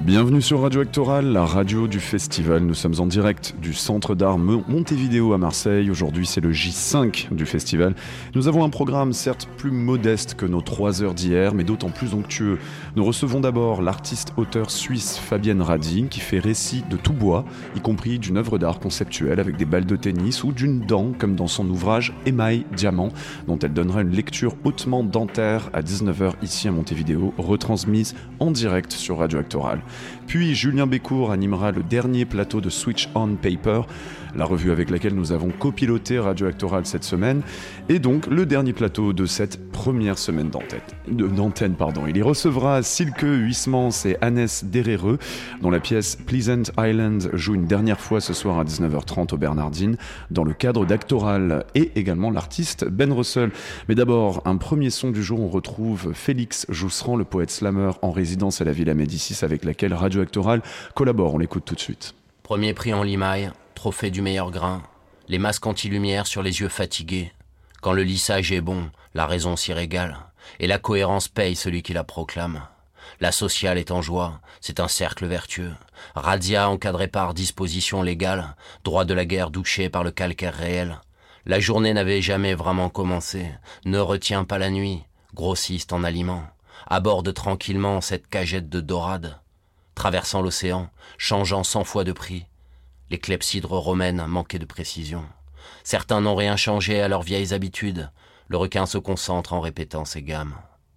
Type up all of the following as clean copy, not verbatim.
Bienvenue sur Radio Actoral, la radio du festival. Nous sommes en direct du Centre d'Art Montevideo à Marseille. Aujourd'hui, c'est le J5 du festival. Nous avons un programme certes plus modeste que nos 3 heures d'hier, mais d'autant plus onctueux. Nous recevons d'abord l'artiste-auteur suisse Fabienne Radi, qui fait récit de tout bois, y compris d'une œuvre d'art conceptuelle avec des balles de tennis ou d'une dent, comme dans son ouvrage Émail Diamant, dont elle donnera une lecture hautement dentaire à 19h ici à Montevideo, retransmise en direct sur Radio Actoral. Puis Julien Bécourt animera le dernier plateau de Switch On Paper, la revue avec laquelle nous avons copiloté Radio Actoral cette semaine, et donc le dernier plateau de cette première semaine d'antenne. Il y recevra Silke Huysmans et Hannes Derereux, dont la pièce Pleasant Island joue une dernière fois ce soir à 19h30 aux Bernardines, dans le cadre d'Actoral, et également l'artiste Ben Russell. Mais d'abord, un premier son du jour, on retrouve Félix Jousserand, le poète slammer en résidence à la Villa Médicis, avec laquelle Radio Actoral collabore. On l'écoute tout de suite. Premier prix en limaille, trophée du meilleur grain, les masques anti-lumière sur les yeux fatigués. Quand le lissage est bon, la raison s'y régale, et la cohérence paye celui qui la proclame. La sociale est en joie, c'est un cercle vertueux. Radia encadré par disposition légale, droit de la guerre douché par le calcaire réel. La journée n'avait jamais vraiment commencé, ne retiens pas la nuit, grossiste en aliments. Aborde tranquillement cette cagette de dorade. Traversant l'océan, changeant 100 fois de prix. Les clepsydres romaines manquaient de précision. Certains n'ont rien changé à leurs vieilles habitudes. Le requin se concentre en répétant ses gammes.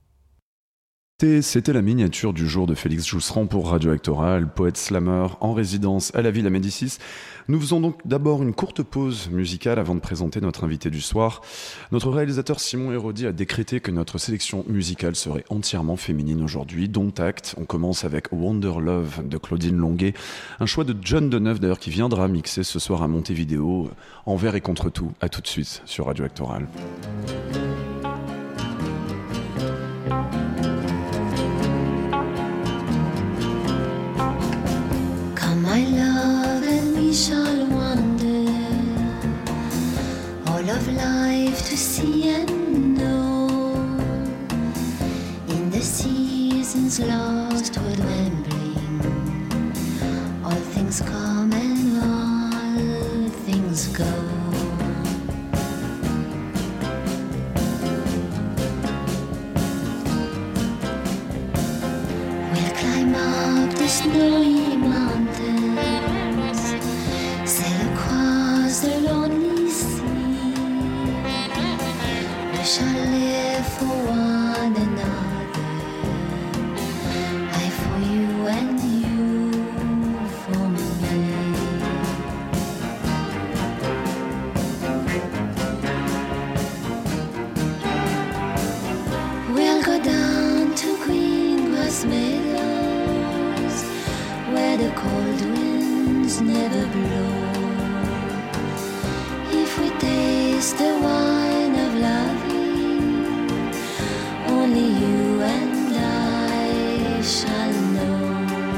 C'était la miniature du jour de Félix Jousserand pour Radio Actoral, poète slammer en résidence à la Villa Médicis. Nous faisons donc d'abord une courte pause musicale avant de présenter notre invité du soir. Notre réalisateur Simon Hérodi a décrété que notre sélection musicale serait entièrement féminine aujourd'hui, dont acte. On commence avec Wonder Love de Claudine Longuet, un choix de John Deneuve d'ailleurs qui viendra mixer ce soir à Montevideo, envers et contre tout. À tout de suite sur Radio Actoral. My love, and we shall wander all of life to see and know. In the seasons lost or dwindling, all things come and all things go. We'll climb up the snowy mountains, the lonely sea. We shall live for one another, I for you and you for me. We'll go down to green grass meadows, where the cold winds never blow. If we taste the wine of loving, only you and I shall know.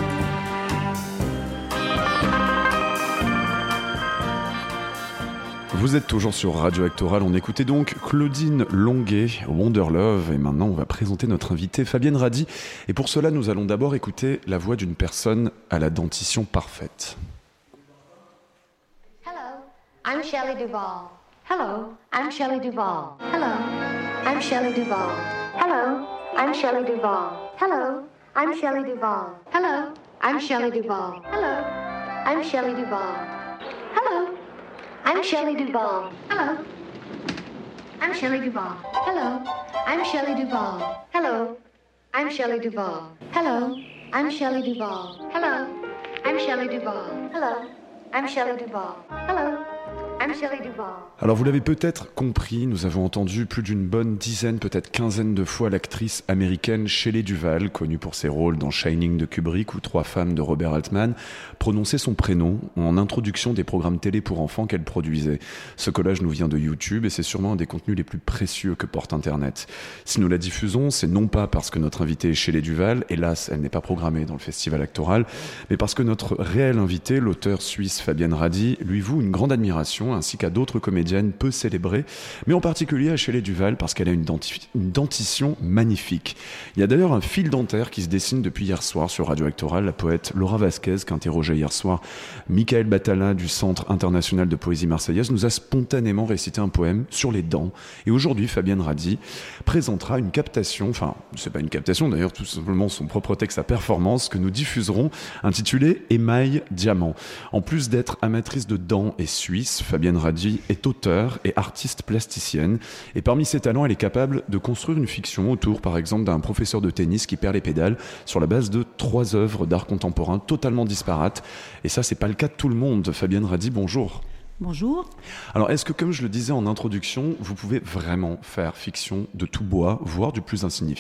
Vous êtes toujours sur Radio Actoral, on écoutait donc Claudine Longuet, Wonder Love, et maintenant on va présenter notre invitée Fabienne Radi. Et pour cela, nous allons d'abord écouter la voix d'une personne à la dentition parfaite. I'm Shelley Duvall. Hello, I'm Shelley Duvall. Hello, I'm Shelley Duvall. Hello, I'm Shelley Duvall. Hello, I'm Shelley Duvall. Hello, I'm Shelley Duvall. Hello, I'm Shelley Duvall. Hello, I'm Shelley Duvall. Hello, I'm Shelley Duvall. Hello, I'm Shelley Duvall. Hello, I'm Shelley Duvall. Hello, I'm Shelley Duvall. Hello, I'm Shelley Duvall. Hello, I'm Shelley Duvall. Hello. Alors vous l'avez peut-être compris, nous avons entendu plus d'une bonne dizaine, peut-être quinzaine de fois l'actrice américaine Shelley Duvall, connue pour ses rôles dans Shining de Kubrick ou Trois femmes de Robert Altman, prononcer son prénom en introduction des programmes télé pour enfants qu'elle produisait. Ce collage nous vient de YouTube et c'est sûrement un des contenus les plus précieux que porte Internet. Si nous la diffusons, c'est non pas parce que notre invitée est Shelley Duvall, hélas elle n'est pas programmée dans le festival Actoral, mais parce que notre réel invité, l'auteur suisse Fabienne Radi, lui voue une grande admiration ainsi qu'à d'autres comédiennes peu célébrées, mais en particulier à Shelley Duvall parce qu'elle a une dentition magnifique. Il y a d'ailleurs un fil dentaire qui se dessine depuis hier soir sur Radio Actoral. La poète Laura Vasquez, qu'interrogeait hier soir Michael Batala du Centre international de poésie marseillaise, nous a spontanément récité un poème sur les dents. Et aujourd'hui, Fabienne Radi présentera une captation, enfin, c'est pas une captation d'ailleurs, tout simplement son propre texte à performance que nous diffuserons, intitulé Émail Diamant. En plus d'être amatrice de dents et suisse, Fabienne Radi est auteure et artiste plasticienne. Et parmi ses talents, elle est capable de construire une fiction autour, par exemple, d'un professeur de tennis qui perd les pédales sur la base de 3 œuvres d'art contemporain totalement disparates. Et ça, c'est pas le cas de tout le monde. Fabienne Radi, bonjour. Bonjour. Alors, est-ce que, comme je le disais en introduction, vous pouvez vraiment faire fiction de tout bois, voire du plus insignifiant ?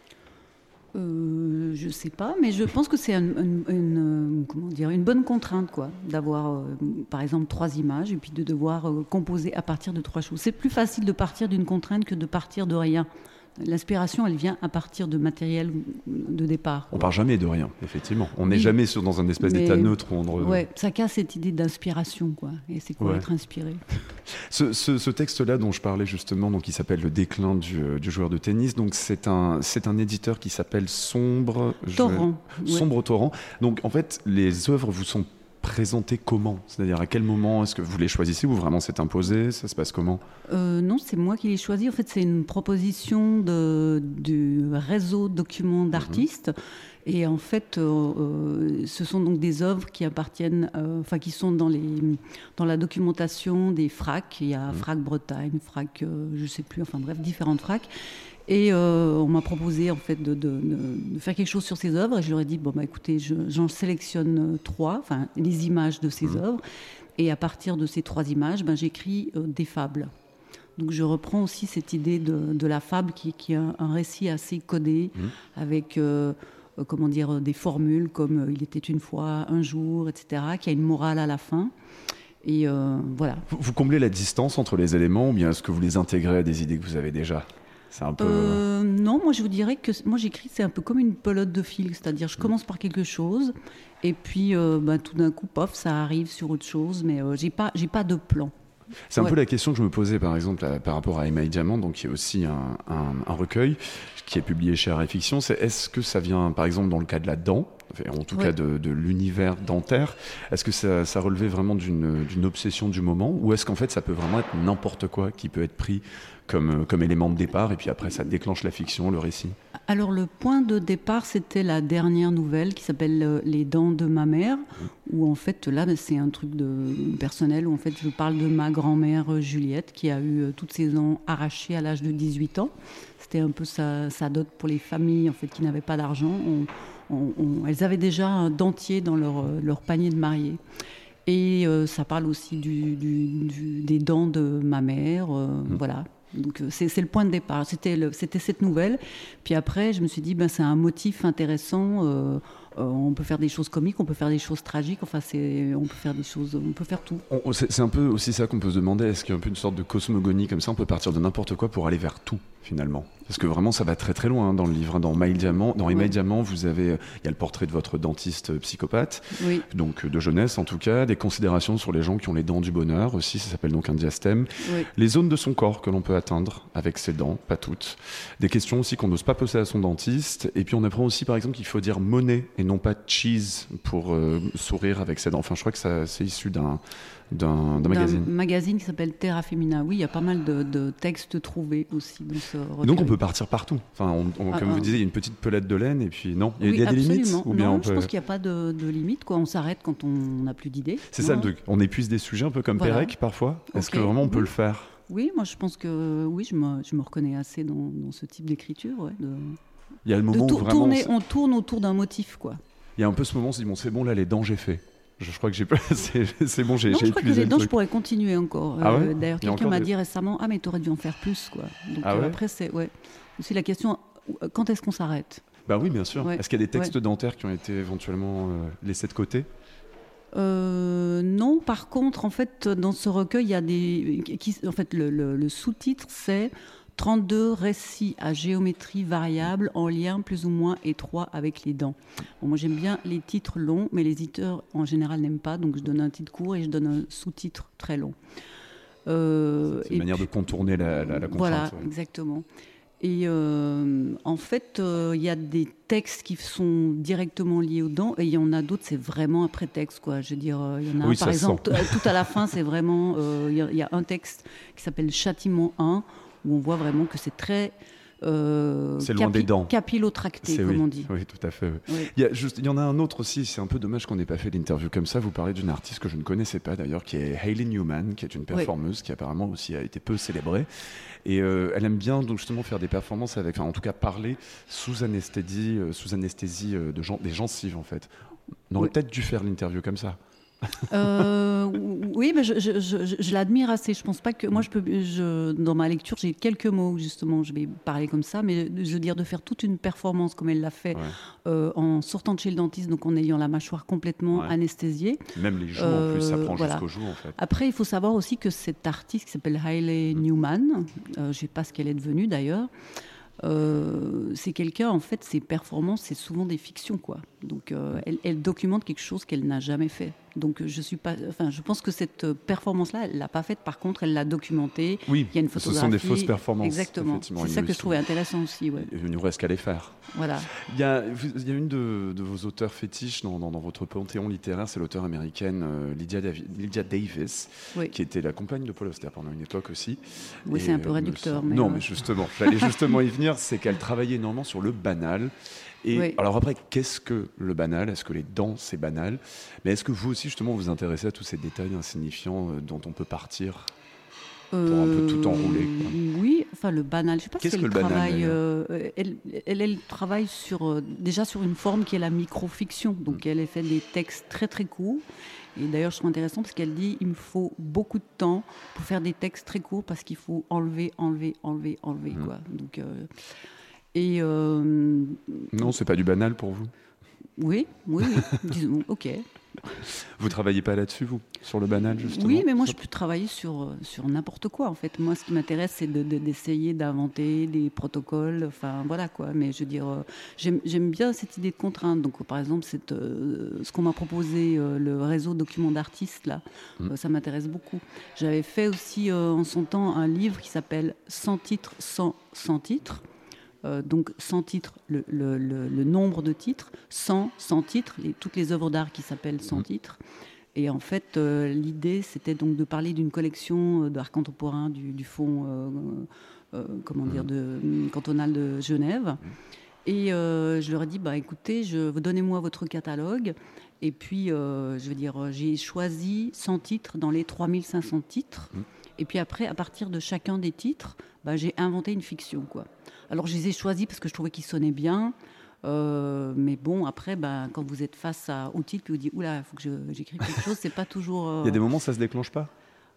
Je sais pas, mais je pense que c'est une bonne contrainte, quoi, d'avoir, par exemple, 3 images et puis de devoir composer à partir de 3 choses. C'est plus facile de partir d'une contrainte que de partir de rien. L'inspiration, elle vient à partir de matériel de départ. On part jamais de rien, effectivement. On n'est jamais dans un espèce d'état neutre. Ouais, ça casse cette idée d'inspiration, quoi. Et c'est quoi être inspiré ? Ce texte-là dont je parlais justement, donc, qui s'appelle Le déclin du joueur de tennis, donc c'est un éditeur qui s'appelle Sombre Torrent. Donc en fait, les œuvres vous sont présentées comment ? C'est-à-dire à quel moment est-ce que vous les choisissez ou vraiment c'est imposé ? Ça se passe comment ? Non, c'est moi qui les choisis. En fait, c'est une proposition du réseau Documents d'artistes. Et en fait, ce sont donc des œuvres qui appartiennent, qui sont dans la documentation des FRAC. Il y a FRAC Bretagne, FRAC, je sais plus, enfin bref, différentes FRAC. Et on m'a proposé en fait de faire quelque chose sur ces œuvres. Et je leur ai dit, écoutez, j'en sélectionne 3, les images de ces œuvres. Et à partir de ces 3 images, j'écris des fables. Donc je reprends aussi cette idée de la fable qui est un récit assez codé, avec des formules comme il était une fois, un jour, etc., qui a une morale à la fin. Et voilà. Vous comblez la distance entre les éléments ou bien est-ce que vous les intégrez à des idées que vous avez déjà ? C'est un peu... Non, moi je vous dirais que moi j'écris, c'est un peu comme une pelote de fil, c'est-à-dire je commence par quelque chose et puis tout d'un coup, ça arrive sur autre chose, mais j'ai pas de plan. C'est un peu la question que je me posais par exemple par rapport à Émail Diamant, donc qui est aussi un recueil qui est publié chez Arrêt Fiction. C'est est-ce que ça vient par exemple dans le cas de la dent, en tout cas de l'univers dentaire, est-ce que ça relevait vraiment d'une obsession du moment ou est-ce qu'en fait ça peut vraiment être n'importe quoi qui peut être pris comme élément de départ et puis après ça déclenche la fiction, le récit? Alors le point de départ c'était la dernière nouvelle qui s'appelle Les dents de ma mère, où en fait là c'est un truc personnel où en fait je parle de ma grand-mère Juliette qui a eu toutes ses dents arrachées à l'âge de 18 ans. C'était un peu sa dot pour les familles en fait qui n'avaient pas d'argent. Elles avaient déjà un dentier dans leur panier de mariée. Et ça parle aussi des dents de ma mère, voilà. Donc c'est le point de départ. C'était cette nouvelle. Puis après, je me suis dit, c'est un motif intéressant. On peut faire des choses comiques, on peut faire des choses tragiques. Enfin, on peut faire tout. C'est un peu aussi ça qu'on peut se demander. Est-ce qu'il y a un peu une sorte de cosmogonie comme ça? On peut partir de n'importe quoi pour aller vers tout, finalement. Parce que vraiment, ça va très très loin dans le livre. Dans Émail Diamant, vous avez, il y a le portrait de votre dentiste psychopathe, donc de jeunesse en tout cas, des considérations sur les gens qui ont les dents du bonheur aussi. Ça s'appelle donc un diastème. Les zones de son corps que l'on peut atteindre avec ses dents, pas toutes. Des questions aussi qu'on n'ose pas poser à son dentiste. Et puis on apprend aussi, par exemple, qu'il faut dire monnaie et non pas cheese pour sourire avec ses dents. Enfin, je crois que c'est issu d'un magazine. Un magazine qui s'appelle Terra Femina. Oui, il y a pas mal de textes trouvés aussi dans ce recueil. Donc on peut partir partout. Enfin, comme vous disiez, il y a une petite pelette de laine et puis non, il y a des limites ou bien non, je pense qu'il n'y a pas de limite. Quoi. On s'arrête quand on n'a plus d'idées. C'est ça le truc. On épuise des sujets un peu comme Pérec parfois. Est-ce que vraiment on peut le faire? Oui, moi je pense que je me reconnais assez dans ce type d'écriture. Ouais, il y a le moment où vraiment... on tourne autour d'un motif, quoi. Il y a un peu ce moment où on se dit, c'est bon, là, les dents, j'ai fait. Je crois que c'est bon, j'ai épuisé. Je crois que les dents, je pourrais continuer encore. D'ailleurs, quelqu'un m'a dit récemment, mais t'aurais dû en faire plus, quoi. Donc après, c'est la question, quand est-ce qu'on s'arrête? Bah oui, bien sûr. Ouais. Est-ce qu'il y a des textes dentaires qui ont été éventuellement laissés de côté? Non, par contre, en fait, dans ce recueil, il y a le sous-titre, c'est 32 récits à géométrie variable en lien plus ou moins étroit avec les dents. Bon, moi, j'aime bien les titres longs, mais les éditeurs, en général, n'aiment pas. Donc, je donne un titre court et je donne un sous-titre très long. C'est une manière de contourner la contrainte. Voilà, exactement. Et en fait, il y a des textes qui sont directement liés aux dents, et il y en a d'autres, c'est vraiment un prétexte, quoi. Je veux dire, il y en a un, par exemple, tout à la fin, c'est vraiment... Il y a un texte qui s'appelle Châtiment 1, où on voit vraiment que c'est très... c'est loin des dents. Capillotracté, comme on dit. Oui, tout à fait. Oui. Oui. Il y en a un autre aussi, c'est un peu dommage qu'on n'ait pas fait l'interview comme ça. Vous parlez d'une artiste que je ne connaissais pas d'ailleurs, qui est Hayley Newman, qui est une performeuse qui apparemment aussi a été peu célébrée. Et elle aime bien donc justement faire des performances avec, en tout cas parler sous anesthésie des gencives en fait. On aurait peut-être dû faire l'interview comme ça. Oui, mais je l'admire assez. Je pense pas que moi dans ma lecture j'ai quelques mots justement. Je vais parler comme ça, mais je veux dire de faire toute une performance comme elle l'a fait en sortant de chez le dentiste, donc en ayant la mâchoire complètement anesthésiée. Même les joues en plus, ça prend jusqu'aux joues en fait. Après, il faut savoir aussi que cette artiste qui s'appelle Hayley Newman, je sais pas ce qu'elle est devenue d'ailleurs. C'est quelqu'un, en fait, ses performances, c'est souvent des fictions, quoi. Donc, elle documente quelque chose qu'elle n'a jamais fait. Donc, je pense que cette performance-là, elle l'a pas faite. Par contre, elle l'a documentée. Oui, il y a une photographie. Ce sont des fausses performances. Exactement. C'est ça que je trouvais intéressant aussi. Ouais. Il nous reste qu'à les faire. Voilà. Il y a une de vos auteurs fétiches dans votre panthéon littéraire, c'est l'auteure américaine Lydia Davis, qui était la compagne de Paul Auster pendant une époque aussi. Oui, c'est un peu réducteur. Mais justement, j'allais justement y venir, c'est qu'elle travaillait énormément sur le banal. Et alors après, qu'est-ce que le banal ? Est-ce que les dents, c'est banal ? Mais est-ce que vous aussi, justement, vous vous intéressez à tous ces détails insignifiants dont on peut partir pour un peu tout enrouler, quoi. Oui, enfin le banal. Je sais pas Qu'est-ce si que le banal elle travaille déjà sur une forme qui est la microfiction. Donc elle fait des textes très très courts. Et d'ailleurs, je trouve intéressant parce qu'elle dit il me faut beaucoup de temps pour faire des textes très courts parce qu'il faut enlever, quoi. Donc non, c'est pas du banal pour vous. Oui. Disons, ok. Vous travaillez pas là-dessus, vous, sur le banal, justement ? Oui, mais moi, je peux travailler sur n'importe quoi, en fait. Moi, ce qui m'intéresse, c'est d'essayer d'inventer des protocoles, enfin, voilà, quoi. Mais je veux dire, j'aime bien cette idée de contrainte. Donc, par exemple, ce qu'on m'a proposé, le réseau Documents d'artistes, là, ça m'intéresse beaucoup. J'avais fait aussi, en son temps, un livre qui s'appelle « 100 titres sans titres ». Donc 100 titres, le nombre de titres, 100 titres, toutes les œuvres d'art qui s'appellent 100 titres. Et en fait, l'idée, c'était donc de parler d'une collection d'art contemporain du fonds cantonal de Genève. Et je leur ai dit, écoutez, donnez-moi votre catalogue. Et puis, j'ai choisi 100 titres dans les 3500 titres. Et puis après, à partir de chacun des titres, j'ai inventé une fiction, quoi. Alors, je les ai choisis parce que je trouvais qu'ils sonnaient bien. Mais bon, après, quand vous êtes face au titre, puis vous dites, oula, il faut que j'écrive quelque chose, c'est pas toujours... Il y a des moments où ça se déclenche pas ?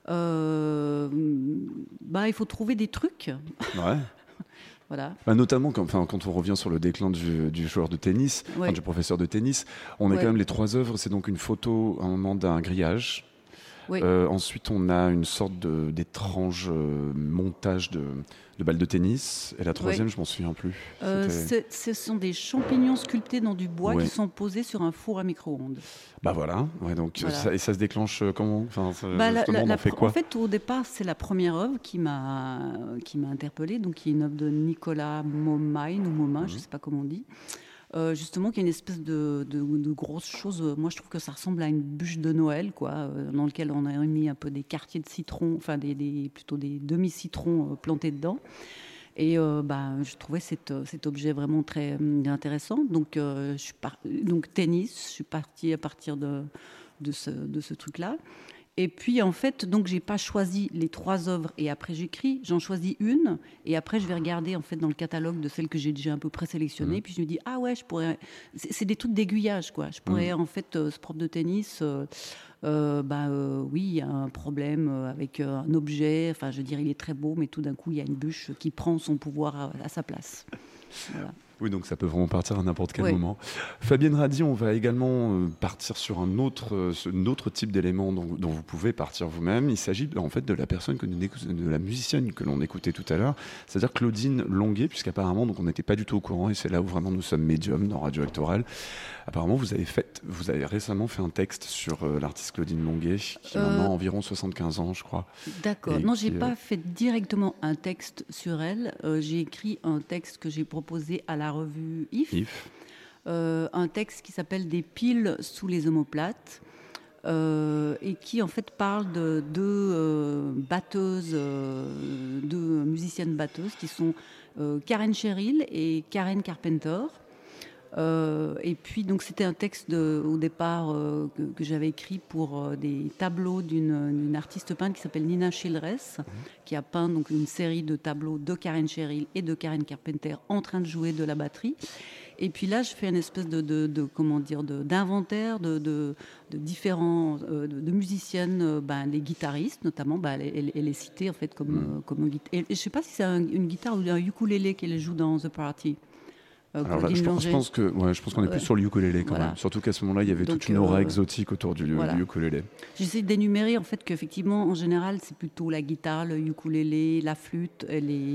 Il faut trouver des trucs. Ouais. Voilà. Notamment quand on revient sur le déclin du joueur de tennis, du professeur de tennis, on a quand même les 3 œuvres. C'est donc une photo à un moment d'un grillage. Oui. Ensuite, on a une sorte d'étrange montage de balles de tennis. Et la troisième, je m'en souviens plus. Ce sont des champignons sculptés dans du bois qui sont posés sur un four à micro-ondes. Voilà. Donc voilà. Ça se déclenche comment ? On fait quoi ? En fait, au départ, c'est la première œuvre qui m'a interpellée. Donc, qui est une œuvre de Nicolas Momin, je ne sais pas comment on dit. Justement, qui est une espèce de grosse chose. Moi, je trouve que ça ressemble à une bûche de Noël, quoi, dans lequel on a mis un peu des quartiers de citron, enfin plutôt des demi-citrons plantés dedans. Et je trouvais cet objet vraiment très intéressant. Donc, tennis, je suis partie à partir de ce truc-là. Et puis, en fait, donc, j'ai pas choisi les 3 œuvres et après j'écris. J'en choisis une et après, je vais regarder, en fait, dans le catalogue de celles que j'ai déjà un peu présélectionnées. Puis, je me dis, je pourrais... C'est des trucs d'aiguillage, quoi. Je pourrais, en fait, ce prof de tennis... oui, il y a un problème avec un objet. Enfin, je veux dire, il est très beau, mais tout d'un coup, il y a une bûche qui prend son pouvoir à sa place. Voilà. Oui, donc ça peut vraiment partir à n'importe quel Oui. moment. Fabienne Radi, on va également partir sur un autre type d'élément dont vous pouvez partir vous-même. Il s'agit en fait de la personne de la musicienne que l'on écoutait tout à l'heure, c'est-à-dire Claudine Longuet, puisqu'apparemment donc on n'était pas du tout au courant, et c'est là où vraiment nous sommes médiums dans Radio Actoral. Apparemment, vous avez récemment fait un texte sur l'artiste Claudine Longuet, qui a maintenant environ 75 ans, je crois. D'accord. Et Non, qui, j'ai pas fait directement un texte sur elle. J'ai écrit un texte que j'ai proposé à la revue If. Un texte qui s'appelle Des piles sous les omoplates. Et qui en fait parle de deux batteuses, deux musiciennes batteuses qui sont Karen Cheryl et Karen Carpenter. Et puis donc c'était un texte au départ que j'avais écrit pour des tableaux d'une artiste peintre qui s'appelle Nina Childress, qui a peint donc une série de tableaux de Karen Cheryl et de Karen Carpenter en train de jouer de la batterie. Et puis là, je fais une espèce d'inventaire de différents de musiciennes, les guitaristes notamment. Elle est citée en fait comme et je sais pas si c'est une guitare ou un ukulélé qu'elle joue dans The Party. Alors là, je pense qu'on est plus sur le ukulélé quand même. Surtout qu'à ce moment-là, il y avait toute une aura exotique autour du ukulélé. J'essaie d'énumérer en fait qu'effectivement, en général, c'est plutôt la guitare, le ukulélé, la flûte, les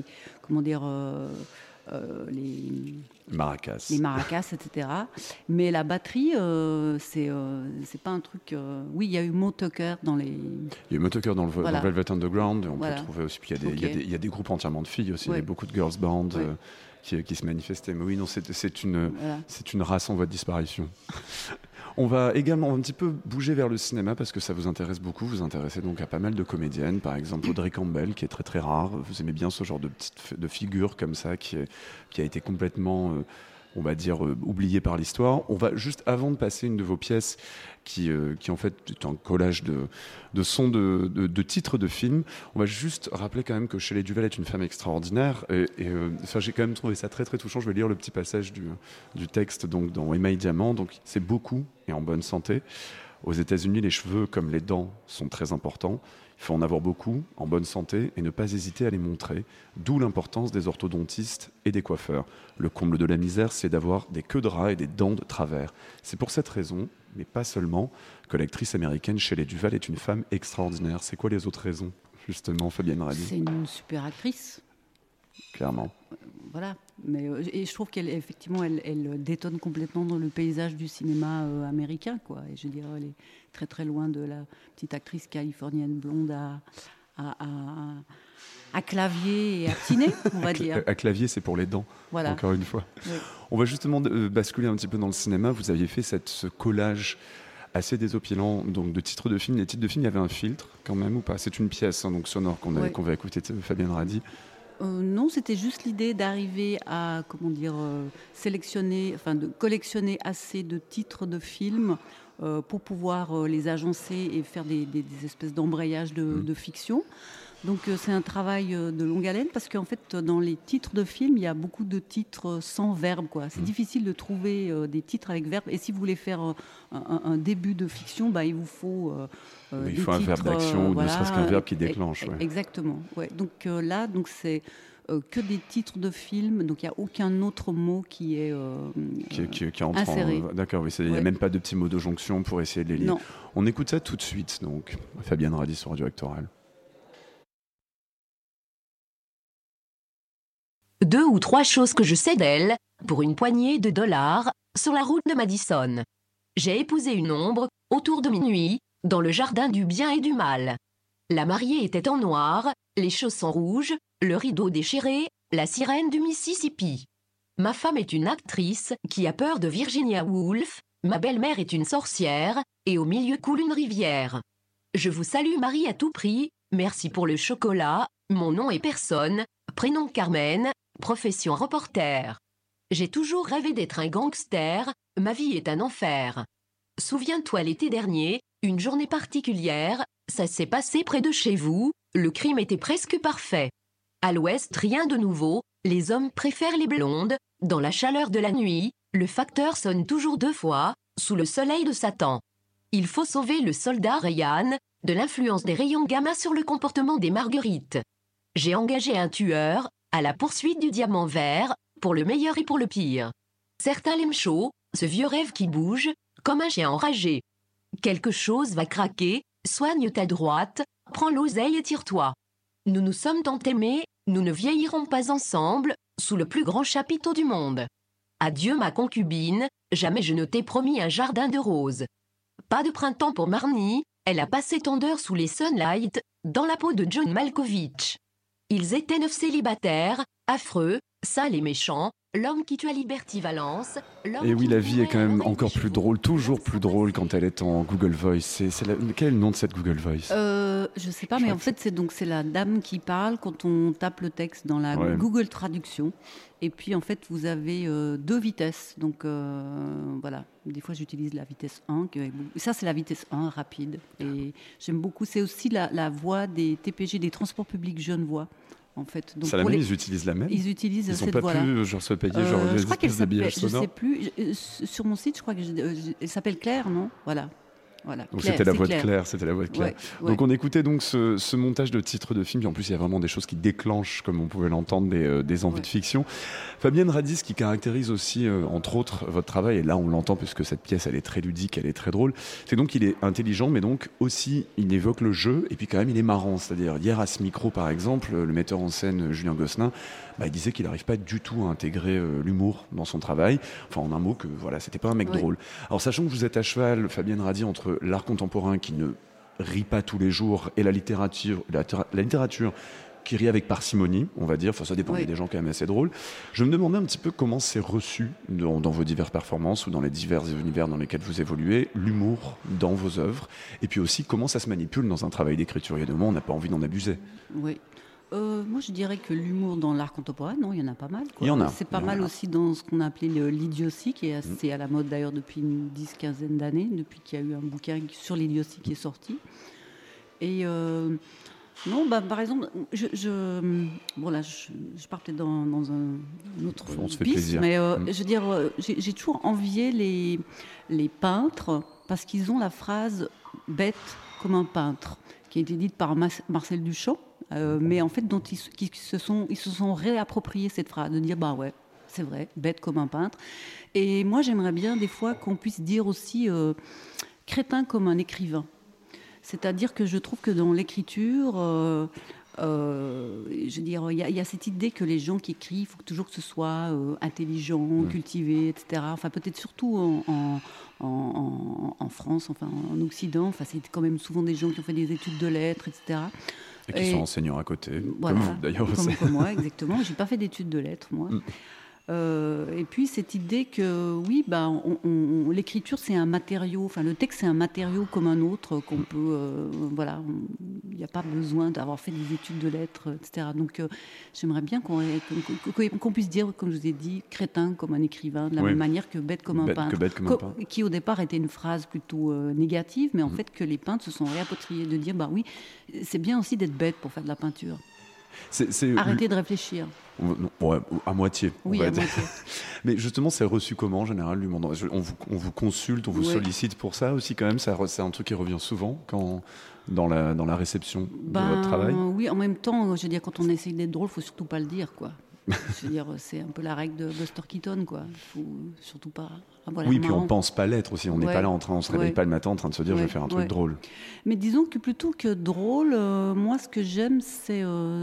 maracas. Les maracas, etc. Mais la batterie, c'est pas un truc. Oui, il y a eu Mo Tucker dans les. Il y a eu Mo Tucker dans le Velvet Underground. On peut trouver aussi. Puis il y a des groupes entièrement de filles aussi. Il y a beaucoup de girls bands. Qui se manifestaient. Mais oui, non, c'est une race en voie de disparition. On va également un petit peu bouger vers le cinéma parce que ça vous intéresse beaucoup. Vous intéressez donc à pas mal de comédiennes, par exemple Audrey Campbell, qui est très très rare. Vous aimez bien ce genre de figure comme ça qui a été complètement, on va dire, oubliée par l'histoire. On va juste, avant de passer une de vos pièces qui en fait est un collage de sons de titres de films, on va juste rappeler quand même que Shelley Duvall est une femme extraordinaire et j'ai quand même trouvé ça très très touchant. Je vais lire le petit passage du texte donc dans Émail Diamant. Donc c'est beaucoup et en bonne santé. Aux États-Unis, les cheveux comme les dents sont très importants. Il faut en avoir beaucoup, en bonne santé, et ne pas hésiter à les montrer. D'où l'importance des orthodontistes et des coiffeurs. Le comble de la misère, c'est d'avoir des queues de rats et des dents de travers. C'est pour cette raison, mais pas seulement, que l'actrice américaine Shelley Duvall est une femme extraordinaire. C'est quoi les autres raisons, justement, Fabienne Radi ? C'est une super actrice. Clairement. Voilà. Et je trouve qu'elle effectivement, elle détonne complètement dans le paysage du cinéma américain, quoi. Et je dirais, elle est très très loin de la petite actrice californienne blonde à clavier et à tiner, on va dire. À clavier, c'est pour les dents, encore une fois. Oui. On va justement basculer un petit peu dans le cinéma. Vous aviez fait ce collage assez désopilant donc, de titres de films. Les titres de films, il y avait un filtre quand même ou pas ? C'est une pièce donc sonore qu'on va écouter de Fabienne Radi. Non, c'était juste l'idée d'arriver à de collectionner assez de titres de films pour pouvoir les agencer et faire des espèces d'embrayages de fiction. Donc c'est un travail de longue haleine parce qu'en fait dans les titres de films il y a beaucoup de titres sans verbe, quoi. C'est difficile de trouver des titres avec verbe, et si vous voulez faire un début de fiction, il vous faut il faut un verbe d'action ou ne serait-ce qu'un verbe qui déclenche. Exactement. Ouais. Donc là c'est que des titres de films, donc il n'y a aucun autre mot qui est inséré. D'accord, oui, il n'y a même pas de petits mots de jonction pour essayer de les lire. Non. On écoute ça tout de suite, donc Fabienne Radi sur Radio Actoral. 2 ou 3 choses que je sais d'elle, pour une poignée de $, sur la route de Madison. J'ai épousé une ombre, autour de minuit, dans le jardin du bien et du mal. La mariée était en noir, les chaussons rouges, le rideau déchiré, la sirène du Mississippi. Ma femme est une actrice qui a peur de Virginia Woolf, ma belle-mère est une sorcière, et au milieu coule une rivière. Je vous salue Marie à tout prix, merci pour le chocolat, mon nom est personne, prénom Carmen, profession reporter. J'ai toujours rêvé d'être un gangster, ma vie est un enfer. Souviens-toi l'été dernier, une journée particulière, ça s'est passé près de chez vous, le crime était presque parfait. À l'ouest, rien de nouveau, les hommes préfèrent les blondes, dans la chaleur de la nuit, le facteur sonne toujours 2 fois, sous le soleil de Satan. Il faut sauver le soldat Ryan, de l'influence des rayons gamma sur le comportement des marguerites. J'ai engagé un tueur, à la poursuite du diamant vert, pour le meilleur et pour le pire. Certains l'aiment chaud, ce vieux rêve qui bouge, comme un chien enragé. Quelque chose va craquer, soigne ta droite, prends l'oseille et tire-toi. Nous nous sommes tant aimés, nous ne vieillirons pas ensemble, sous le plus grand chapiteau du monde. Adieu ma concubine, jamais je ne t'ai promis un jardin de roses. Pas de printemps pour Marnie, elle a passé tant d'heures sous les sunlights, dans la peau de John Malkovich. Ils étaient 9 célibataires, affreux, sales et méchants, l'homme qui tua Liberty Valence, l'homme Et oui, qui la vie est quand même courait encore avec des plus chevaux. drôle, toujours plus drôle quand elle est en Google Voice. Quel est le nom de cette Google Voice? Je sais pas, mais en fait, c'est la dame qui parle quand on tape le texte dans la Ouais. Google Traduction. Et puis, en fait, vous avez 2 vitesses. Donc, voilà. Des fois, j'utilise la vitesse 1. Ça, c'est la vitesse 1, rapide. Et j'aime beaucoup. C'est aussi la voix des TPG, des transports publics genevois, en fait. Donc, C'est la pour même, les- ils utilisent la même. Ils utilisent Ils n'ont cette pas voix-là. pu se payer genre Je des crois qu'elle espèces d'habillages s'appelle, je sonores. sais plus, sur mon site, je crois elle s'appelle Claire, non? Voilà. Donc Claire, c'était la c'est voix de Claire, c'était la voix de Claire. Ouais, Donc ouais. on écoutait donc ce montage de titres de films, puis en plus il y a vraiment des choses qui déclenchent, comme on pouvait l'entendre, des envies Ouais. de fiction. Fabienne Radi, ce qui caractérise aussi, entre autres, votre travail, et là on l'entend puisque cette pièce elle est très ludique, elle est très drôle, c'est donc qu'il est intelligent, mais donc aussi il évoque le jeu, et puis quand même il est marrant. C'est-à-dire hier à ce micro par exemple, le metteur en scène Julien Gosselin, il disait qu'il n'arrive pas du tout à intégrer l'humour dans son travail. Enfin, en un mot, que voilà, c'était pas un mec Oui. drôle. Alors, sachant que vous êtes à cheval, Fabienne Radi, entre l'art contemporain qui ne rit pas tous les jours et la littérature qui rit avec parcimonie, on va dire. Enfin, ça dépend, il y a Oui. des gens quand même assez drôles. Je me demandais un petit peu comment c'est reçu dans vos diverses performances ou dans les divers univers dans lesquels vous évoluez, l'humour dans vos œuvres, et puis aussi comment ça se manipule dans un travail d'écriture. Il y a des moments où on n'a pas envie d'en abuser. Oui. Moi, je dirais que l'humour dans l'art contemporain, non, il y en a pas mal. Quoi. Il y en a. C'est pas Il y en mal a. aussi dans ce qu'on a appelé l'idiotie, qui est assez à la mode d'ailleurs depuis une 10-15 d'années, depuis qu'il y a eu un bouquin sur l'idiotie qui est sorti. Et non, par exemple, bon là, je pars peut-être dans un autre On se fait piste, plaisir. mais je veux dire, j'ai toujours envié les peintres parce qu'ils ont la phrase « bête comme un peintre » qui a été dite par Marcel Duchamp, mais en fait dont ils se sont réappropriés cette phrase, de dire bah ouais, c'est vrai, bête comme un peintre. Et moi j'aimerais bien des fois qu'on puisse dire aussi crétin comme un écrivain. C'est-à-dire que je trouve que dans l'écriture, je veux dire, il y a cette idée que les gens qui écrivent, il faut toujours que ce soit intelligent, cultivé, etc. Enfin, peut-être surtout en France, enfin en Occident. Enfin, c'est quand même souvent des gens qui ont fait des études de lettres, etc. Et qui sont enseignants à côté, Voilà, comme vous d'ailleurs aussi. comme moi, exactement. J'ai pas fait d'études de lettres, moi. Et puis cette idée que oui, l'écriture c'est un matériau, enfin le texte c'est un matériau comme un autre qu'on peut, voilà, il n'y a pas besoin d'avoir fait des études de lettres, etc. Donc j'aimerais bien qu'on puisse dire, comme je vous ai dit, crétin comme un écrivain, de la Oui. même manière que bête comme un peintre, bête comme un peintre. qui au départ était une phrase plutôt négative, mais en fait que les peintres se sont réappropriés de dire bah oui, c'est bien aussi d'être bête pour faire de la peinture. Arrêtez de réfléchir. Non, ouais, à moitié. on Oui, va à dire. moitié. Mais justement, c'est reçu comment en général l'humour on vous consulte, on vous Ouais. sollicite pour ça aussi quand même. C'est un truc qui revient souvent dans la réception de votre travail. Oui, en même temps, je veux dire, quand on essaye d'être drôle, il faut surtout pas le dire, quoi. Je veux dire, c'est un peu la règle de Buster Keaton, quoi. Il faut surtout pas. Voilà, Oui, puis on marrant. pense pas l'être aussi. On n'est Ouais. pas là on se réveille Ouais. pas le matin en train de se dire je vais Ouais. faire un truc Ouais. drôle. Mais disons que plutôt que drôle, moi, ce que j'aime, c'est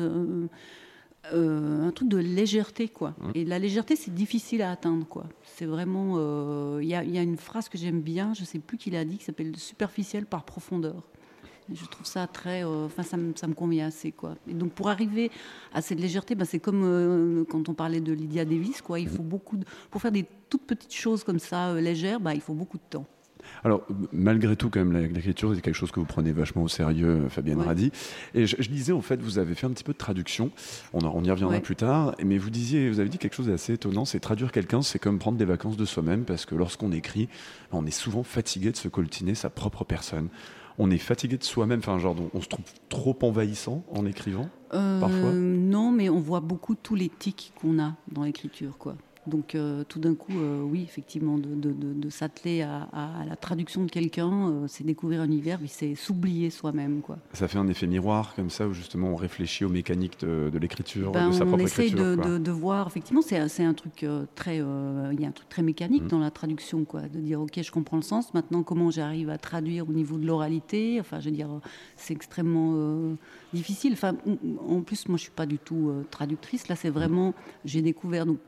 un truc de légèreté, quoi. Et la légèreté, c'est difficile à atteindre, quoi. C'est vraiment. Il y a une phrase que j'aime bien, je sais plus qui l'a dit, qui s'appelle superficiel par profondeur. Et je trouve ça très. Enfin, ça me convient assez, quoi. Et donc, pour arriver à cette légèreté, c'est comme quand on parlait de Lydia Davis, quoi. Il faut pour faire des toutes petites choses comme ça, légères, il faut beaucoup de temps. Alors, malgré tout, quand même, l'écriture, c'est quelque chose que vous prenez vachement au sérieux, Fabienne Ouais. Radi. Et je disais, en fait, vous avez fait un petit peu de traduction. On y reviendra Ouais. plus tard. Mais vous avez dit quelque chose d'assez étonnant. C'est traduire quelqu'un, c'est comme prendre des vacances de soi-même, parce que lorsqu'on écrit, on est souvent fatigué de se coltiner sa propre personne. On est fatigué de soi-même. Enfin, genre, on se trouve trop envahissant en écrivant, parfois. Non, mais on voit beaucoup tous les tics qu'on a dans l'écriture, quoi. Donc tout d'un coup, oui, effectivement, de s'atteler à la traduction de quelqu'un, c'est découvrir un univers, puis c'est s'oublier soi-même, quoi. Ça fait un effet miroir comme ça, où justement on réfléchit aux mécaniques de l'écriture, Ben, de sa on propre essaye écriture. Quoi. de voir, effectivement, c'est un truc très, il y a un truc très mécanique dans la traduction, quoi, de dire ok, je comprends le sens. Maintenant, comment j'arrive à traduire au niveau de l'oralité. Enfin, je veux dire, c'est extrêmement difficile. Enfin, en plus, moi, je suis pas du tout traductrice. Là, c'est vraiment, j'ai découvert donc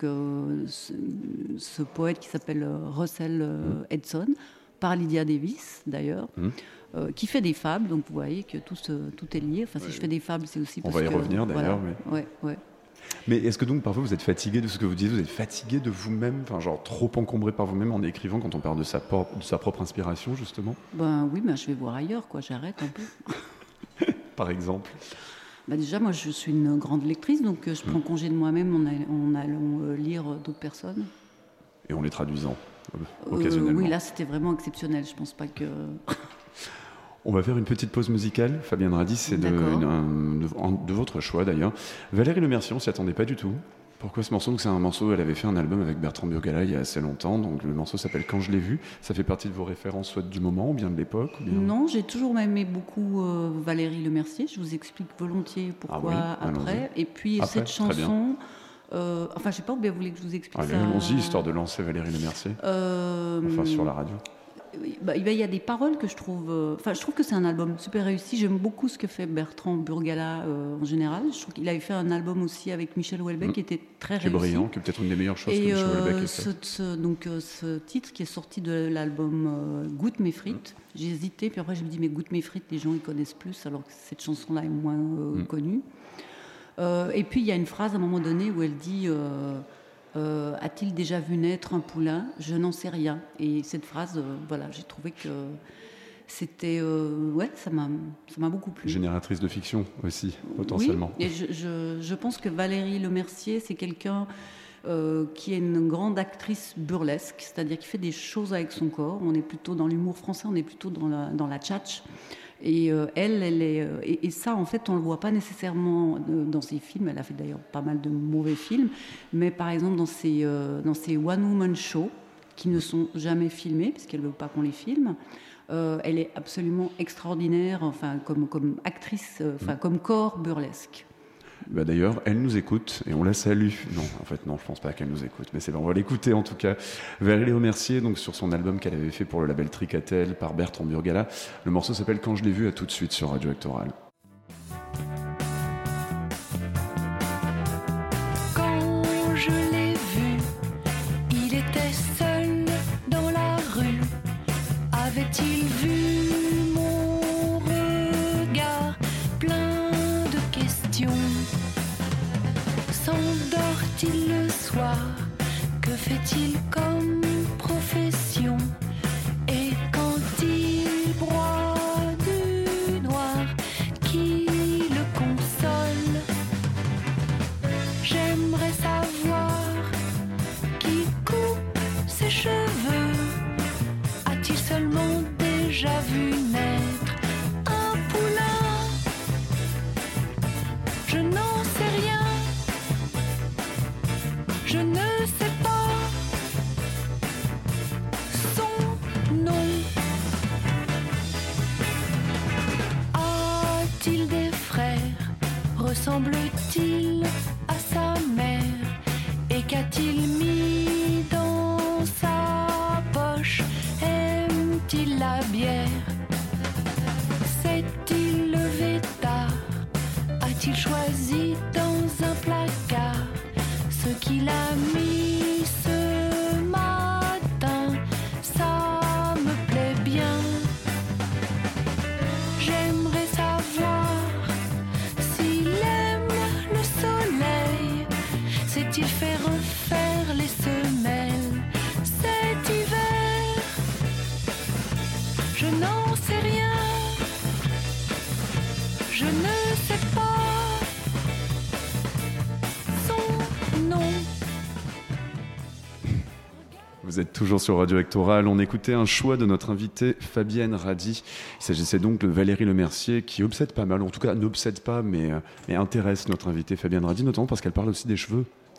ce poète qui s'appelle Russell Edson, par Lydia Davis d'ailleurs. Qui fait des fables, donc vous voyez que tout est lié. Enfin, si je fais des fables, c'est aussi parce que... On va y revenir d'ailleurs. Voilà. Ouais. Mais est-ce que donc parfois vous êtes fatigué de ce que vous dites, vous êtes fatigué de vous-même, enfin genre trop encombré par vous-même en écrivant quand on parle de sa propre inspiration justement? Ben oui, je vais voir ailleurs, quoi. J'arrête un peu. Par exemple? Ben déjà, moi, je suis une grande lectrice, donc je prends congé de moi-même en allant lire d'autres personnes. Et en les traduisant occasionnellement. Oui, là, c'était vraiment exceptionnel. Je pense pas que... On va faire une petite pause musicale. Fabienne Radi, c'est de votre choix d'ailleurs. Valérie Lemercier, on s'y attendait pas du tout. Pourquoi ce morceau? Donc, c'est un morceau, elle avait fait un album avec Bertrand Burgala il y a assez longtemps. Donc le morceau s'appelle Quand je l'ai vu. Ça fait partie de vos références, soit du moment ou bien de l'époque ou bien... Non, j'ai toujours aimé beaucoup Valérie Lemercier. Je vous explique volontiers pourquoi après. Et puis après, cette chanson... enfin, je sais pas où bien vous voulez que je vous explique ça. Allons-y, histoire de lancer Valérie Lemercier. Enfin, sur la radio. Il y a des paroles que je trouve... je trouve que c'est un album super réussi. J'aime beaucoup ce que fait Bertrand Burgala en général. Je trouve qu'il avait fait un album aussi avec Michel Houellebecq qui était très réussi. Qui est brillant, qui est peut-être une des meilleures choses que Michel Houellebecq ait fait. Ce titre qui est sorti de l'album Goûte mes frites, j'ai hésité. Puis après, je me dis, mais Goûte mes frites, les gens ils connaissent plus, alors que cette chanson-là est moins connue. Et puis, il y a une phrase à un moment donné où elle dit... a-t-il déjà vu naître un poulain? Je n'en sais rien. Et cette phrase, voilà, j'ai trouvé que c'était... ça m'a beaucoup plu. Génératrice de fiction aussi, potentiellement. Oui, et je pense que Valérie Lemercier, c'est quelqu'un qui est une grande actrice burlesque, c'est-à-dire qui fait des choses avec son corps. On est plutôt dans l'humour français, on est plutôt dans la tchatch. Et elle est... Et ça, en fait, on ne le voit pas nécessairement dans ses films. Elle a fait d'ailleurs pas mal de mauvais films. Mais par exemple, dans ses one-woman shows, qui ne sont jamais filmés, puisqu'elle ne veut pas qu'on les filme, elle est absolument extraordinaire, enfin, comme actrice, comme corps burlesque. Bah d'ailleurs, elle nous écoute et on la salue. Non, en fait, non, je pense pas qu'elle nous écoute, mais c'est bon, on va l'écouter en tout cas. Valérie Lemercier, donc sur son album qu'elle avait fait pour le label Tricatel par Bertrand Burgala. Le morceau s'appelle Quand je l'ai vu, à tout de suite sur Radio Actoral. Quand je l'ai vu, il était seul dans la rue. Avait-il vu mon regard plein de questions? S'endort-il le soir? Que fait-il comme profession? Et quand il broie du noir, qui le console? J'aimerais savoir qui coupe ses cheveux. A-t-il seulement déjà vu naître un poulain? Je n'en sais rien. Je ne sais pas son nom. A-t-il des frères? Ressemble-t-il à sa mère? Et qu'a-t-il mis dans sa poche? Aime-t-il la bière? S'est-il levé tard? A-t-il choisi dans un placard ce qu'il a mis ce matin? Ça me plaît bien. J'aimerais savoir s'il aime le soleil. Sait-il faire refaire les semelles cet hiver? Je n'en sais rien. Je ne sais pas son nom. Vous êtes toujours sur Radio Actoral. On écoutait un choix de notre invitée Fabienne Radi. Il s'agissait donc de Valérie Lemercier qui obsède pas mal, en tout cas n'obsède pas, mais intéresse notre invitée Fabienne Radi, notamment parce qu'elle parle aussi des cheveux.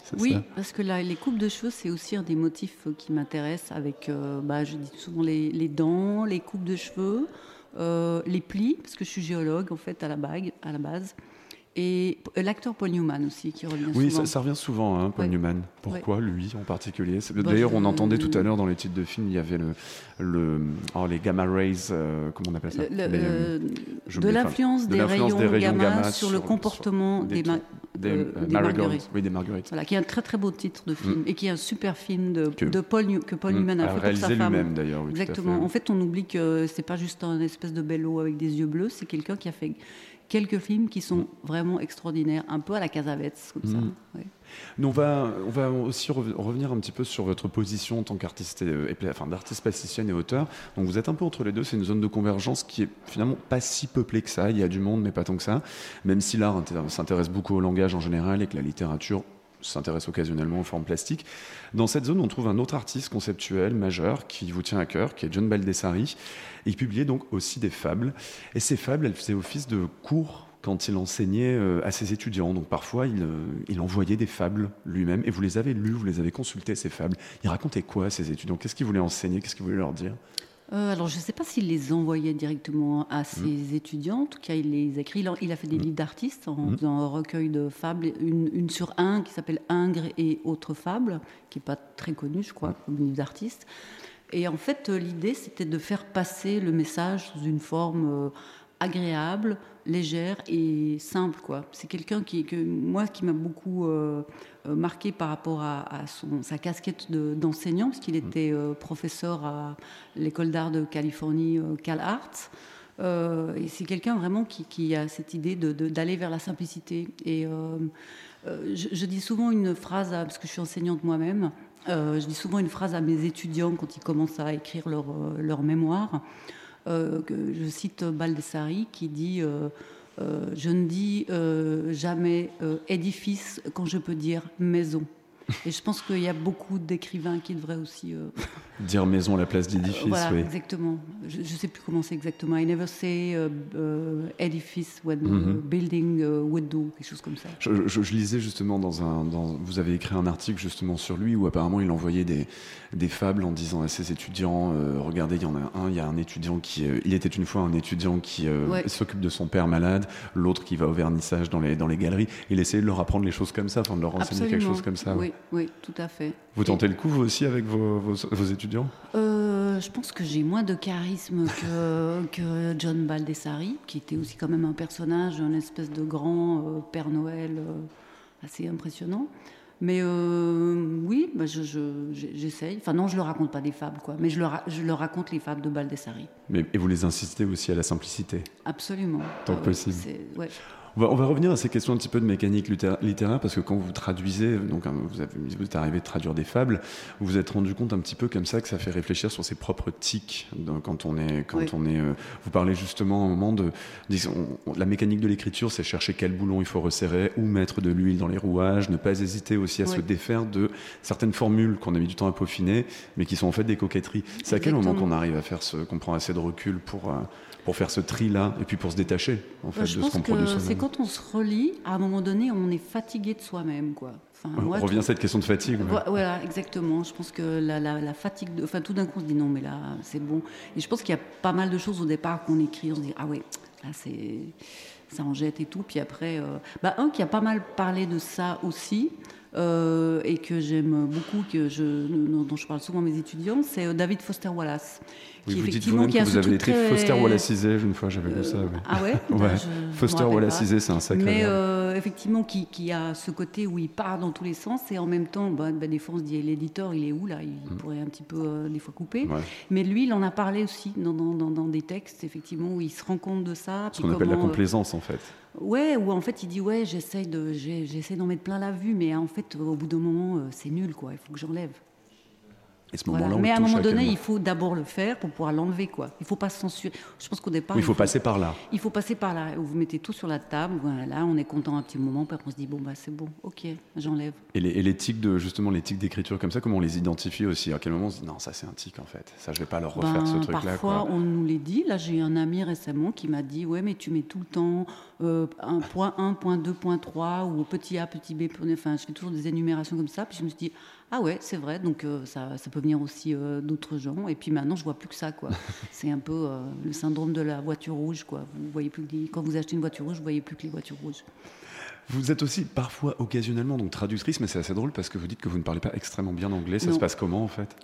c'est Oui, ça parce que là, les coupes de cheveux, c'est aussi un des motifs qui m'intéressent avec, je dis souvent les dents, les coupes de cheveux, les plis, parce que je suis géologue en fait à la base, et l'acteur Paul Newman aussi qui revient Oui, souvent. ça revient souvent, hein, Paul Ouais. Newman. Pourquoi lui en particulier Bah, D'ailleurs, on entendait tout à l'heure dans les titres de films, il y avait les gamma rays, comment on appelle ça De l'influence des rayons gamma sur le comportement des marguerites. Oui, des marguerites. Voilà, qui est un très très beau titre de film et qui est un super film que Paul Newman a fait pour sa réalisé femme. lui-même d'ailleurs. Oui, Exactement. En fait, on oublie que c'est pas juste un espèce de bello avec des yeux bleus, c'est quelqu'un qui a fait quelques films qui sont vraiment extraordinaires, un peu à la Cassavetes, comme ça. Ouais. Nous, on va aussi revenir un petit peu sur votre position en tant qu'artiste, d'artiste plasticienne et auteur. Donc vous êtes un peu entre les deux, c'est une zone de convergence qui est finalement pas si peuplée que ça. Il y a du monde, mais pas tant que ça. Même si l'art s'intéresse beaucoup au langage en général et que la littérature s'intéresse occasionnellement aux formes plastiques. Dans cette zone, on trouve un autre artiste conceptuel majeur qui vous tient à cœur, qui est John Baldessari. Il publiait donc aussi des fables. Et ces fables, elles faisaient office de cours quand il enseignait à ses étudiants. Donc parfois, il envoyait des fables lui-même. Et vous les avez lues, vous les avez consultées, ces fables. Il racontait quoi à ses étudiants? Qu'est-ce qu'il voulait enseigner? Qu'est-ce qu'il voulait leur dire? Alors, je ne sais pas s'il les envoyait directement à ses étudiants. En tout cas, il les écrit. Il a fait des livres d'artistes en faisant un recueil de fables, une sur un qui s'appelle Ingres et autres fables, qui n'est pas très connu, je crois, comme livre d'artiste. Et en fait, l'idée, c'était de faire passer le message sous une forme agréable, légère et simple, quoi. C'est quelqu'un qui m'a beaucoup marqué par rapport à sa casquette d'enseignant, parce qu'il était professeur à l'école d'art de Californie, Cal Arts. Et c'est quelqu'un vraiment qui a cette idée d'aller vers la simplicité. Et je dis souvent une phrase, parce que je suis enseignante moi-même, je dis souvent une phrase à mes étudiants quand ils commencent à écrire leur mémoire. Je cite Baldessari qui dit je ne dis jamais édifice quand je peux dire maison. Et je pense qu'il y a beaucoup d'écrivains qui devraient aussi dire maison à la place d'édifice. Voilà, oui. exactement. Je ne sais plus comment c'est exactement. I never say edifice when building would do, quelque chose comme ça. Je lisais justement vous avez écrit un article justement sur lui où apparemment il envoyait des fables en disant à ses étudiants regardez, il y a un étudiant il était une fois un étudiant qui s'occupe de son père malade, l'autre qui va au vernissage dans les galeries. Il essayait de leur apprendre les choses comme ça, de leur enseigner quelque chose comme ça. Oui, tout à fait. Vous tentez le coup vous aussi avec vos étudiants? Je pense que j'ai moins de charisme que John Baldessari, qui était aussi quand même un personnage, un espèce de grand Père Noël assez impressionnant. Mais oui, j'essaye. Enfin non, je ne leur raconte pas des fables, quoi. Mais je leur raconte les fables de Baldessari. Et vous les incitez aussi à la simplicité? Absolument. Tant que possible. Ouais. On va revenir à ces questions un petit peu de mécanique littéraire, parce que quand vous traduisez, donc vous êtes arrivé de traduire des fables, vous vous êtes rendu compte un petit peu comme ça que ça fait réfléchir sur ses propres tics. Donc, vous parlez justement à un moment la mécanique de l'écriture, c'est chercher quel boulon il faut resserrer, ou mettre de l'huile dans les rouages, ne pas hésiter aussi à se défaire de certaines formules qu'on a mis du temps à peaufiner, mais qui sont en fait des coquetteries. C'est à quel moment qu'on arrive à qu'on prend assez de recul pour faire ce tri-là, et puis pour se détacher en fait, de ce qu'on produit soi-même? C'est quand on se relit, à un moment donné, on est fatigué de soi-même, quoi. On revient à cette question de fatigue. Voilà, exactement. Je pense que la fatigue, tout d'un coup, on se dit non, mais là, c'est bon. Et je pense qu'il y a pas mal de choses au départ qu'on écrit, on se dit ah ouais, là ça en jette et tout. Puis après, un qui a pas mal parlé de ça aussi. Et que j'aime beaucoup, dont je parle souvent à mes étudiants, c'est David Foster Wallace. Oui, vous dites vous-même que vous avez été Foster Wallaceisé, une fois j'avais lu ça. Oui. Ah ouais, Foster Wallaceisé, c'est un sacré. Mais effectivement, qui a ce côté où il part dans tous les sens, et en même temps, des fois on se dit, l'éditeur, il est où là? Il pourrait un petit peu, des fois, couper. Ouais. Mais lui, il en a parlé aussi dans des textes, effectivement, où il se rend compte de ça. Ce qu'on appelle la complaisance, en fait. Ouais, où en fait il dit j'essaie d'en mettre plein la vue, mais en fait au bout d'un moment c'est nul, quoi. Il faut que j'enlève. Et ce moment-là, on Mais le à un touche moment quel donné, moment il faut d'abord le faire pour pouvoir l'enlever, quoi. Il faut pas se censurer. Je pense qu'au départ, Oui, il faut passer par là. il faut passer par là. Vous mettez tout sur la table. Voilà, on est content un petit moment, puis après on se dit bon bah c'est bon, ok, j'enlève. Et les tics les tics d'écriture comme ça, comment on les identifie aussi? À quel moment on se dit non, ça c'est un tic en fait, ça je vais pas leur refaire ce truc-là. Parfois, Quoi. on nous les dit. Là, j'ai eu un ami récemment qui m'a dit ouais, mais tu mets tout le temps un point 1, point 2, point 3 ou petit a, petit b. Enfin, je fais toujours des énumérations comme ça. Puis je me suis dit ah ouais, c'est vrai. Donc ça peut venir aussi d'autres gens. Et puis maintenant, je vois plus que ça, quoi. C'est un peu le syndrome de la voiture rouge, quoi. Vous voyez plus quand vous achetez une voiture rouge, vous voyez plus que les voitures rouges. Vous êtes aussi parfois occasionnellement donc traductrice, mais c'est assez drôle parce que vous dites que vous ne parlez pas extrêmement bien anglais. Ça Non. se passe comment en fait?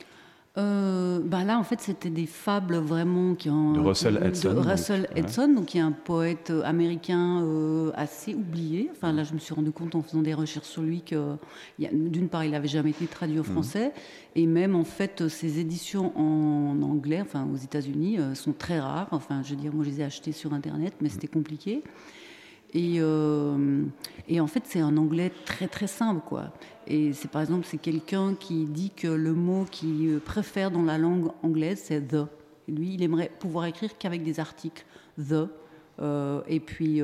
Là, en fait, c'était des fables vraiment De Russell Edson. Donc, qui est un poète américain assez oublié. Enfin, là, je me suis rendu compte en faisant des recherches sur lui que, d'une part, il n'avait jamais été traduit en français, et même, en fait, ses éditions en anglais, enfin, aux États-Unis, sont très rares. Enfin, je veux dire, moi, je les ai achetées sur Internet, mais c'était compliqué. Et en fait, c'est un anglais très très simple, quoi. Et c'est par exemple, c'est quelqu'un qui dit que le mot qu'il préfère dans la langue anglaise, c'est the. Et lui, il aimerait pouvoir écrire qu'avec des articles the, et puis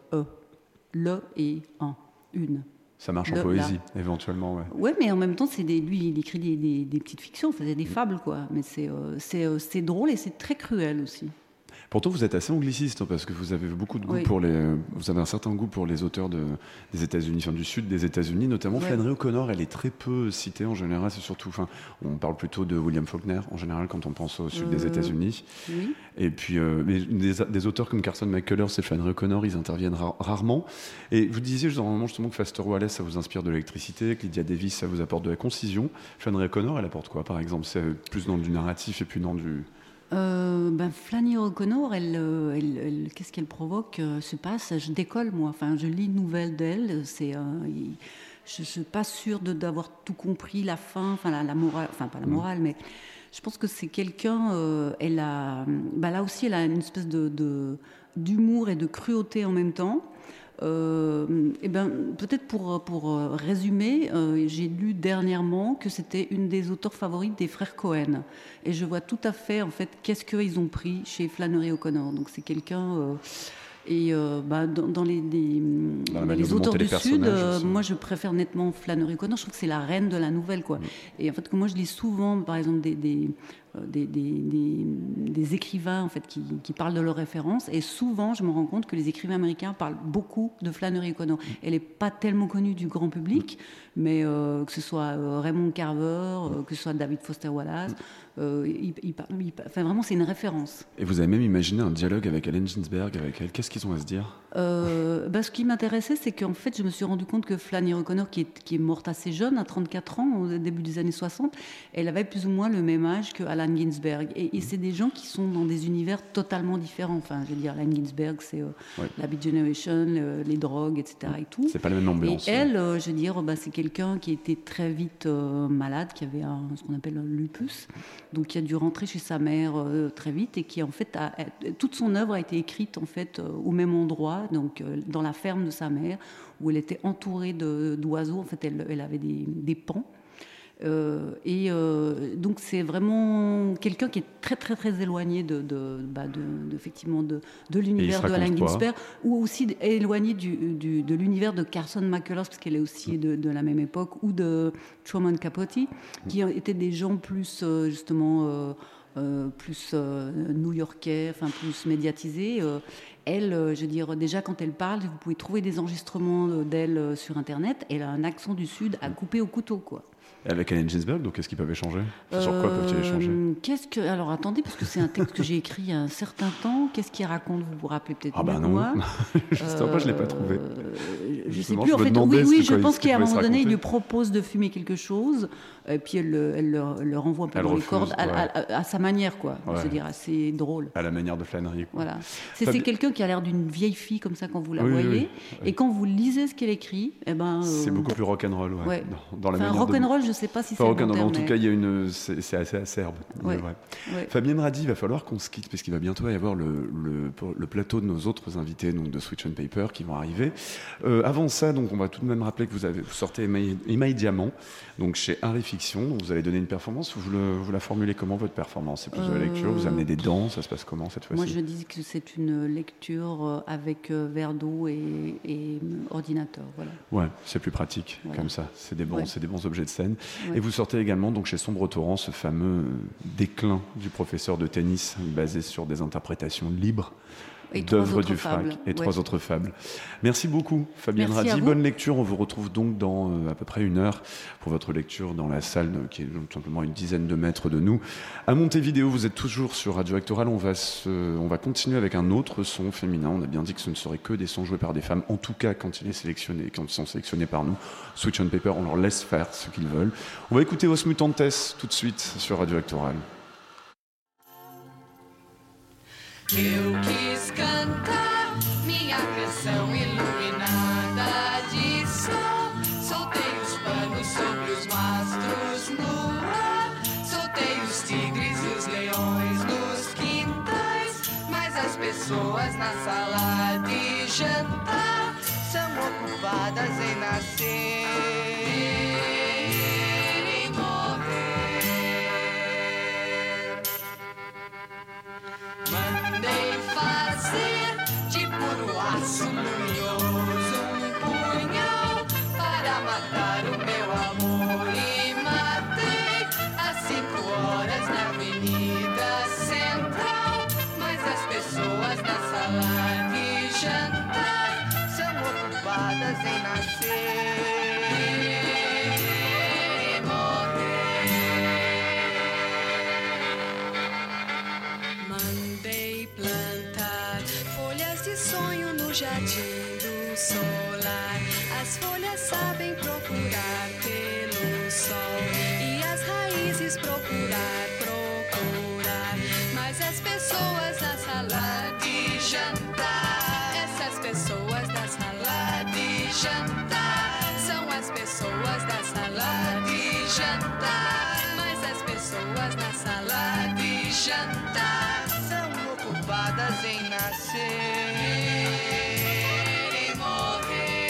le et un, une. Ça marche en poésie, éventuellement. Ouais. Ouais, mais en même temps, lui, il écrit des petites fictions, enfin, des fables, quoi. Mais c'est drôle et c'est très cruel aussi. Pourtant, vous êtes assez angliciste parce que vous avez beaucoup de goût vous avez un certain goût pour les auteurs des États-Unis, enfin, du sud des États-Unis, notamment Flannery O'Connor. Elle est très peu citée en général. C'est surtout, on parle plutôt de William Faulkner en général quand on pense au sud des États-Unis. Oui. Et puis mais des auteurs comme Carson McCullers et Flannery O'Connor, ils interviennent rarement. Et vous disiez justement que Foster Wallace, ça vous inspire de l'électricité, que Lydia Davis, ça vous apporte de la concision. Flannery O'Connor, elle apporte quoi, par exemple? C'est plus dans du narratif et puis dans du... Flannery O'Connor, elle, qu'est-ce qu'elle provoque? Je décolle, moi. Enfin, je lis une nouvelle d'elle. Je suis pas sûre d'avoir tout compris, la fin, enfin la morale, enfin pas la morale, mais je pense que c'est quelqu'un. Là aussi, elle a une espèce d'humour et de cruauté en même temps. Peut-être pour résumer, j'ai lu dernièrement que c'était une des auteurs favorites des frères Cohen, et je vois tout à fait en fait qu'est-ce qu'ils ont pris chez Flannery O'Connor. Donc c'est quelqu'un dans les auteurs du Sud, moi je préfère nettement Flannery O'Connor. Je trouve que c'est la reine de la nouvelle, quoi. Et en fait, que moi je lis souvent, par exemple, des écrivains en fait qui parlent de leurs références, et souvent je me rends compte que les écrivains américains parlent beaucoup de Flannery O'Connor. Elle n'est pas tellement connue du grand public, mais que ce soit Raymond Carver, que ce soit David Foster Wallace, vraiment c'est une référence. Et vous avez même imaginé un dialogue avec Allen Ginsberg, avec elle. Qu'est-ce qu'ils ont à se dire? Ce qui m'intéressait, c'est qu'en fait je me suis rendu compte que Flannery O'Connor, qui est morte assez jeune, à 34 ans, au début des années 60, elle avait plus ou moins le même âge que Allen Ginsberg. Et c'est des gens qui sont dans des univers totalement différents. Enfin, je veux dire, Allen Ginsberg, c'est la Beat Generation, les drogues, etc. et tout. C'est pas la même ambiance. Et elle, je veux dire, c'est quelqu'un qui était très vite malade, qui avait ce qu'on appelle un lupus, donc qui a dû rentrer chez sa mère très vite, et qui en fait toute son œuvre a été écrite en fait au même endroit, donc dans la ferme de sa mère, où elle était entourée d'oiseaux. En fait, elle avait des pans. Donc c'est vraiment quelqu'un qui est très très très éloigné effectivement de l'univers de Allen Ginsberg, ou aussi éloigné de l'univers de Carson McCullers, parce qu'elle est aussi de la même époque, ou de Truman Capote, qui étaient des gens plus justement plus new-yorkais, enfin plus médiatisés. Elle, je veux dire, déjà quand elle parle, vous pouvez trouver des enregistrements d'elle sur Internet. Elle a un accent du Sud à couper au couteau, quoi. Et avec Allen Ginsberg, donc qu'est-ce qu'ils peuvent échanger? Sur quoi peuvent-ils échanger? Alors attendez, parce que c'est un texte que j'ai écrit il y a un certain temps. Qu'est-ce qu'il raconte? Vous vous rappelez peut-être mieux que moi. Justement, je ne l'ai pas trouvé. Je ne sais plus. En fait, oui, je pense qu'à un moment donné, il lui propose de fumer quelque chose, et puis elle le renvoie un peu dans les cordes à sa manière, quoi. Je veux dire, assez drôle. À la manière de Flannery, quoi. Voilà. C'est quelqu'un qui a l'air d'une vieille fille comme ça quand vous la voyez, et quand vous lisez ce qu'elle écrit, c'est beaucoup plus rock'n'roll, dans la manière rock'n'roll, je ne sais pas si c'est bon terme. En tout cas, il y a c'est assez acerbe. Fabienne Radi, il va falloir qu'on se quitte parce qu'il va bientôt y avoir le plateau de nos autres invités, donc de Switch and Paper, qui vont arriver. Avant Avant ça, donc, on va tout de même rappeler que vous sortez Émail Diamant, donc chez Harry Fiction. Donc, vous allez donner une performance. Vous la formulez comment, votre performance? C'est plus de la lecture? Vous amenez des dents? Ça se passe comment cette fois-ci? Moi, je dis que c'est une lecture avec verre d'eau et ordinateur. Voilà. Ouais, c'est plus pratique comme ça. C'est des bons objets de scène. Ouais. Et vous sortez également donc chez Sombre Torrent ce fameux déclin du professeur de tennis basé sur des interprétations libres d'œuvres du FRAC et 3 autres fables. Merci beaucoup, Fabienne Merci Radi. à vous. Bonne lecture. On vous retrouve donc dans à peu près 1 heure pour votre lecture dans la salle qui est tout simplement une dizaine de mètres de nous. À Montevideo, vous êtes toujours sur Radio Actoral. On va continuer avec un autre son féminin. On a bien dit que ce ne serait que des sons joués par des femmes, en tout cas quand ils sont sélectionnés par nous. Switch on Paper, on leur laisse faire ce qu'ils veulent. On va écouter Os Mutantes tout de suite sur Radio Actoral. Eu quis cantar minha canção iluminada de sol. Soltei os panos sobre os mastros no ar. Soltei os tigres e os leões nos quintais. Mas as pessoas na sala de jantar são ocupadas em nascer e morrer. Mandei fazer de puro aço luminoso punhal para matar o meu amor e matei às 5 horas na Avenida Central. Mas as pessoas na sala de jantar são ocupadas em nascer e morrer. Mandei plantar folhas de sonho no jardim do solar. As folhas sabem procurar pelo sol e as raízes procurar. Mas as pessoas na sala de jantar, essas pessoas da sala de jantar, são as pessoas da sala de jantar. Mas as pessoas na sala de jantar são ocupadas em nascer e morrer.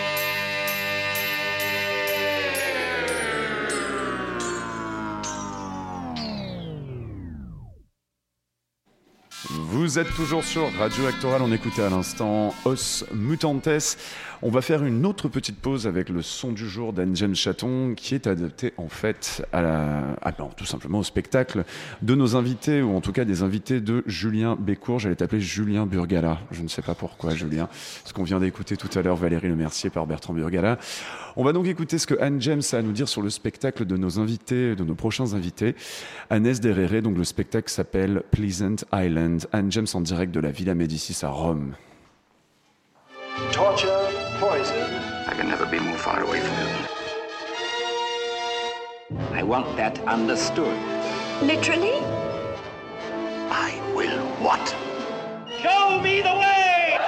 Vous êtes toujours sur Radio Actoral, on écoutait à l'instant Os Mutantes. On va faire une autre petite pause avec le son du jour d'Anne James Chaton qui est adapté en fait tout simplement au spectacle de nos invités, ou en tout cas des invités de Julien Bécourt. J'allais t'appeler Julien Burgala, je ne sais pas pourquoi Julien, ce qu'on vient d'écouter tout à l'heure, Valérie Lemercier par Bertrand Burgala. On va donc écouter ce que Anne James a à nous dire sur le spectacle de nos invités, de nos prochains invités. Agnès Derrere, donc le spectacle s'appelle Pleasant Island. Anne James en direct de la Villa Médicis à Rome. Torture, poison. I can never be more far away from you. I want that understood. Literally? I will what? Show me the way!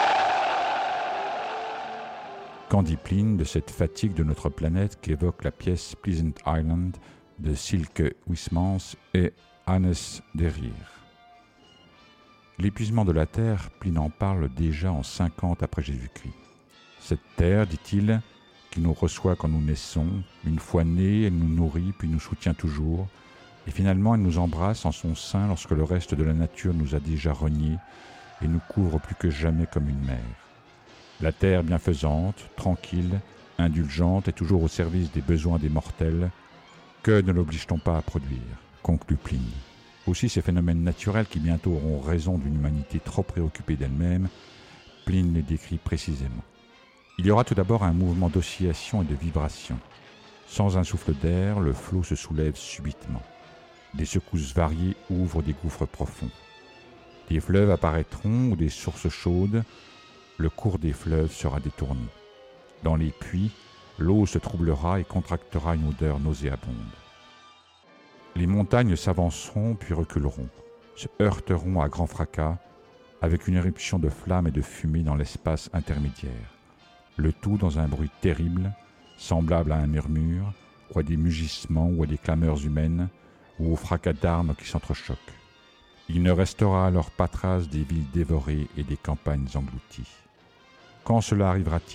Qu'en dit Pline de cette fatigue de notre planète qu'évoque la pièce Pleasant Island de Silke Huysmans et Hannes Derrire. L'épuisement de la Terre, Pline en parle déjà en 50 après Jésus-Christ. Cette Terre, dit-il, qui nous reçoit quand nous naissons, une fois née, elle nous nourrit puis nous soutient toujours, et finalement elle nous embrasse en son sein lorsque le reste de la nature nous a déjà reniés et nous couvre plus que jamais comme une mère. La Terre bienfaisante, tranquille, indulgente et toujours au service des besoins des mortels, que ne l'oblige-t-on pas à produire, conclut Pline. Aussi ces phénomènes naturels qui bientôt auront raison d'une humanité trop préoccupée d'elle-même, Pline les décrit précisément. Il y aura tout d'abord un mouvement d'oscillation et de vibration. Sans un souffle d'air, le flot se soulève subitement. Des secousses variées ouvrent des gouffres profonds. Des fleuves apparaîtront ou des sources chaudes. Le cours des fleuves sera détourné. Dans les puits, l'eau se troublera et contractera une odeur nauséabonde. Les montagnes s'avanceront puis reculeront, se heurteront à grand fracas, avec une éruption de flammes et de fumée dans l'espace intermédiaire. Le tout dans un bruit terrible, semblable à un murmure, ou à des mugissements, ou à des clameurs humaines, ou au fracas d'armes qui s'entrechoquent. Il ne restera alors pas trace des villes dévorées et des campagnes englouties. Quand cela arrivera-t-il ?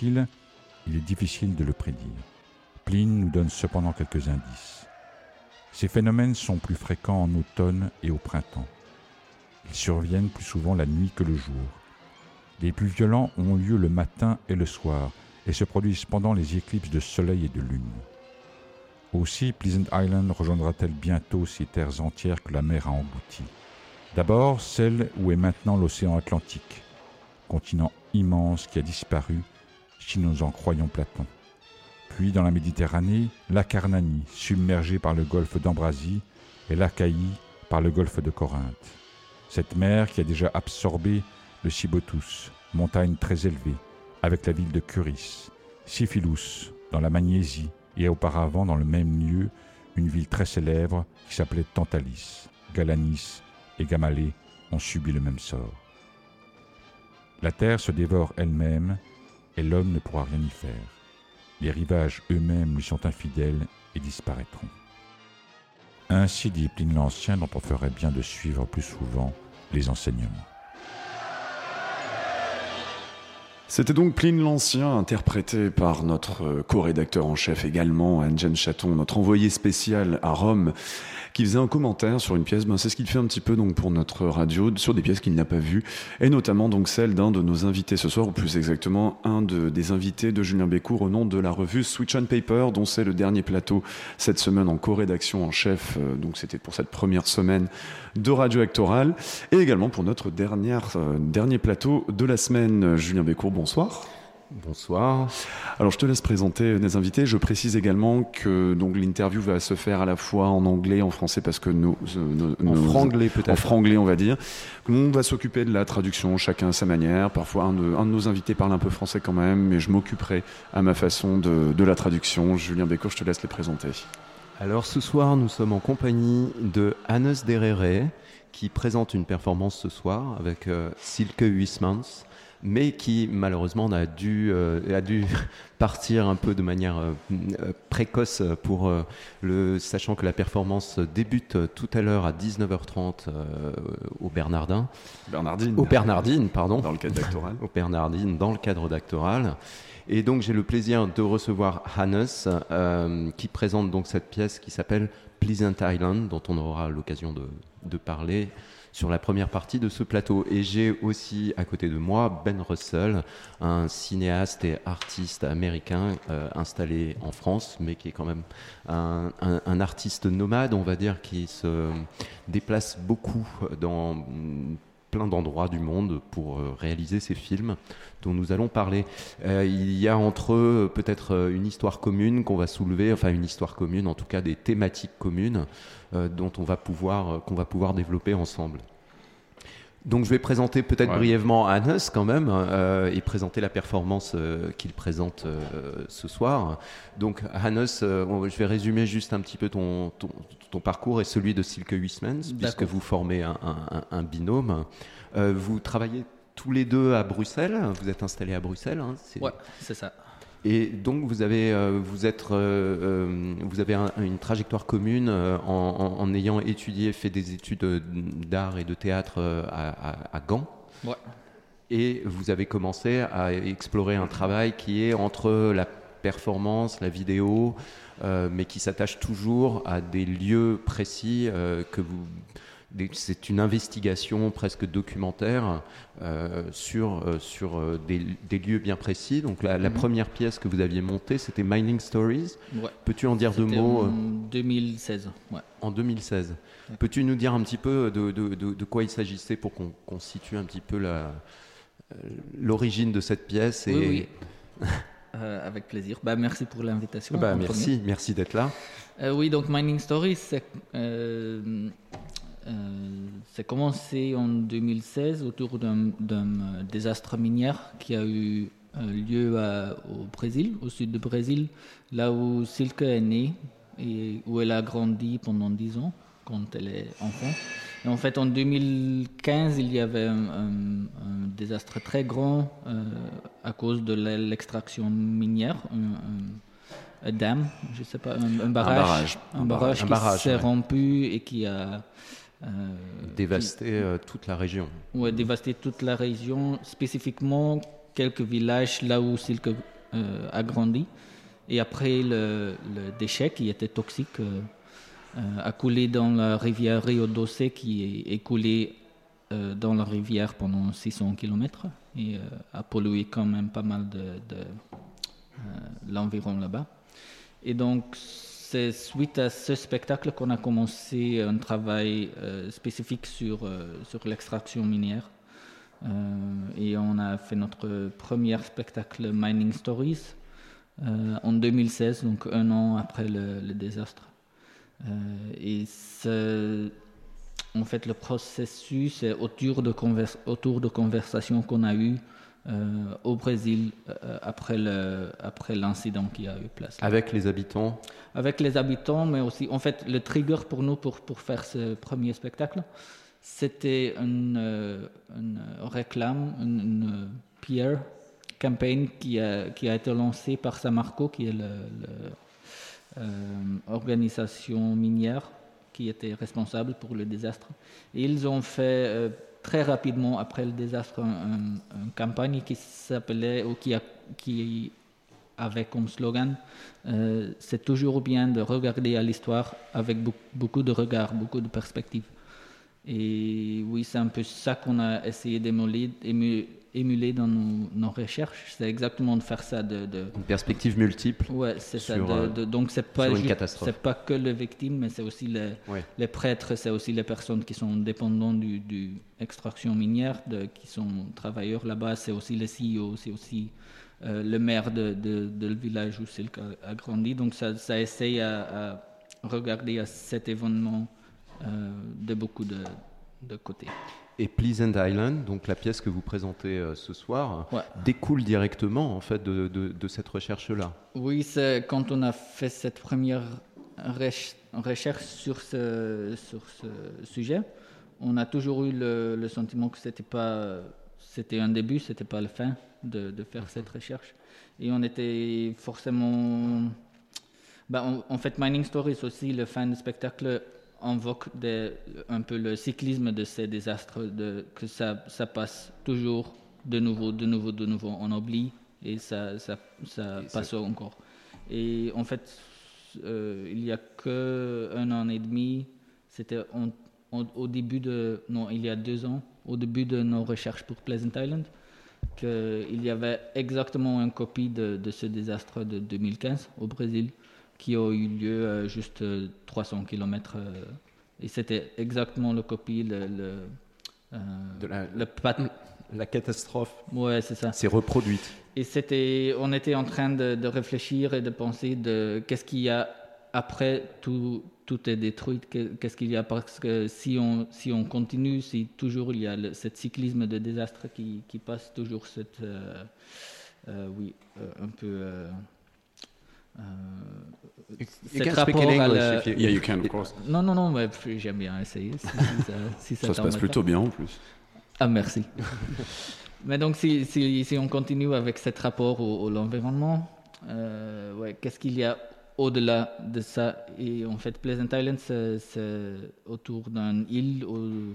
Il est difficile de le prédire. Pline nous donne cependant quelques indices. Ces phénomènes sont plus fréquents en automne et au printemps. Ils surviennent plus souvent la nuit que le jour. Les plus violents ont lieu le matin et le soir et se produisent pendant les éclipses de soleil et de lune. Aussi, Pleasant Island rejoindra-t-elle bientôt ces terres entières que la mer a englouties. D'abord, celle où est maintenant l'océan Atlantique, continent immense qui a disparu si nous en croyons Platon. Puis, dans la Méditerranée, l'Acarnanie, submergée par le golfe d'Ambrasie, et l'Achaïe par le golfe de Corinthe. Cette mer qui a déjà absorbé le Cibotus, montagne très élevée, avec la ville de Curis, Siphilos, dans la Magnésie, et auparavant dans le même lieu, une ville très célèbre qui s'appelait Tantalis. Galanis et Gamalée ont subi le même sort. La terre se dévore elle-même et l'homme ne pourra rien y faire. Les rivages eux-mêmes lui sont infidèles et disparaîtront. Ainsi dit Pline l'Ancien, dont on ferait bien de suivre plus souvent les enseignements. C'était donc Pline l'Ancien, interprété par notre co-rédacteur en chef également, Anne-Jeanne Chaton, notre envoyé spécial à Rome, qui faisait un commentaire sur une pièce. C'est ce qu'il fait un petit peu donc pour notre radio, sur des pièces qu'il n'a pas vues, et notamment donc celle d'un de nos invités ce soir, ou plus exactement des invités de Julien Bécourt au nom de la revue Switch on Paper, dont c'est le dernier plateau cette semaine en co-rédaction en chef. Donc c'était pour cette première semaine de Radio Actoral, et également pour notre dernier plateau de la semaine. Julien Bécourt, bonsoir. Bonsoir. Alors je te laisse présenter les invités. Je précise également que donc l'interview va se faire à la fois en anglais et en français, parce que en franglais peut-être. En franglais, on va dire. On va s'occuper de la traduction, chacun à sa manière. Parfois un de nos invités parle un peu français quand même, mais je m'occuperai à ma façon de la traduction. Julien Bécourt, je te laisse les présenter. Alors ce soir, nous sommes en compagnie de Hannes Derere, qui présente une performance ce soir avec Silke Huysmans, mais qui malheureusement a dû partir un peu de manière précoce sachant que la performance débute tout à l'heure à 19h30 au Bernardin. Au Bernardine, pardon. Dans le cadre d'Actoral. Au Bernardine, dans le cadre d'Actoral. Et donc j'ai le plaisir de recevoir Hannes, qui présente donc cette pièce qui s'appelle Pleasant Island, dont on aura l'occasion de parler sur la première partie de ce plateau. Et j'ai aussi à côté de moi Ben Russell, un cinéaste et artiste américain installé en France, mais qui est quand même un artiste nomade, on va dire, qui se déplace beaucoup dans plein d'endroits du monde pour réaliser ces films dont nous allons parler. Il y a entre eux peut-être une histoire commune qu'on va soulever, enfin une histoire commune, en tout cas des thématiques communes qu'on va pouvoir développer ensemble. Donc je vais présenter peut-être brièvement Hannes quand même, et présenter la performance qu'il présente ce soir. Donc Hannes, je vais résumer juste un petit peu ton parcours et celui de Silke Huysmans, puisque vous formez un binôme. Vous travaillez tous les deux à Bruxelles, vous êtes installés à Bruxelles. Hein, ouais, c'est ça. Et donc vous avez une trajectoire commune en ayant fait des études d'art et de théâtre à Gand. Ouais. Et vous avez commencé à explorer un travail qui est entre la performance, la vidéo, mais qui s'attache toujours à des lieux précis c'est une investigation presque documentaire sur des lieux bien précis. Donc la première pièce que vous aviez montée, c'était Mining Stories. Ouais. Peux-tu en dire deux mots en 2016. Ouais. En 2016. Ouais. Peux-tu nous dire un petit peu de quoi il s'agissait pour qu'on situe un petit peu l'origine de cette pièce Oui. Avec plaisir. Merci pour l'invitation. Merci d'être là. Oui, donc Mining Stories, c'est commencé en 2016 autour d'un désastre minier qui a eu lieu au Brésil, au sud du Brésil, là où Silke est née et où elle a grandi pendant 10 ans quand elle est enfant. Et en fait, en 2015, il y avait un désastre très grand à cause de l'extraction minière, un dam, je sais pas, un barrage qui s'est rompu et qui a dévasté toute la région. Oui, dévasté toute la région, spécifiquement quelques villages là où Silke a grandi. Et après, le déchet qui était toxique a coulé dans la rivière Rio Doce, qui est coulée dans la rivière pendant 600 km et a pollué quand même pas mal de l'environ là-bas. Et donc, c'est suite à ce spectacle qu'on a commencé un travail spécifique sur l'extraction minière. Et on a fait notre premier spectacle Mining Stories en 2016, donc un an après le désastre. Et en fait, le processus est autour de conversations qu'on a eues au Brésil après l'incident qui a eu place. Avec les habitants? Avec les habitants, mais aussi, en fait, le trigger pour nous pour faire ce premier spectacle, c'était une réclame, une PR campaign qui a été lancée par Samarco, qui est l'organisation minière qui était responsable pour le désastre. Et ils ont fait très rapidement après le désastre une campagne qui s'appelait, ou qui avait comme slogan c'est toujours bien de regarder à l'histoire avec beaucoup de regards, beaucoup de perspectives. Et oui, c'est un peu ça qu'on a essayé d'émuler dans nos recherches. C'est exactement de faire ça. Une perspective multiple. Ouais, c'est ça. Donc, c'est pas que les victimes, mais c'est aussi les prêtres, c'est aussi les personnes qui sont dépendantes du extraction minière, qui sont travailleurs là-bas. C'est aussi les CEO, c'est aussi le maire de le village où Silk a grandi. Donc, ça essaye à regarder à cet événement de beaucoup de côtés. Et Pleasant Island, donc la pièce que vous présentez ce soir, découle directement en fait de cette recherche-là. Oui, c'est quand on a fait cette première recherche sur ce sujet, on a toujours eu le sentiment que c'était un début, c'était pas la fin de faire cette recherche. Et on était forcément... en fait, Mining Stories aussi, le fin du spectacle invoque un peu le cyclisme de ces désastres, que ça passe toujours de nouveau, on oublie et ça passe encore. Et en fait, il y a qu'un an et demi, c'était au début il y a 2 ans, au début de nos recherches pour Pleasant Island, qu'il y avait exactement une copie de ce désastre de 2015 au Brésil, qui a eu lieu juste 300 km. Et c'était exactement la copie, la catastrophe. Ouais, c'est ça. C'est reproduite. Et on était en train de réfléchir et de penser qu'est-ce qu'il y a après tout est détruit, qu'est-ce qu'il y a, parce que si on continue, si toujours il y a ce cyclisme de désastre qui passe toujours un peu... You can speak in English if you... Yeah, you can, of course. Non, mais j'aime bien essayer. Si ça se passe plutôt bien en plus. Ah, merci. Mais donc, si on continue avec cet rapport à l'environnement, qu'est-ce qu'il y a au-delà de ça? Et en fait, Pleasant Island, c'est autour d'une île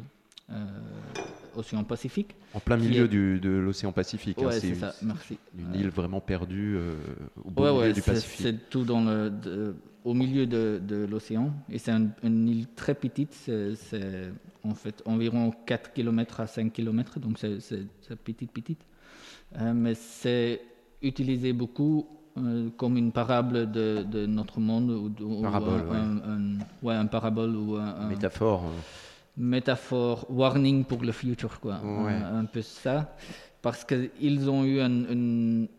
océan Pacifique. En plein milieu de l'océan Pacifique. Ouais, c'est ça, merci. Une île vraiment perdue au beau milieu du Pacifique. C'est tout au milieu de l'océan. Et c'est une île très petite. C'est en fait environ 4 km à 5 km. Donc c'est petite. Mais c'est utilisé beaucoup comme une parabole de notre monde. Parabole, un parabole ou un métaphore, warning pour le futur, quoi. Un peu ça, parce qu'ils ont eu une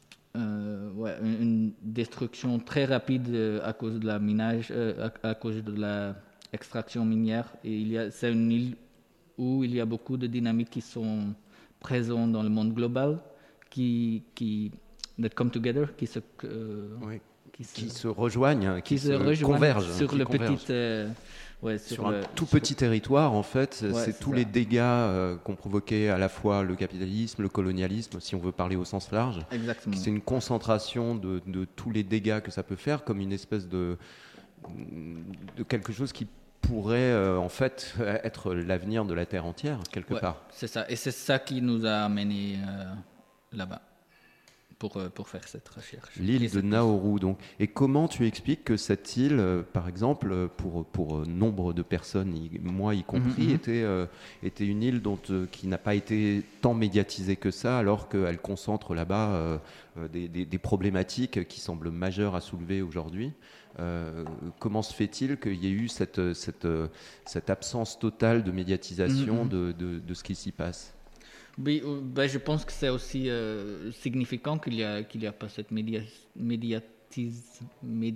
destruction très rapide à cause de la minage, à cause de la extraction minière. Et c'est une île où il y a beaucoup de dynamiques qui sont présentes dans le monde global, qui come together, qui se rejoignent, qui se convergent sur le petit. Sur un tout petit territoire, en fait, c'est tous les dégâts qu'ont provoqué à la fois le capitalisme, le colonialisme, si on veut parler au sens large. Exactement. C'est une concentration de tous les dégâts que ça peut faire, comme une espèce de quelque chose qui pourrait en fait être l'avenir de la Terre entière, quelque part. C'est ça, et c'est ça qui nous a amenés là-bas. pour faire cette recherche. L'île de Nauru, donc. Et comment tu expliques que cette île, par exemple, pour nombre de personnes, moi y compris, était une île qui n'a pas été tant médiatisée que ça, alors qu'elle concentre là-bas des problématiques qui semblent majeures à soulever aujourd'hui. Comment se fait-il qu'il y ait eu cette absence totale de médiatisation de ce qui s'y passe? Oui, je pense que c'est aussi significant qu'il y a pas cette médiatisation.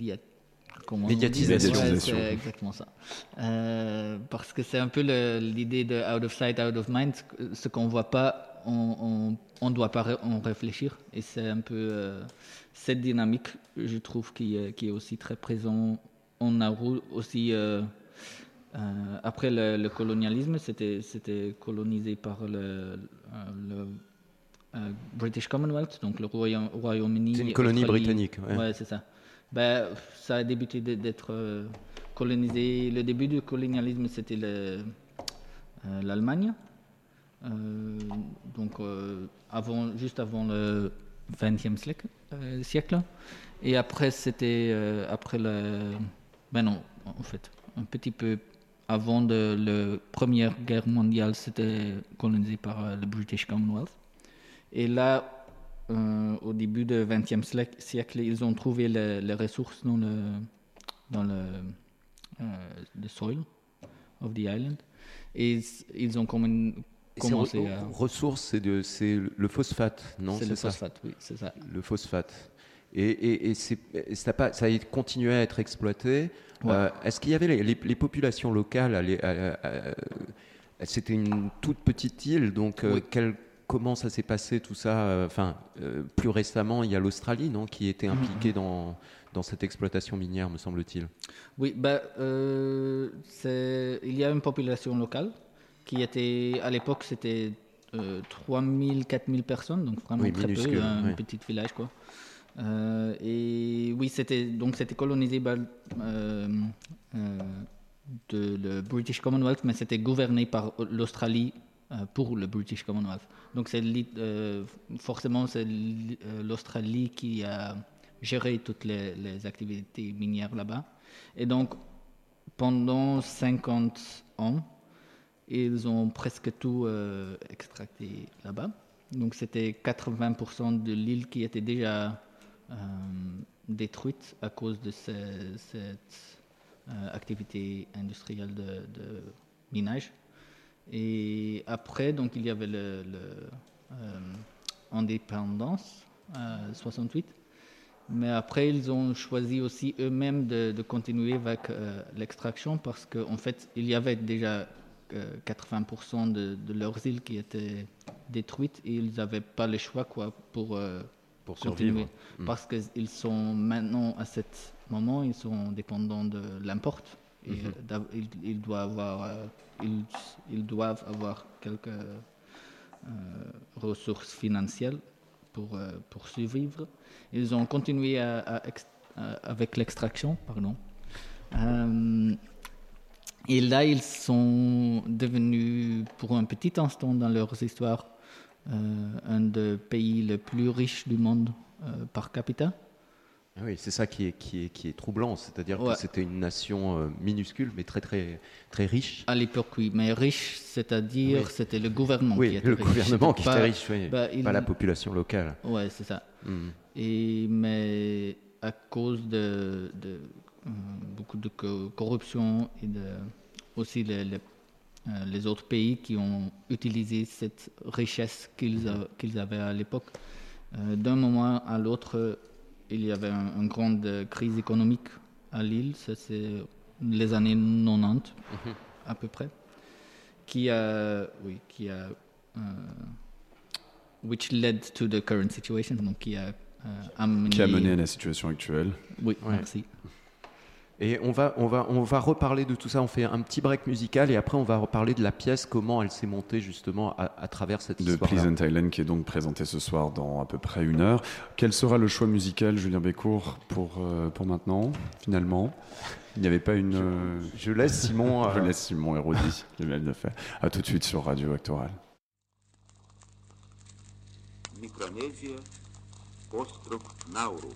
Ouais, c'est exactement ça. Parce que c'est un peu l'idée de out of sight, out of mind. Ce qu'on voit pas, on doit pas en réfléchir. Et c'est un peu cette dynamique, je trouve, qui est aussi très présent en Nauru. Aussi, après le colonialisme, c'était colonisé par le British Commonwealth, donc le Royaume-Uni. C'est une colonie britannique. Ouais, c'est ça. Ça a débuté d'être colonisé. Le début du colonialisme, c'était l'Allemagne. Donc, juste avant le XXe siècle. Et après, c'était non, en fait, un petit peu avant la Première Guerre mondiale, c'était colonisé par le British Commonwealth. Et là, au début du XXe siècle, ils ont trouvé les ressources dans le soil of the island. Et ils ont commencé à... Ressources, c'est le phosphate, non? C'est le phosphate, oui, c'est ça. Le phosphate. Et ça a continué à être exploité. Ouais. Est-ce qu'il y avait les populations locales c'était une toute petite île, donc oui. Comment ça s'est passé tout ça? Plus récemment, il y a l'Australie, non, qui était impliquée dans cette exploitation minière, me semble-t-il. Oui, il y a une population locale qui était, à l'époque, c'était 3000, 4000 personnes, donc vraiment très minuscule, peu, un petit village, quoi. Et oui, c'était colonisé par le British Commonwealth, mais c'était gouverné par l'Australie pour le British Commonwealth. Donc forcément, c'est l'Australie qui a géré toutes les activités minières là-bas. Et donc, pendant 50 ans, ils ont presque tout extracté là-bas. Donc, c'était 80% de l'île qui était déjà détruite à cause de cette activité industrielle de minage. Et après, donc, il y avait l'indépendance, 68. Mais après, ils ont choisi aussi eux-mêmes de continuer avec l'extraction parce qu'en fait, il y avait déjà 80% de leurs îles qui étaient détruites et ils n'avaient pas le choix pour continuer. Parce qu'ils sont maintenant, à ce moment, ils sont dépendants de l'import. Et ils doivent avoir quelques ressources financières pour survivre. Ils ont continué avec l'extraction, pardon. Et là, ils sont devenus, pour un petit instant dans leur histoire, un des pays les plus riches du monde par capita. Oui, c'est ça qui est troublant, c'est-à-dire que c'était une nation minuscule, mais très, très, très riche. À l'époque, oui, mais riche, c'est-à-dire c'était le gouvernement qui était riche. Oui, le gouvernement qui était riche, pas la population locale. Oui, c'est ça. Mais à cause de beaucoup de corruption et aussi les autres pays qui ont utilisé cette richesse qu'ils avaient à l'époque, d'un moment à l'autre, il y avait une grande crise économique à l'île, c'est les années 90 à peu près, which led to the current situation, donc qui a mené à la situation actuelle. Oui, merci. Et on va reparler de tout ça, on fait un petit break musical et après on va reparler de la pièce, comment elle s'est montée justement à travers cette histoire. De Pleasant Island qui est donc présentée ce soir dans à peu près 1 heure. Quel sera le choix musical, Julien Bécourt, pour maintenant, finalement? Il n'y avait pas une... Je laisse Simon... Je laisse Simon érudit, il vient de le faire. A tout de suite sur Radio Actoral. Micronésia, остров Науру.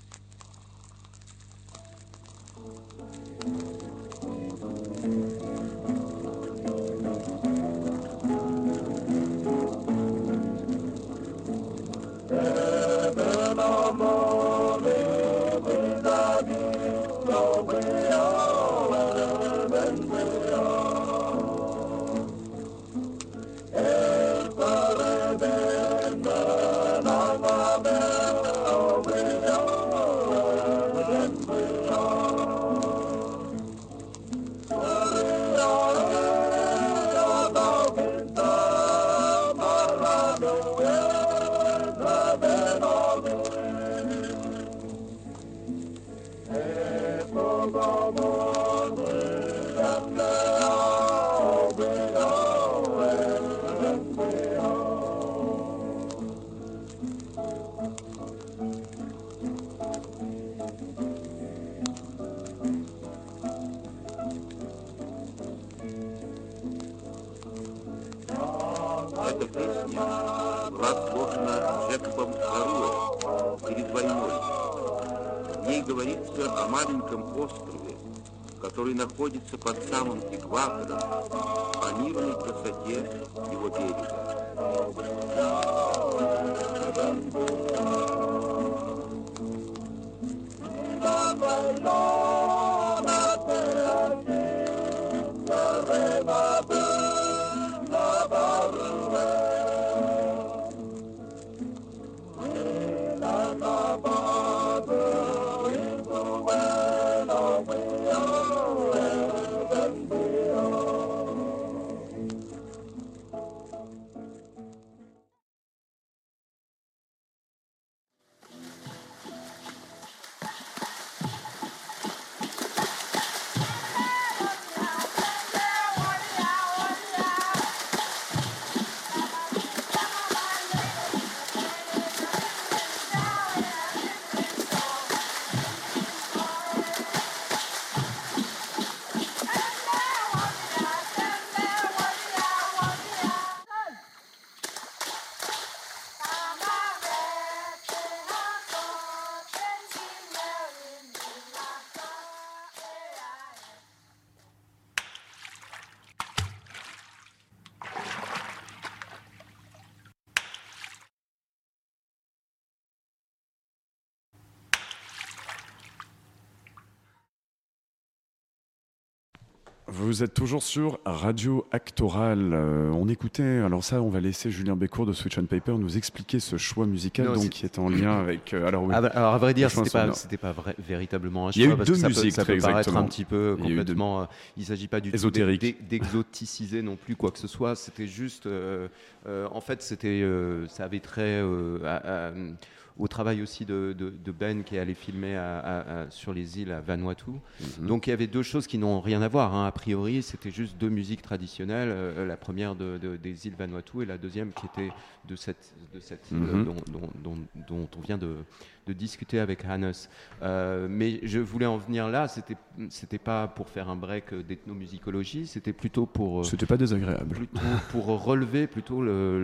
Эта песня была сложена Джекобом Гаруэ перед войной. В ней говорится о маленьком острове, который находится под самым экватором, о мирной красоте его берега. Vous êtes toujours sur Radio Actoral. On écoutait, alors ça, on va laisser Julien Bécourt de Switch on Paper nous expliquer ce choix musical qui est en lien avec. Alors à vrai dire, c'était pas véritablement un choix. Il y a eu parce deux que musiques, ça peut paraître exactement. un petit peu complètement. Il ne s'agit pas du tout d'exoticiser non plus quoi que ce soit. C'était juste, en fait, ça avait trait au travail aussi de Ben qui est allé filmer sur les îles à Vanuatu. Donc il y avait deux choses qui n'ont rien à voir. A priori, c'était juste deux musiques traditionnelles. La première des îles Vanuatu et la deuxième qui était de cette île dont on vient de discuter avec Hannes. Mais je voulais en venir là, c'était pas pour faire un break d'ethnomusicologie, c'était plutôt pour... C'était pas désagréable. Plutôt pour relever plutôt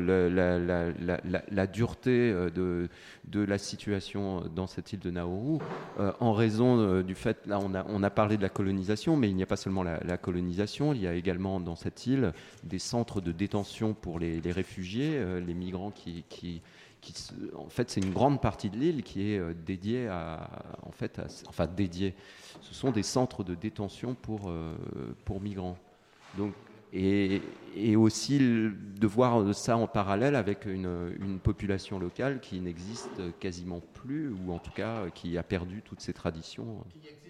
la dureté de la situation dans cette île de Nauru, en raison du fait, là on a parlé de la colonisation, mais il n'y a pas seulement la colonisation, il y a également dans cette île des centres de détention pour les réfugiés, les migrants qui en fait, c'est une grande partie de l'île qui est dédiée dédiée. Ce sont des centres de détention pour migrants. Donc, et aussi de voir ça en parallèle avec une population locale qui n'existe quasiment plus, ou en tout cas qui a perdu toutes ses traditions.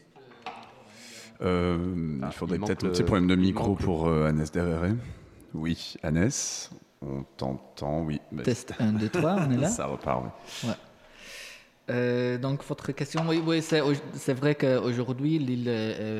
Il faudrait peut-être un petit problème de micro pour Agnès Derrere. Oui, Agnès. On t'entend, oui. Test 1, 2, 3, on est là. Ça repart, oui. Ouais. Donc, votre question, oui, c'est vrai qu'aujourd'hui, l'île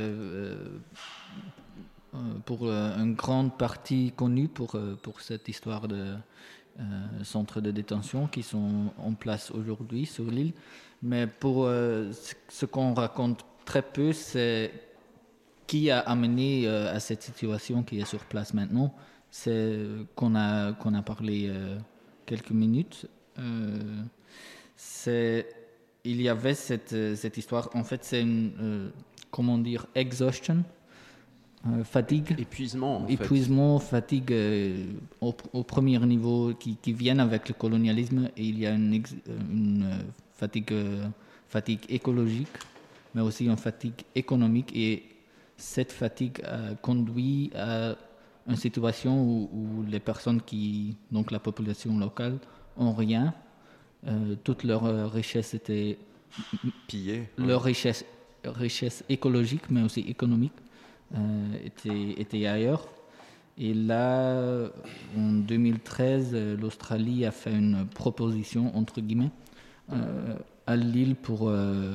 pour une grande partie connue pour cette histoire de centres de détention qui sont en place aujourd'hui sur l'île. Mais pour ce qu'on raconte très peu, c'est qui a amené à cette situation qui est sur place maintenant. C'est qu'on a parlé quelques minutes. il y avait cette histoire. En fait, c'est une, comment dire, exhaustion, fatigue. Épuisement, fatigue au premier niveau qui viennent avec le colonialisme. Et il y a une fatigue écologique, mais aussi une fatigue économique. Et cette fatigue conduit à une situation où les personnes donc la population locale, ont rien. Toute leur richesse était pillée. Leur richesse écologique, mais aussi économique, était ailleurs. Et là, en 2013, l'Australie a fait une proposition, entre guillemets, à l'île pour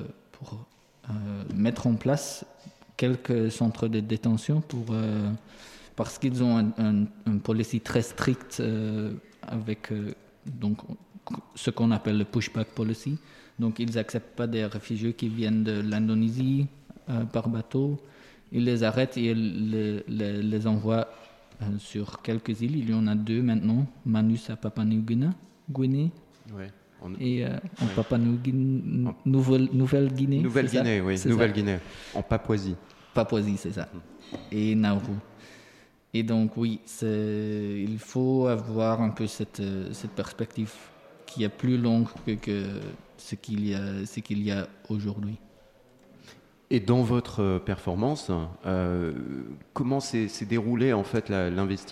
mettre en place quelques centres de détention parce qu'ils ont une policy très stricte avec donc, ce qu'on appelle le pushback policy. Donc, ils n'acceptent pas des réfugiés qui viennent de l'Indonésie par bateau. Ils les arrêtent et les envoient sur quelques îles. Il y en a 2 maintenant, Manus à Papua-Nouvelle-Guinée. Ouais. Et en Papua-Nouvelle-Guinée. Nouvelle-Guinée, oui. Nouvelle-Guinée, en Papouasie. Papouasie, c'est ça. Et Nauru. Et donc, oui, il faut avoir un peu cette perspective qui est plus longue que ce qu'il y a aujourd'hui. Et dans votre performance, comment s'est déroulée en fait l'investigation ?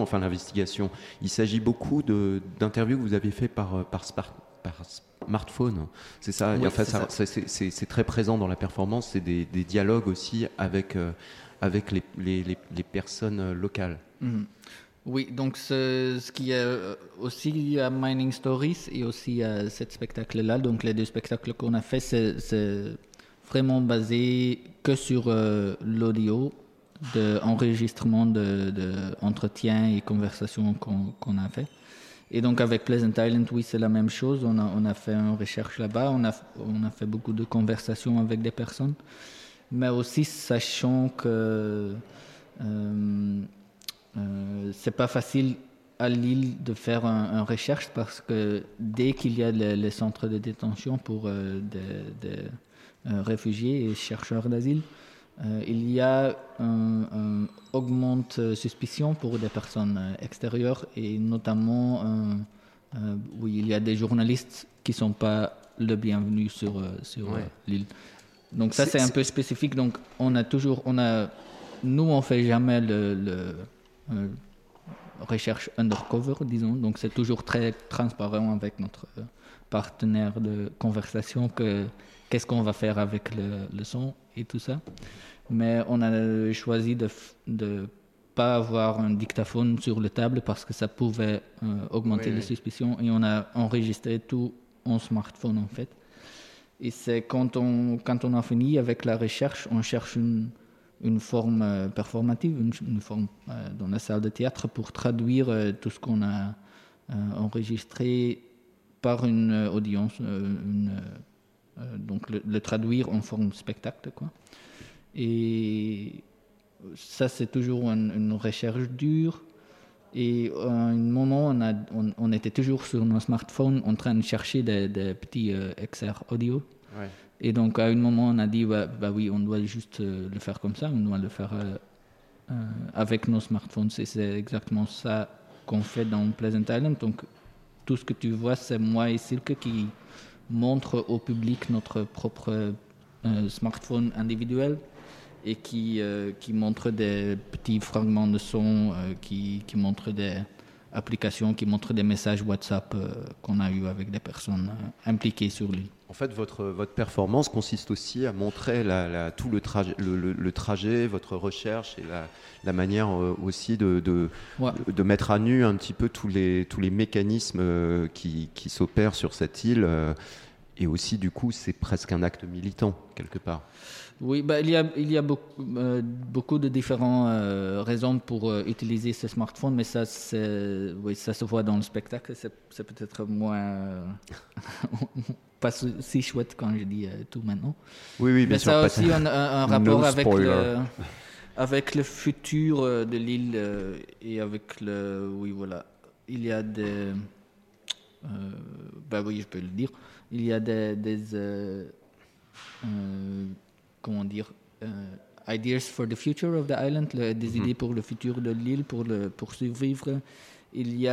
Enfin, l'investigation, il s'agit beaucoup d'interviews que vous avez fait par smartphone. C'est ça. Oui, et en fait, c'est très présent dans la performance. C'est des dialogues aussi avec les personnes locales. Mm-hmm. Oui, donc ce qui est aussi à Mining Stories et aussi à cet spectacle-là, donc les 2 spectacles qu'on a fait, c'est vraiment basé que sur l'audio d'enregistrement d'entretiens et conversations qu'on a fait. Et donc avec Pleasant Island, oui, c'est la même chose. On a fait une recherche là-bas, on a fait beaucoup de conversations avec des personnes, mais aussi sachant que c'est pas facile à l'île de faire une recherche parce que dès qu'il y a les centres de détention pour des réfugiés et chercheurs d'asile, il y a une augmente suspicion pour des personnes extérieures et notamment oui, il y a des journalistes qui sont pas le bienvenu sur l'île. Donc ça c'est un peu spécifique. Donc nous on fait jamais le recherche undercover, disons. Donc c'est toujours très transparent avec notre partenaire de conversation qu'est-ce qu'on va faire avec le son et tout ça. Mais on a choisi de pas avoir un dictaphone sur la table parce que ça pouvait augmenter les suspicions et on a enregistré tout en smartphone en fait. Et c'est quand on a fini avec la recherche, on cherche une forme performative, une forme dans la salle de théâtre pour traduire tout ce qu'on a enregistré par une audience, donc le traduire en forme spectacle, quoi. Et ça, c'est toujours une recherche dure. Et à un moment, on était toujours sur nos smartphones en train de chercher des petits excerpts audio. Ouais. Et donc, à un moment, on a dit, bah oui, on doit juste le faire comme ça, on doit le faire avec nos smartphones. C'est exactement ça qu'on fait dans Pleasant Island. Donc, tout ce que tu vois, c'est moi et Silke qui montrent au public notre propre smartphone individuel et qui montre des petits fragments de son, qui montrent des applications, qui montrent des messages WhatsApp qu'on a eu avec des personnes impliquées sur l'île. En fait, votre performance consiste aussi à montrer tout le trajet, votre recherche et la manière aussi de mettre à nu un petit peu tous les mécanismes qui s'opèrent sur cette île. Et aussi, du coup, c'est presque un acte militant, quelque part. Oui, il y a beaucoup de différentes raisons pour utiliser ce smartphone, mais ça se voit dans le spectacle. C'est peut-être moins pas si chouette quand je dis tout maintenant. Oui, bien sûr. Mais ça a aussi un rapport avec le futur de l'île et avec il y a bah oui, je peux le dire. Il y a comment dire, ideas for the future of the island, des idées pour le futur de l'île, pour survivre. Il y a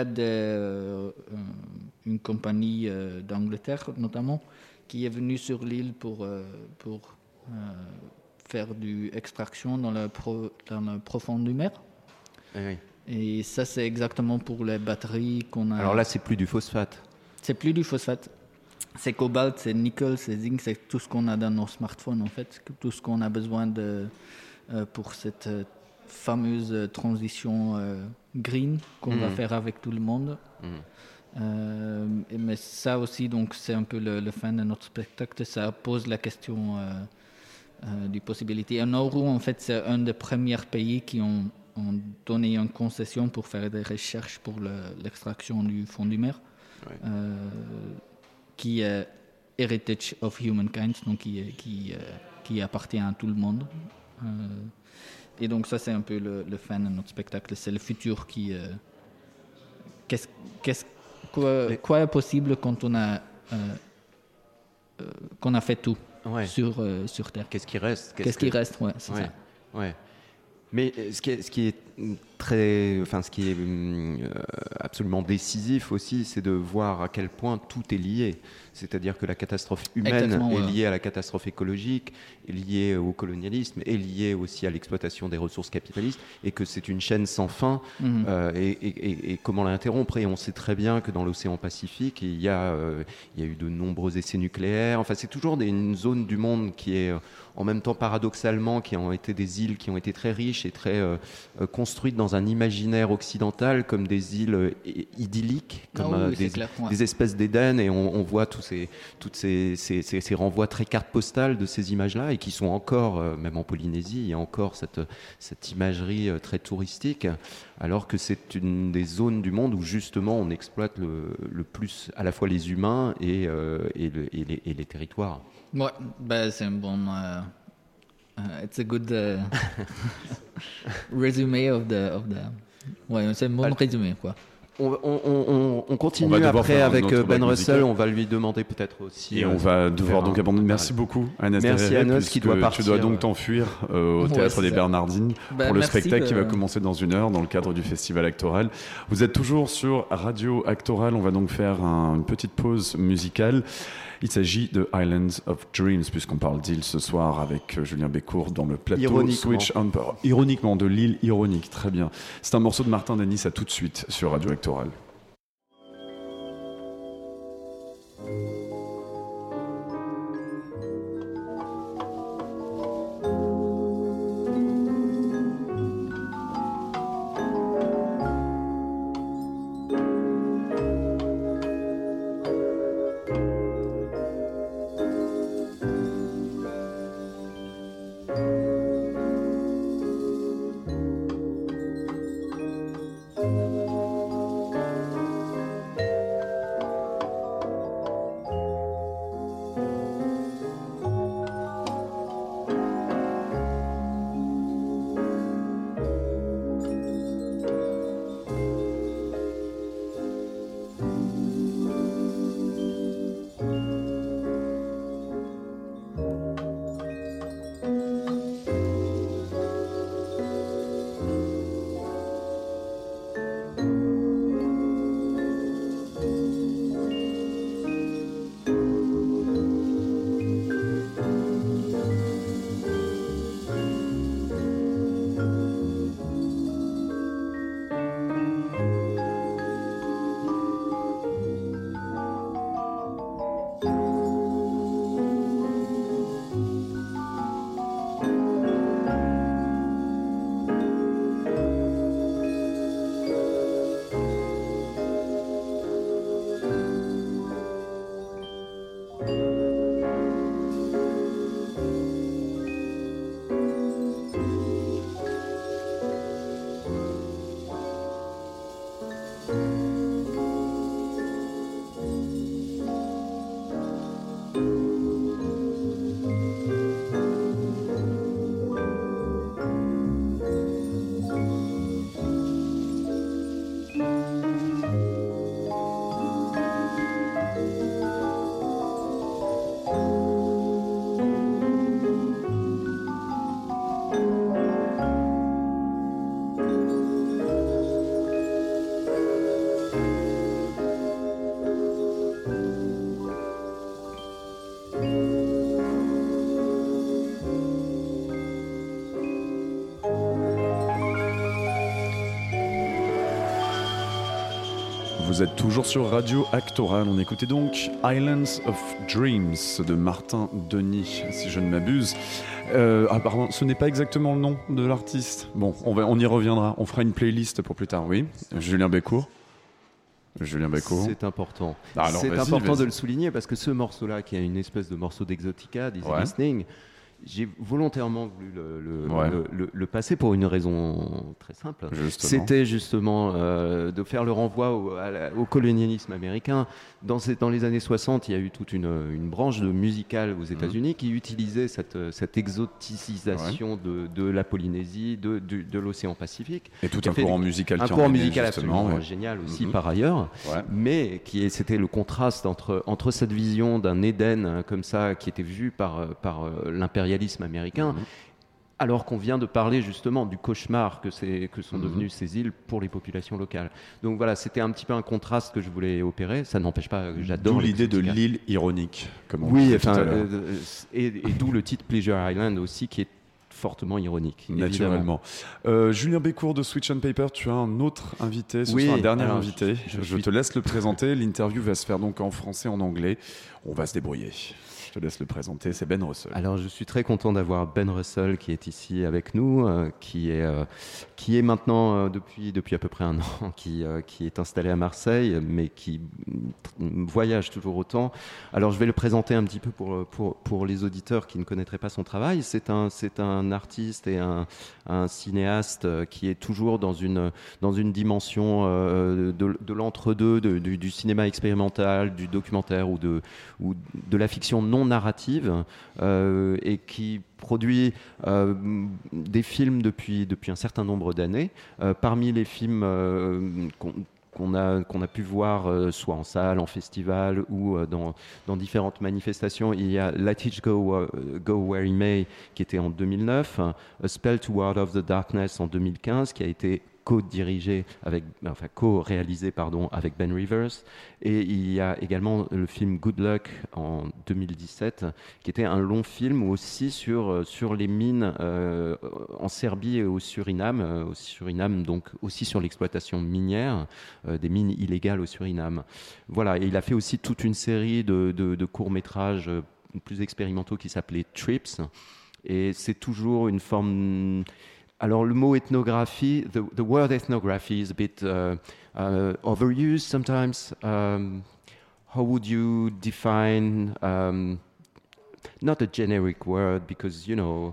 une compagnie d'Angleterre notamment qui est venue sur l'île pour faire du extraction dans le profond du mer. Oui. Et ça, c'est exactement pour les batteries qu'on a. Alors là, c'est plus du phosphate. C'est plus du phosphate. C'est cobalt, c'est nickel, c'est zinc, c'est tout ce qu'on a dans nos smartphones en fait, tout ce qu'on a besoin pour cette fameuse transition green qu'on va faire avec tout le monde. Mais ça aussi, donc, c'est un peu le fin de notre spectacle. Ça pose la question des possibilités. En Nauru, en fait, c'est un des premiers pays qui ont donné une concession pour faire des recherches pour l'extraction du fond du mer, qui est Heritage of Humankind, donc qui appartient à tout le monde. Et donc ça, c'est un peu le fin de notre spectacle. C'est le futur qui... quoi est possible quand on a fait tout sur Terre. Qu'est-ce qui reste? Qu'est-ce qui reste, ouais, c'est ça. Ouais. Mais ce qui est absolument décisif aussi, c'est de voir à quel point tout est lié. C'est-à-dire que la catastrophe humaine est liée à la catastrophe écologique, est liée au colonialisme, est liée aussi à l'exploitation des ressources capitalistes, et que c'est une chaîne sans fin. Et comment l'interrompre? Et on sait très bien que dans l'océan Pacifique, il y a eu de nombreux essais nucléaires. Enfin, c'est toujours une zone du monde qui est en même temps paradoxalement, qui ont été des îles qui ont été très riches et très construites dans un imaginaire occidental comme des îles idylliques, comme des espèces d'Éden, et on voit tous ces renvois très cartes postales de ces images-là, et qui sont encore, même en Polynésie, il y a encore cette imagerie très touristique, alors que c'est une des zones du monde où justement on exploite le plus à la fois les humains et les territoires. Ouais, ben c'est un bon... it's a good résumé of the... Ouais, c'est un bon résumé, quoi. On continue après avec Ben Russell. On va lui demander peut-être aussi. Et on va devoir donc abandonner. Merci beaucoup, Anas. Merci Anas qui doit partir. Tu dois donc t'enfuir au Théâtre des Bernardines pour le spectacle qui va commencer dans 1 heure dans le cadre du Festival Actoral. Vous êtes toujours sur Radio Actoral. On va donc faire une petite pause musicale. Il s'agit de Islands of Dreams, puisqu'on parle d'île ce soir avec Julien Bécourt dans le plateau Switch On. Ironiquement, de l'île ironique, très bien. C'est un morceau de Martin Denis, à tout de suite sur Radio Actoral. Vous êtes toujours sur Radio Actoral. On écoutait donc Islands of Dreams de Martin Denis, si je ne m'abuse. Pardon, ce n'est pas exactement le nom de l'artiste. Bon, on y reviendra. On fera une playlist pour plus tard, oui. Julien Bécourt. C'est important. Alors, c'est vas-y, important vas-y. de le souligner parce que ce morceau-là, qui est une espèce de morceau d'Exotica, d'Easy Listening, j'ai volontairement voulu le passer pour une raison très simple. Justement. C'était justement de faire le renvoi au colonialisme américain. Dans les années 60, il y a eu toute une branche musicale aux États-Unis qui utilisait cette exoticisation de la Polynésie, de l'océan Pacifique. Et tout un courant musical qui en courant est né, musical justement, absolument génial aussi par ailleurs, mais c'était le contraste entre cette vision d'un Éden comme ça qui était vu par l'impérialisme américain, alors qu'on vient de parler justement du cauchemar que sont devenues ces îles pour les populations locales. Donc voilà, c'était un petit peu un contraste que je voulais opérer. Ça n'empêche pas que j'adore. D'où l'idée de l'île ironique, comme on oui, disait tout à l'heure. Et d'où le titre Pleasure Island aussi, qui est fortement ironique. Naturellement. Julien Bécourt de Switch and Paper, tu as un autre invité, ce soir un dernier invité. Je te laisse le présenter. L'interview va se faire donc en français, en anglais. On va se débrouiller. Je te laisse le présenter, c'est Ben Russell. Alors je suis très content d'avoir Ben Russell qui est ici avec nous, qui est maintenant depuis à peu près un an, qui est installé à Marseille, mais qui voyage toujours autant. Alors je vais le présenter un petit peu pour les auditeurs qui ne connaîtraient pas son travail. C'est un artiste et un cinéaste qui est toujours dans une dimension de l'entre-deux, du cinéma expérimental, du documentaire ou de la fiction non narrative, et qui produit des films depuis un certain nombre d'années. Parmi les films qu'on a pu voir soit en salle, en festival ou dans différentes manifestations, il y a Let It Go Where It May qui était en 2009, A Spell to Ward Off the Darkness en 2015 qui a été co-réalisé avec Ben Rivers, et il y a également le film Good Luck en 2017 qui était un long film aussi sur les mines en Serbie et au Suriname, donc aussi sur l'exploitation minière des mines illégales au Suriname. Voilà, et il a fait aussi toute une série de courts-métrages plus expérimentaux qui s'appelaient Trips, et c'est toujours une forme. Alors le mot ethnographie, the word ethnography is a bit overused sometimes. How would you define, not a generic word, because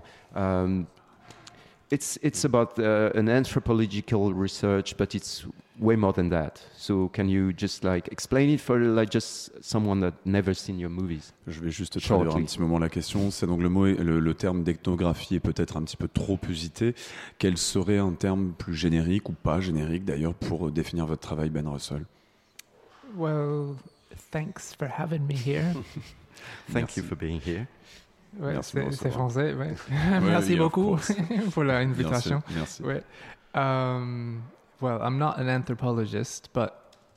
it's about an anthropological research, but it's way more than that. So can you just explain it for just someone that never seen your movies? Je vais juste traduire un petit moment la question. C'est donc le terme d'ethnographie est peut-être un petit peu trop usité. Quel serait un terme plus générique ou pas générique d'ailleurs pour définir votre travail, Ben Russell? Well, thanks for having me here. Thank you for being here. Ouais, c'est français. Ouais. Merci beaucoup pour l'invitation. Merci. Ouais. Well, I'm not an anthropologist, but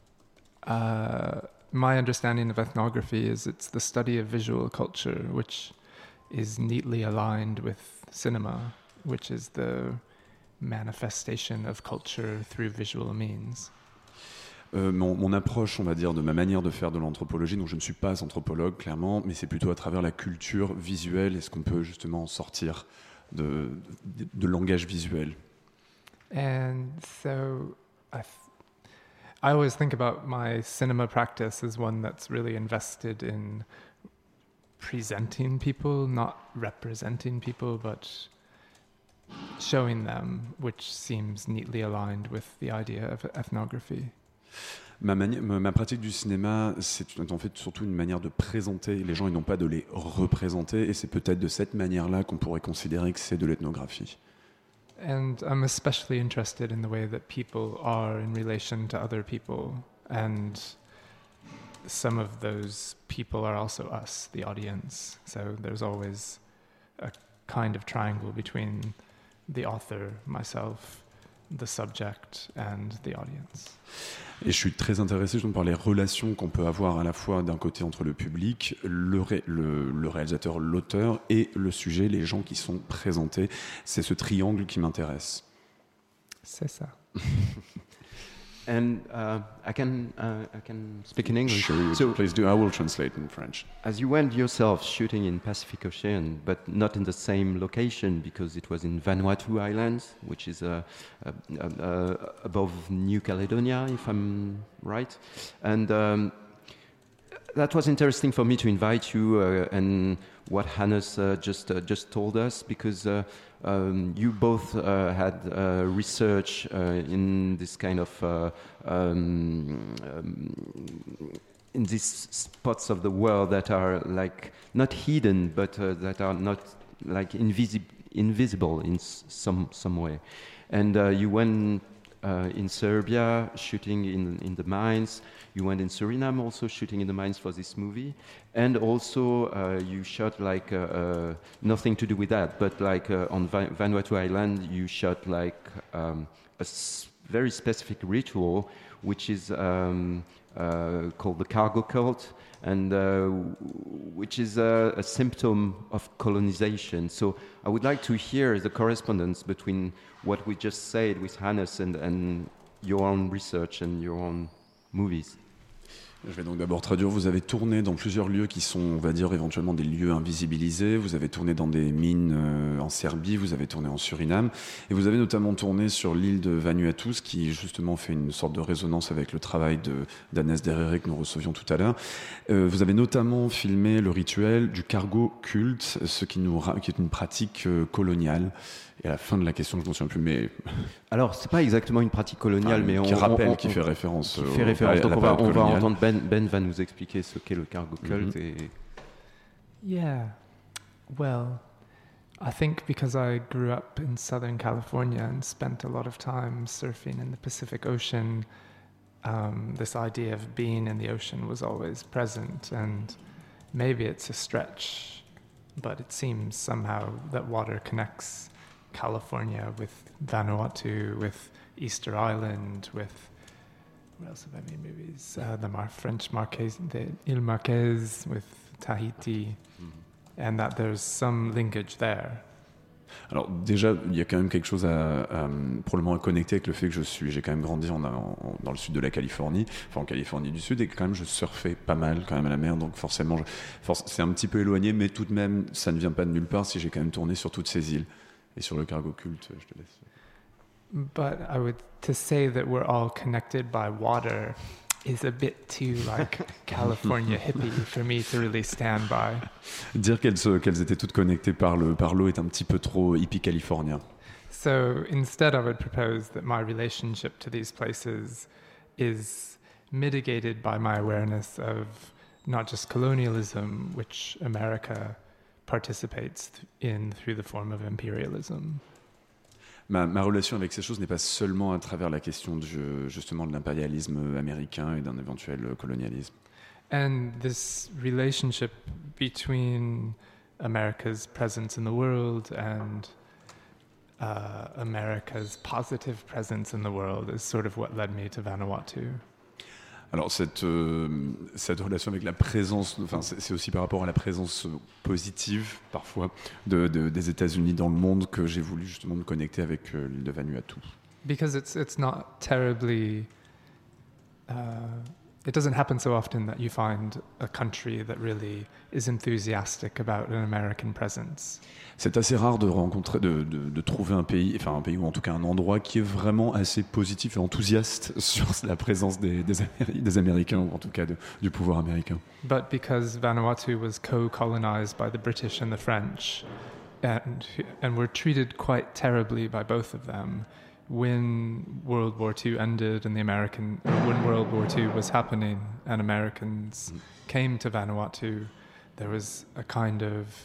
my understanding of ethnography is it's the study of visual culture, which is neatly aligned with cinema, which is the manifestation of culture through visual means. Mon approche, on va dire, de ma manière de faire de l'anthropologie, donc je ne suis pas anthropologue, clairement, mais c'est plutôt à travers la culture visuelle. Est-ce qu'on peut justement sortir de langage visuel? And so I always think about my cinema practice as one that's really invested in presenting people, not representing people, but showing them, which seems neatly aligned with the idea of ethnography. Ma pratique du cinéma, c'est en fait surtout une manière de présenter les gens et non pas de les représenter, et c'est peut-être de cette manière-là qu'on pourrait considérer que c'est de l'ethnographie. And I'm especially interested in the way that people are in relation to other people, and some of those people are also us, the audience. So there's always a kind of triangle between the author, myself, the subject and the audience. Et je suis très intéressé par les relations qu'on peut avoir à la fois d'un côté entre le public, le réalisateur, l'auteur et le sujet, les gens qui sont présentés. C'est ce triangle qui m'intéresse. C'est ça. And I can speak in English. Sure, So, please do. I will translate in French. as you went yourself shooting in Pacific Ocean, but not in the same location because it was in Vanuatu Islands, which is above New Caledonia, if I'm right. And that was interesting for me to invite you and what Hannes just told us, because you both had research in this kind of in these spots of the world that are like not hidden, but that are not like invisible in some way. And you went in Serbia shooting in the mines. You went in Suriname also shooting in the mines for this movie. And also you shot like, nothing to do with that, but like on Vanuatu Island, you shot like very specific ritual, which is called the cargo cult, and which is a symptom of colonization. So I would like to hear the correspondence between what we just said with Hannes and your own research and your own movies. Je vais donc d'abord traduire. Vous avez tourné dans plusieurs lieux qui sont, on va dire, éventuellement des lieux invisibilisés. Vous avez tourné dans des mines en Serbie, vous avez tourné en Suriname, et vous avez notamment tourné sur l'île de Vanuatu, ce qui justement fait une sorte de résonance avec le travail d'Agnès Derere que nous recevions tout à l'heure. Vous avez notamment filmé le rituel du cargo culte, qui est une pratique coloniale. Et à la fin de la question, je m'en souviens plus, mais... Alors, c'est pas exactement une pratique coloniale, mais qui fait référence. Donc on va entendre Ben va nous expliquer ce qu'est le cargo cult. Yeah, well, I think because I grew up in Southern California and spent a lot of time surfing in the Pacific Ocean, this idea of being in the ocean was always present, and maybe it's a stretch, but it seems somehow that water connects California with Vanuatu, with Easter Island, with, where else have I made movies? The French Marquise, the Ile Marquise, with Tahiti, and that there's some linkage there. Alors déjà, il y a quand même quelque chose probablement à connecter avec le fait que j'ai quand même grandi dans le sud de la Californie, enfin en Californie du Sud, et quand même je surfais pas mal quand même à la mer, donc forcément c'est un petit peu éloigné, mais tout de même ça ne vient pas de nulle part si j'ai quand même tourné sur toutes ces îles. Et sur le cargo culte, je te laisse. But to say that we're all connected by water is a bit too like California hippie for me to really stand by. Dire qu'elles étaient toutes connectées par l'eau est un petit peu trop hippie californien. So instead I would propose that my relationship to these places is mitigated by my awareness of not just colonialism, which America participates in through the form of imperialism. Ma relation avec ces choses n'est pas seulement à travers la question justement de l'impérialisme américain et d'un éventuel colonialisme. And this relationship between America's presence in the world and America's positive presence in the world is sort of what led me to Vanuatu. Alors cette relation avec la présence, enfin c'est aussi par rapport à la présence positive parfois des États-Unis dans le monde que j'ai voulu justement me connecter avec l'île de Vanuatu. Because it's not terribly, it doesn't happen so often that you find a country that really is enthusiastic about an American presence. C'est assez rare de rencontrer, de trouver un pays ou en tout cas un endroit qui est vraiment assez positif et enthousiaste sur la présence des Américains, ou en tout cas du pouvoir américain. But because Vanuatu was co-colonized by the British and the French, and were treated quite terribly by both of them, when World War II ended and when World War II was happening and Americans came to Vanuatu, there was a kind of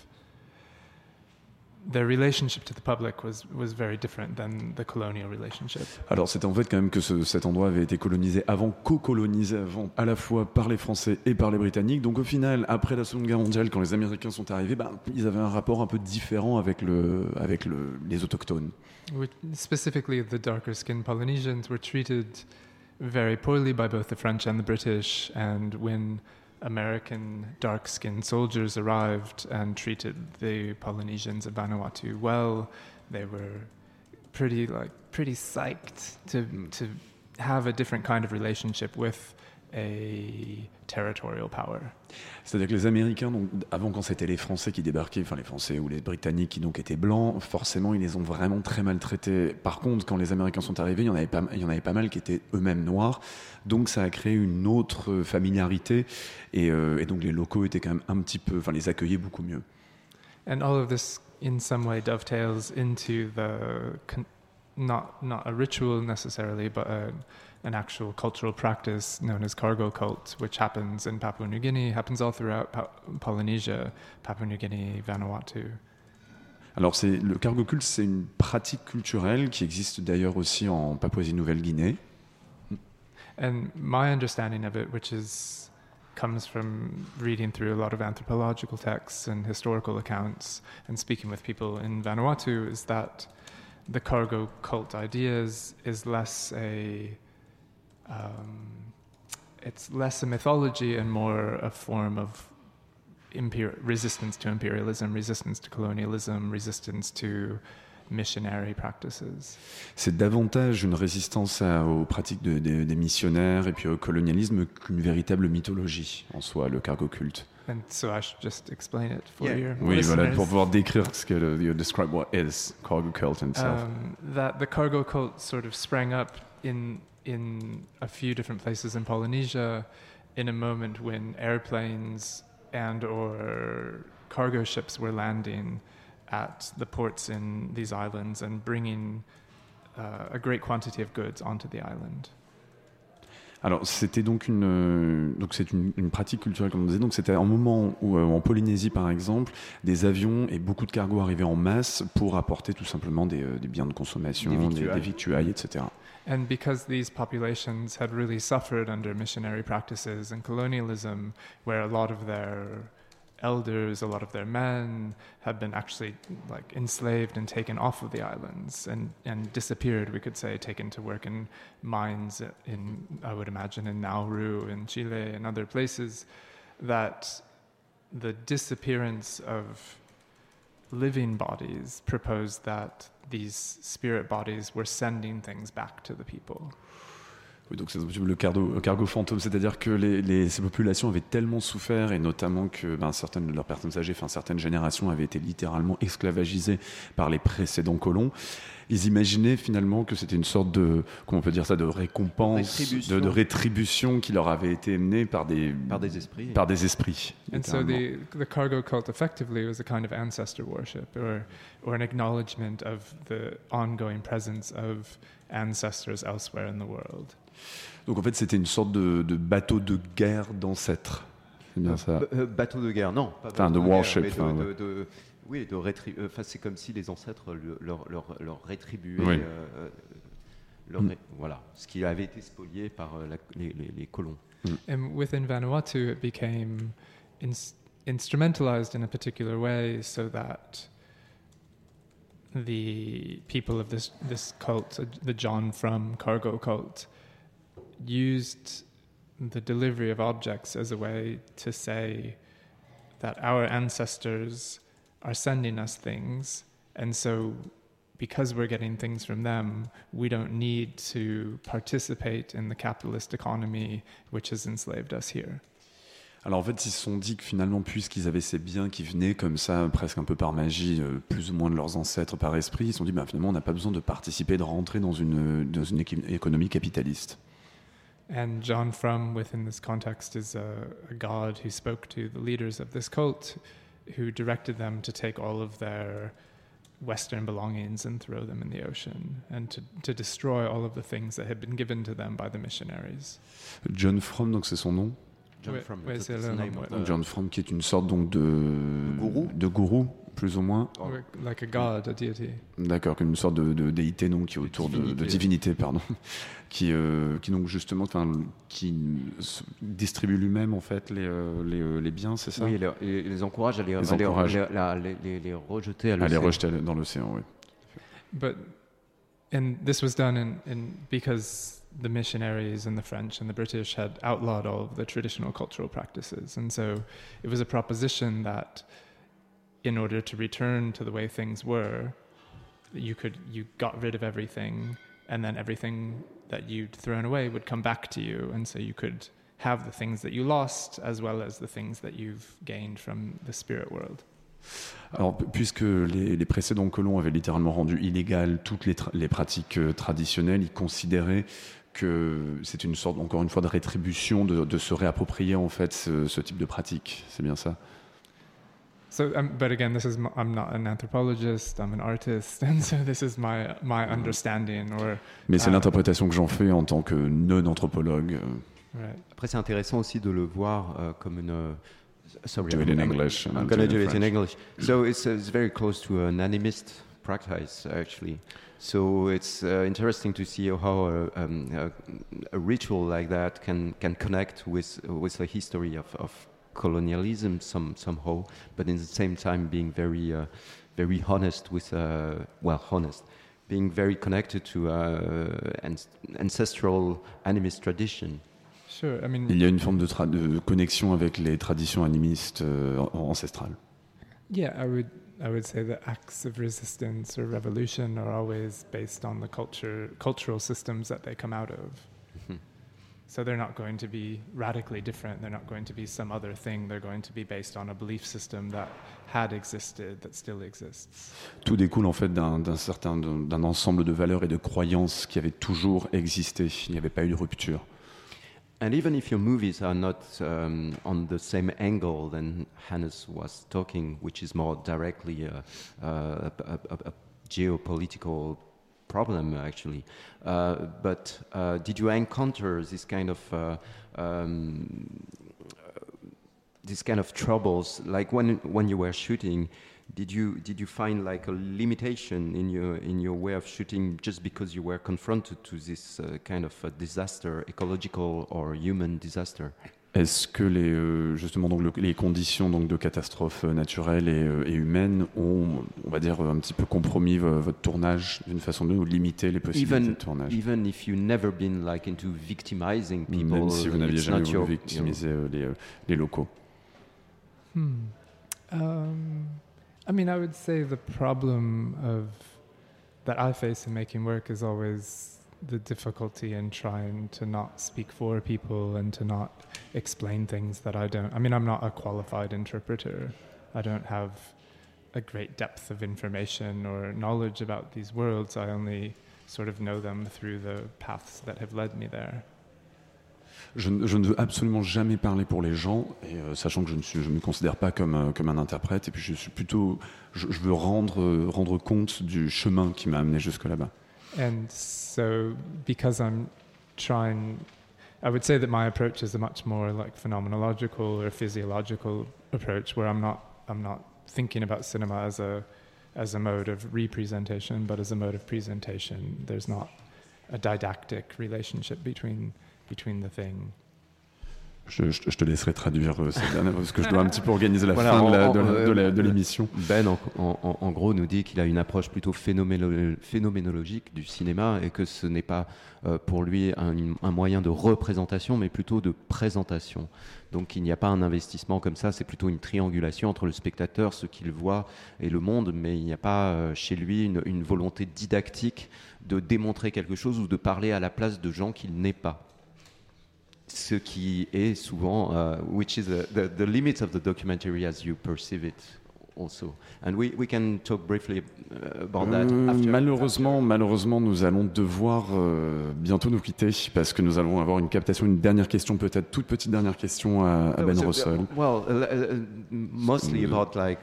their relationship to the public was very different than the colonial relationship. Alors c'est en fait quand même que cet endroit avait été co-colonisé avant à la fois par les Français et par les Britanniques. Donc au final, après la Seconde Guerre mondiale, quand les Américains sont arrivés, ils avaient un rapport un peu différent avec les autochtones. Specifically, the darker-skinned Polynesians were treated very poorly by both the French and the British, and when American dark-skinned soldiers arrived and treated the Polynesians of Vanuatu well, they were pretty psyched to have a different kind of relationship with a territorial power. C'est-à-dire que les Américains, donc, avant quand c'était les Français qui débarquaient, enfin les Français ou les Britanniques qui donc étaient blancs, forcément ils les ont vraiment très maltraités. Par contre, quand les Américains sont arrivés, il y en avait pas mal qui étaient eux-mêmes noirs, donc ça a créé une autre familiarité et donc les locaux étaient quand même un petit peu, enfin les accueillaient beaucoup mieux. And all of this in some way dovetails into the not a ritual necessarily, but an actual cultural practice known as cargo cult, which happens in Papua New Guinea, happens all throughout Polynesia, Papua New Guinea, Vanuatu. Alors le cargo culte, c'est une pratique culturelle qui existe d'ailleurs aussi en Papouasie-Nouvelle-Guinée. And my understanding of it, comes from reading through a lot of anthropological texts and historical accounts and speaking with people in Vanuatu, is that the cargo cult idea is less it's less a mythology and more a form of resistance to imperialism, resistance to colonialism, resistance to missionary practices. C'est davantage une résistance aux pratiques des missionnaires et puis au colonialisme qu'une véritable mythologie en soi, le cargo culte. And so I should just explain it for your Oui, listeners. voilà, pour pouvoir décrire ce que you describe what is cargo cult itself. That the cargo cult sort of sprang up in a few different places in Polynesia in a moment when airplanes and or cargo ships were landing at the ports in these islands and bringing a great quantity of goods onto the island. Alors c'était donc une pratique culturelle comme on disait. Donc c'était un moment où en Polynésie par exemple, des avions et beaucoup de cargos arrivaient en masse pour apporter tout simplement des biens de consommation, des victuailles, etc. And because these populations had really suffered under missionary practices and colonialism, where a lot of their elders, a lot of their men had been actually like enslaved and taken off of the islands and disappeared, we could say, taken to work in mines in, I would imagine, in Nauru, in Chile, and other places, that the disappearance of living bodies proposed that these spirit bodies were sending things back to the people. Oui, donc c'est le cargo fantôme, c'est-à-dire que ces populations avaient tellement souffert, et notamment que certaines de leurs personnes âgées, certaines générations avaient été littéralement esclavagisées par les précédents colons. Ils imaginaient finalement que c'était une sorte de, comment on peut dire ça, de récompense, de rétribution qui leur avait été menée par des esprits. Par des esprits. And so the cargo cult effectively was a kind of ancestor worship or an acknowledgement of the ongoing presence of ancestors elsewhere in the world. Donc en fait, c'était une sorte de bateau de guerre d'ancêtres. C'est bien ça. Bateau de guerre, non. Enfin, de warship. Oui, c'est comme si les ancêtres leur rétribuaient, oui. Voilà, ce qui avait été spolié par les colons. And within Vanuatu, it became instrumentalized in a particular way so that the people of this cult, the John Frum cargo cult, used the delivery of objects as a way to say that our ancestors are sending us things, and so because we're getting things from them, we don't need to participate in the capitalist economy which has enslaved us here. Alors en fait, ils se sont dit que finalement, puisqu'ils avaient ces biens qui venaient comme ça, presque un peu par magie, plus ou moins de leurs ancêtres par esprit, ils se sont dit finalement, on n'a pas besoin de participer, de rentrer dans une économie capitaliste. And John Frum, within this context, is a god who spoke to the leaders of this cult, who directed them to take all of their Western belongings and throw them in the ocean, and to destroy all of the things that had been given to them by the missionaries. John Frum, donc c'est son nom. John Frum, c'est le nom. John Frum, qui est une sorte donc de gourou, plus ou moins. Like a god, a deity. D'accord, une sorte de déité donc qui est autour de divinité, pardon, qui donc justement, qui distribue lui-même en fait les biens, c'est ça? Oui, les encourage à les rejeter à l'océan. À les rejeter dans l'océan, oui. And this was done because the missionaries and the French and the British had outlawed all of the traditional cultural practices. And so it was a proposition that in order to return to the way things were, you got rid of everything and then everything that you'd thrown away would come back to you, and so you could have the things that you lost as well as the things that you've gained from the spirit world. Alors, puisque les précédents colons avaient littéralement rendu illégales toutes les pratiques traditionnelles, ils considéraient que c'est une sorte, encore une fois, de rétribution de se réapproprier en fait ce type de pratique. C'est bien ça? So, but again, I'm not an anthropologist. I'm an artist, and so this is my understanding. Mais c'est l'interprétation que j'en fais en tant que non-anthropologue. Right. Après, c'est intéressant aussi de le voir comme une. Sorry, do it in English. I'm going to do it in English. So it's very close to an animist practice, actually. So it's interesting to see how a ritual like that can connect with the history of colonialism somehow, but in the same time being very honest with honest, being very connected to ancestral animist tradition. Sure, I mean, il y a une forme de connexion avec les traditions animistes ancestrales. Yeah, I would say that acts of resistance or revolution are always based on the cultural systems that they come out of. Mm-hmm. So they're not going to be radically different. They're not going to be some other thing. They're going to be based on a belief system that had existed, that still exists. Tout découle en fait d'un ensemble de valeurs et de croyances qui avaient toujours existé. Il n'y avait pas eu de rupture. And even if your movies are not on the same angle than Hannes was talking, which is more directly a geopolitical problem, actually, but did you encounter this kind of troubles, like when you were shooting? Did you find like a limitation in your way of shooting just because you were confronted to this kind of a disaster, ecological or human disaster? Est-ce que les conditions donc de catastrophes naturelles et humaines ont, on va dire, un petit peu compromis votre tournage d'une façon de limiter les possibilités de tournage? Even if you've never been like into victimizing people, même si vous n'aviez jamais voulu victimiser les locaux. I mean, I would say the problem that I face in making work is always the difficulty in trying to not speak for people and to not explain things that I don't. I mean, I'm not a qualified interpreter. I don't have a great depth of information or knowledge about these worlds. I only sort of know them through the paths that have led me there. Je ne veux absolument jamais parler pour les gens, et sachant que je ne me considère pas comme un interprète, et puis je veux rendre compte du chemin qui m'a amené jusque là-bas. And so, because I'm trying, I would say that my approach is a much more like phenomenological or physiological approach, where I'm not thinking about cinema as a mode of representation, but as a mode of presentation. There's not a didactic relationship between the thing. Je te laisserai traduire cette dernière parce que je dois un petit peu organiser la fin de l'émission. Ben, en gros, nous dit qu'il a une approche plutôt phénoménologique du cinéma et que ce n'est pas pour lui un moyen de représentation, mais plutôt de présentation. Donc il n'y a pas un investissement comme ça, c'est plutôt une triangulation entre le spectateur, ce qu'il voit, et le monde, mais il n'y a pas chez lui une volonté didactique de démontrer quelque chose ou de parler à la place de gens qu'il n'est pas. Ce qui est souvent, which is the limits of the documentary as you perceive it also. And we can talk briefly about that after. Malheureusement, nous allons devoir bientôt nous quitter parce que nous allons avoir une dernière question, peut-être toute petite dernière question à Ben Russell. Mostly about like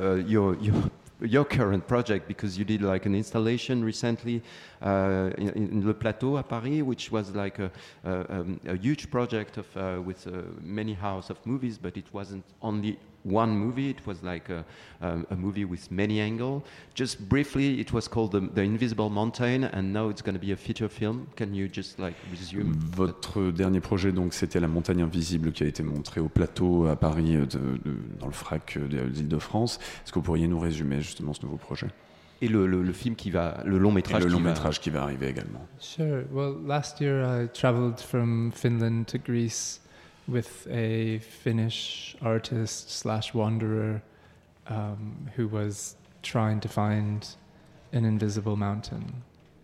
your current project, because you did like an installation recently in Le Plateau à Paris, which was like a huge project with many house of movies, but it wasn't only one movie, it was like a movie with many angles. Just briefly, it was called the Invisible Mountain, and now it's going to be a feature film. Can you just like resume? Votre dernier projet, donc, c'était La Montagne Invisible qui a été montré au Plateau à Paris, dans le FRAC des Îles-de-France. Est-ce que vous pourriez nous résumer justement ce nouveau projet? Et le film le long métrage qui va arriver également. Sure. Well, last year I traveled from Finland to Greece with a Finnish artist / wanderer who was trying to find an invisible mountain.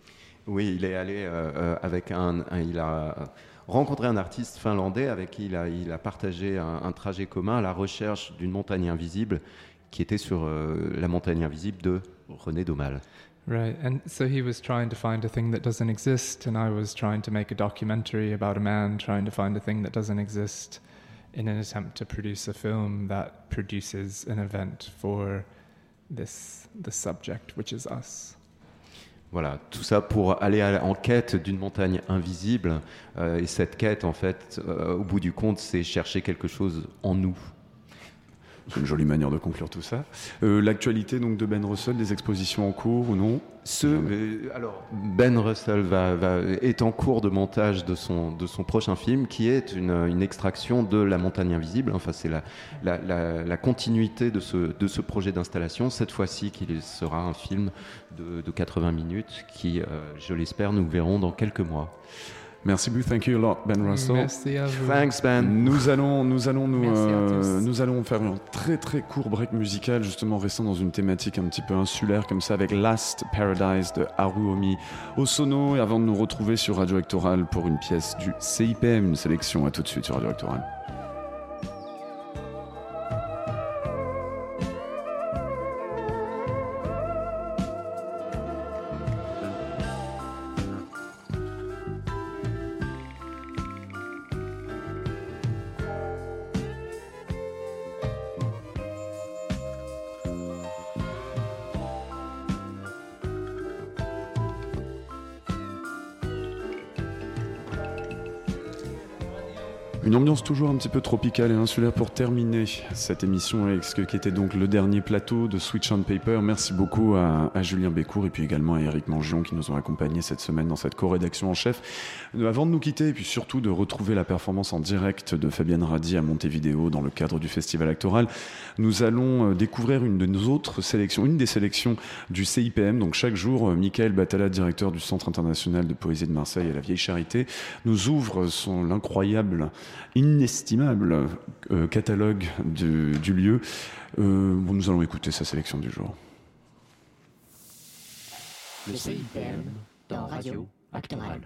Oui, il est allé il a rencontré un artiste finlandais avec qui il a partagé un trajet commun à la recherche d'une montagne invisible qui était sur la montagne invisible de René Daumal. Right, and so he was trying to find a thing that doesn't exist, and I was trying to make a documentary about a man trying to find a thing that doesn't exist in an attempt to produce a film that produces an event for the subject, which is us. Voilà, tout ça pour aller en quête d'une montagne invisible. Et cette quête, en fait, au bout du compte, c'est chercher quelque chose en nous. C'est une jolie manière de conclure tout ça. L'actualité donc de Ben Russell, des expositions en cours ou non? Alors, Ben Russell est en cours de montage de son prochain film, qui est une extraction de La Montagne Invisible. Enfin, c'est la continuité de ce projet d'installation. Cette fois-ci, qu'il sera un film de 80 minutes qui, je l'espère, nous verrons dans quelques mois. Merci beaucoup, thank you a lot, Ben Russell. Merci à vous. Thanks, Ben. Nous allons faire un très très court break musical, justement restant dans une thématique un petit peu insulaire comme ça, avec Last Paradise de Haruomi Hosono, et avant de nous retrouver sur Radio Actoral pour une pièce du CIPM, une sélection. À tout de suite sur Radio Actoral. Une ambiance toujours un petit peu tropicale et insulaire pour terminer cette émission avec ce qui était donc le dernier plateau de Switch on Paper. Merci beaucoup à Julien Bécourt et puis également à Éric Mangion qui nous ont accompagnés cette semaine dans cette co-rédaction en chef. Avant de nous quitter et puis surtout de retrouver la performance en direct de Fabienne Radi à Montevideo dans le cadre du Festival Actoral, nous allons découvrir une des sélections du CIPM. Donc chaque jour, Michael Batala, directeur du Centre international de poésie de Marseille à la Vieille Charité, nous ouvre l'incroyable, inestimable catalogue du lieu. Nous allons écouter sa sélection du jour. Le CIPM dans Radio Actoral.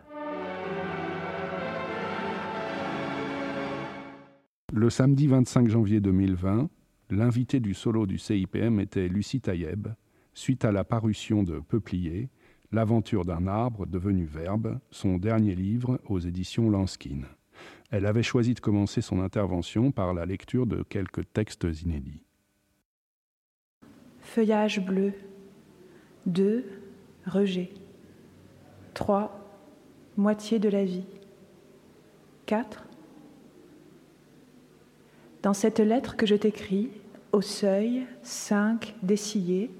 Le samedi 25 janvier 2020, l'invité du solo du CIPM était Lucie Taïeb, suite à la parution de Peuplier, L'aventure d'un arbre devenu verbe, son dernier livre aux éditions Lanskin. Elle avait choisi de commencer son intervention par la lecture de quelques textes inédits. Feuillage bleu. 2. Rejet. 3. Moitié de la vie. 4. Dans cette lettre que je t'écris, au seuil, 5 dessillés.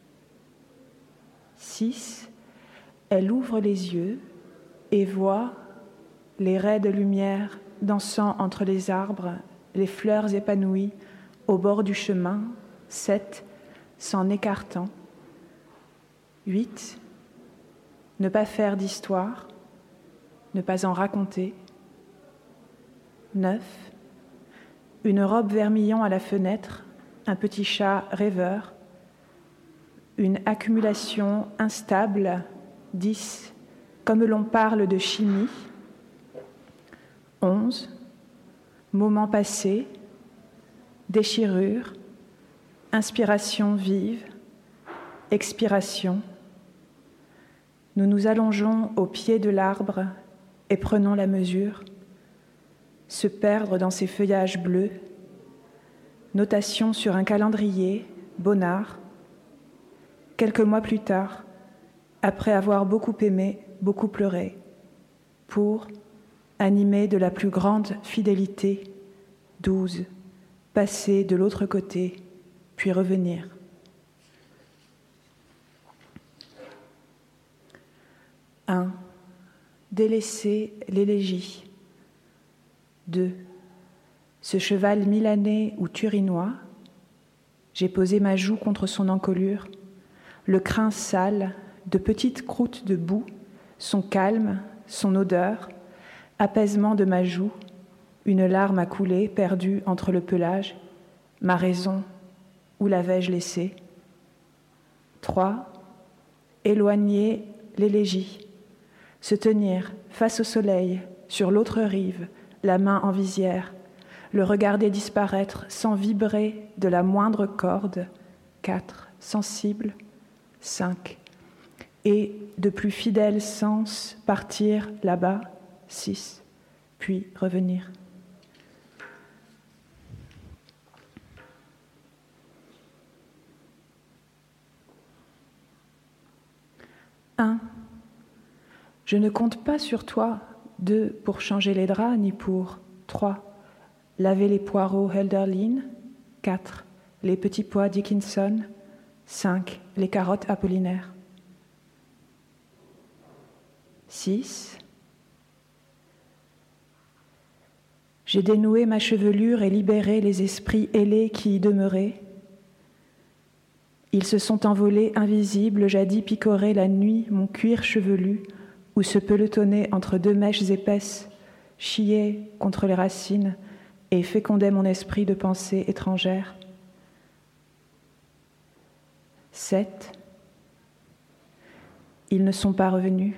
6. Elle ouvre les yeux et voit les raies de lumière dansant entre les arbres, les fleurs épanouies au bord du chemin. 7. S'en écartant. 8. Ne pas faire d'histoire, ne pas en raconter. 9. Une robe vermillon à la fenêtre, un petit chat rêveur. Une accumulation instable. 10. Comme l'on parle de chimie. 11. Moment passé. Déchirure. Inspiration vive. Expiration. Nous nous allongeons au pied de l'arbre et prenons la mesure. Se perdre dans ces feuillages bleus. Notation sur un calendrier, Bonnard. Quelques mois plus tard, après avoir beaucoup aimé, beaucoup pleuré, pour, animé de la plus grande fidélité, 12, passer de l'autre côté, puis revenir. Un, délaisser l'élégie. 2. Ce cheval milanais ou turinois, j'ai posé ma joue contre son encolure, le crin sale, de petites croûtes de boue, son calme, son odeur, apaisement de ma joue, une larme a coulé, perdue entre le pelage, ma raison, où l'avais-je laissée? 3. Éloigner l'élégie. Se tenir face au soleil, sur l'autre rive, la main en visière, le regarder disparaître sans vibrer de la moindre corde. 4. Sensible. 5. Et de plus fidèles sens partir là-bas. 6. Puis revenir. Je ne compte pas sur toi. 2. Pour changer les draps, ni pour. 3. Laver les poireaux Hölderlin. 4. Les petits pois Dickinson. 5. Les carottes Apollinaire. 6. J'ai dénoué ma chevelure et libéré les esprits ailés qui y demeuraient. Ils se sont envolés invisibles, jadis picoraient la nuit mon cuir chevelu, où se pelotonnait entre deux mèches épaisses, chiaient contre les racines et fécondaient mon esprit de pensée étrangère. 7. Ils ne sont pas revenus.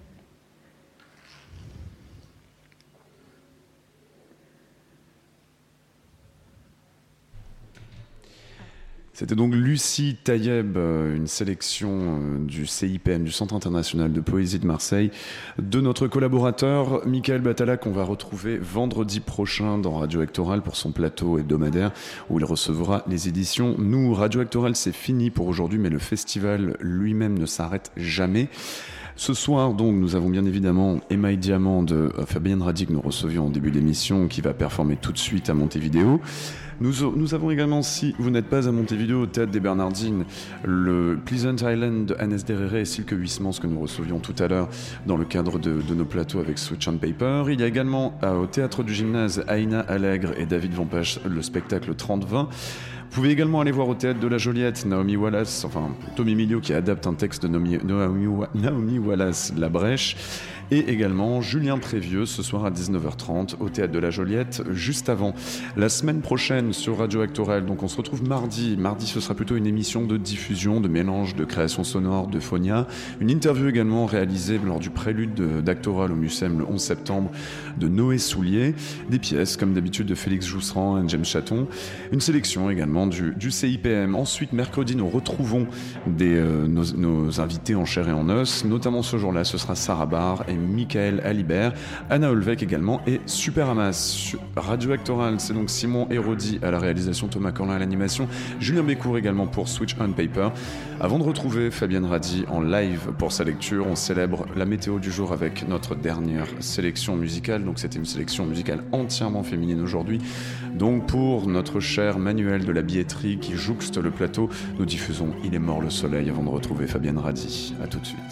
C'était donc Lucie Tayeb, une sélection du CIPM, du Centre international de poésie de Marseille, de notre collaborateur Michael Batala, qu'on va retrouver vendredi prochain dans Radio Actoral pour son plateau hebdomadaire, où il recevra les éditions Nous. Radio Actoral, c'est fini pour aujourd'hui, mais le festival lui-même ne s'arrête jamais. Ce soir, donc, nous avons bien évidemment Émail Diamant de Fabienne Radi que nous recevions en début d'émission, qui va performer tout de suite à Montevideo. Nous avons également, si vous n'êtes pas à Montevideo, au Théâtre des Bernardines, le Pleasant Island de Hannes Derrere et Silke Huysmans que nous recevions tout à l'heure dans le cadre de nos plateaux avec Switch and Paper. Il y a également au Théâtre du Gymnase Aïna Allègre et David Vampache le spectacle 30-20. Vous pouvez également aller voir au Théâtre de la Joliette Naomi Wallace, enfin Tommy Emilio qui adapte un texte de Naomi Wallace, La Brèche, et également Julien Prévieux ce soir à 19h30 au Théâtre de la Joliette, juste avant. La semaine prochaine sur Radio Actoral, donc on se retrouve mardi. Mardi, ce sera plutôt une émission de diffusion, de mélange, de création sonore, de phonia. Une interview également réalisée lors du prélude d'Actoral au Mucem le 11 septembre de Noé Soulier. Des pièces, comme d'habitude, de Félix Jousserand et James Chaton. Une sélection également du CIPM. Ensuite, mercredi, nous retrouvons nos invités en chair et en os. Notamment ce jour-là, ce sera Sarah Barr et Michael Alibert, Anna Olvec également et Super Hamas. Radio Actoral, c'est donc Simon Hérodi à la réalisation, Thomas Corlin à l'animation, Julien Bécourt également pour Switch on Paper. Avant de retrouver Fabienne Radi en live pour sa lecture, on célèbre la météo du jour avec notre dernière sélection musicale. Donc c'était une sélection musicale entièrement féminine aujourd'hui. Donc pour notre cher Manuel de la billetterie qui jouxte le plateau, nous diffusons Il est mort le soleil avant de retrouver Fabienne Radi. À tout de suite.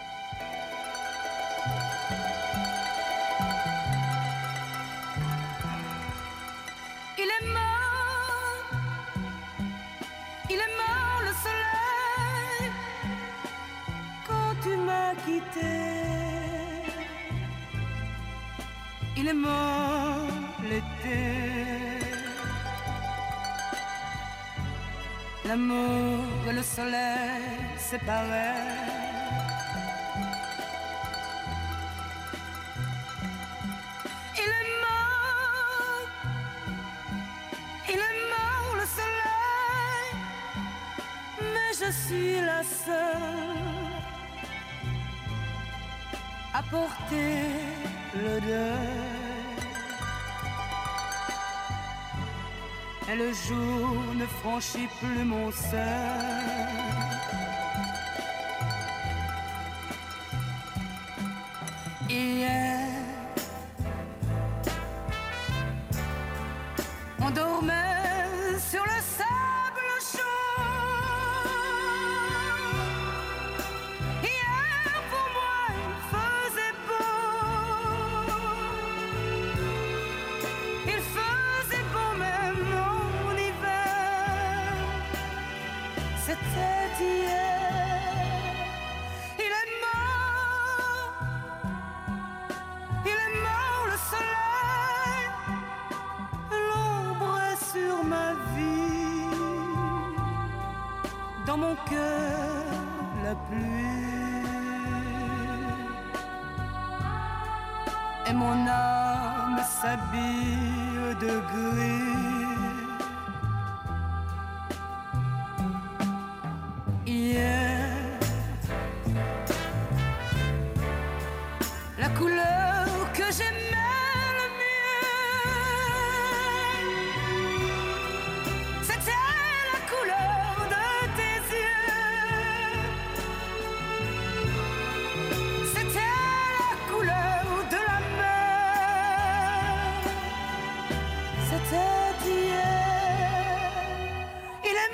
Il est mort l'été, l'amour et le soleil séparés. Il est mort le soleil, mais je suis la seule à porter le deuil. Et le jour ne franchit plus mon seuil. Hier, on dormait sur le sable chaud. Hier, pour moi, il faisait beau. Il faisait beau même en hiver. C'était hier. Il est mort le soleil. L'ombre est sur ma vie. Dans mon cœur, la pluie. et mon âme s'habille de gris. Hier, la couleur que j'aimais le mieux, c'était la couleur de tes yeux, c'était la couleur de la mer, c'était hier. Il est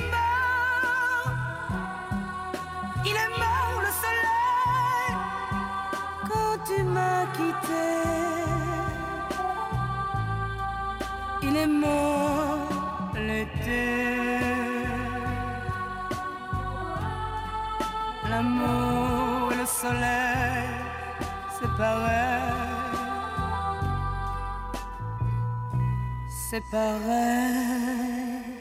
mort le soleil quand tu m'as quitté. Il est mort l'été. L'amour et le soleil, c'est pareil. C'est pareil.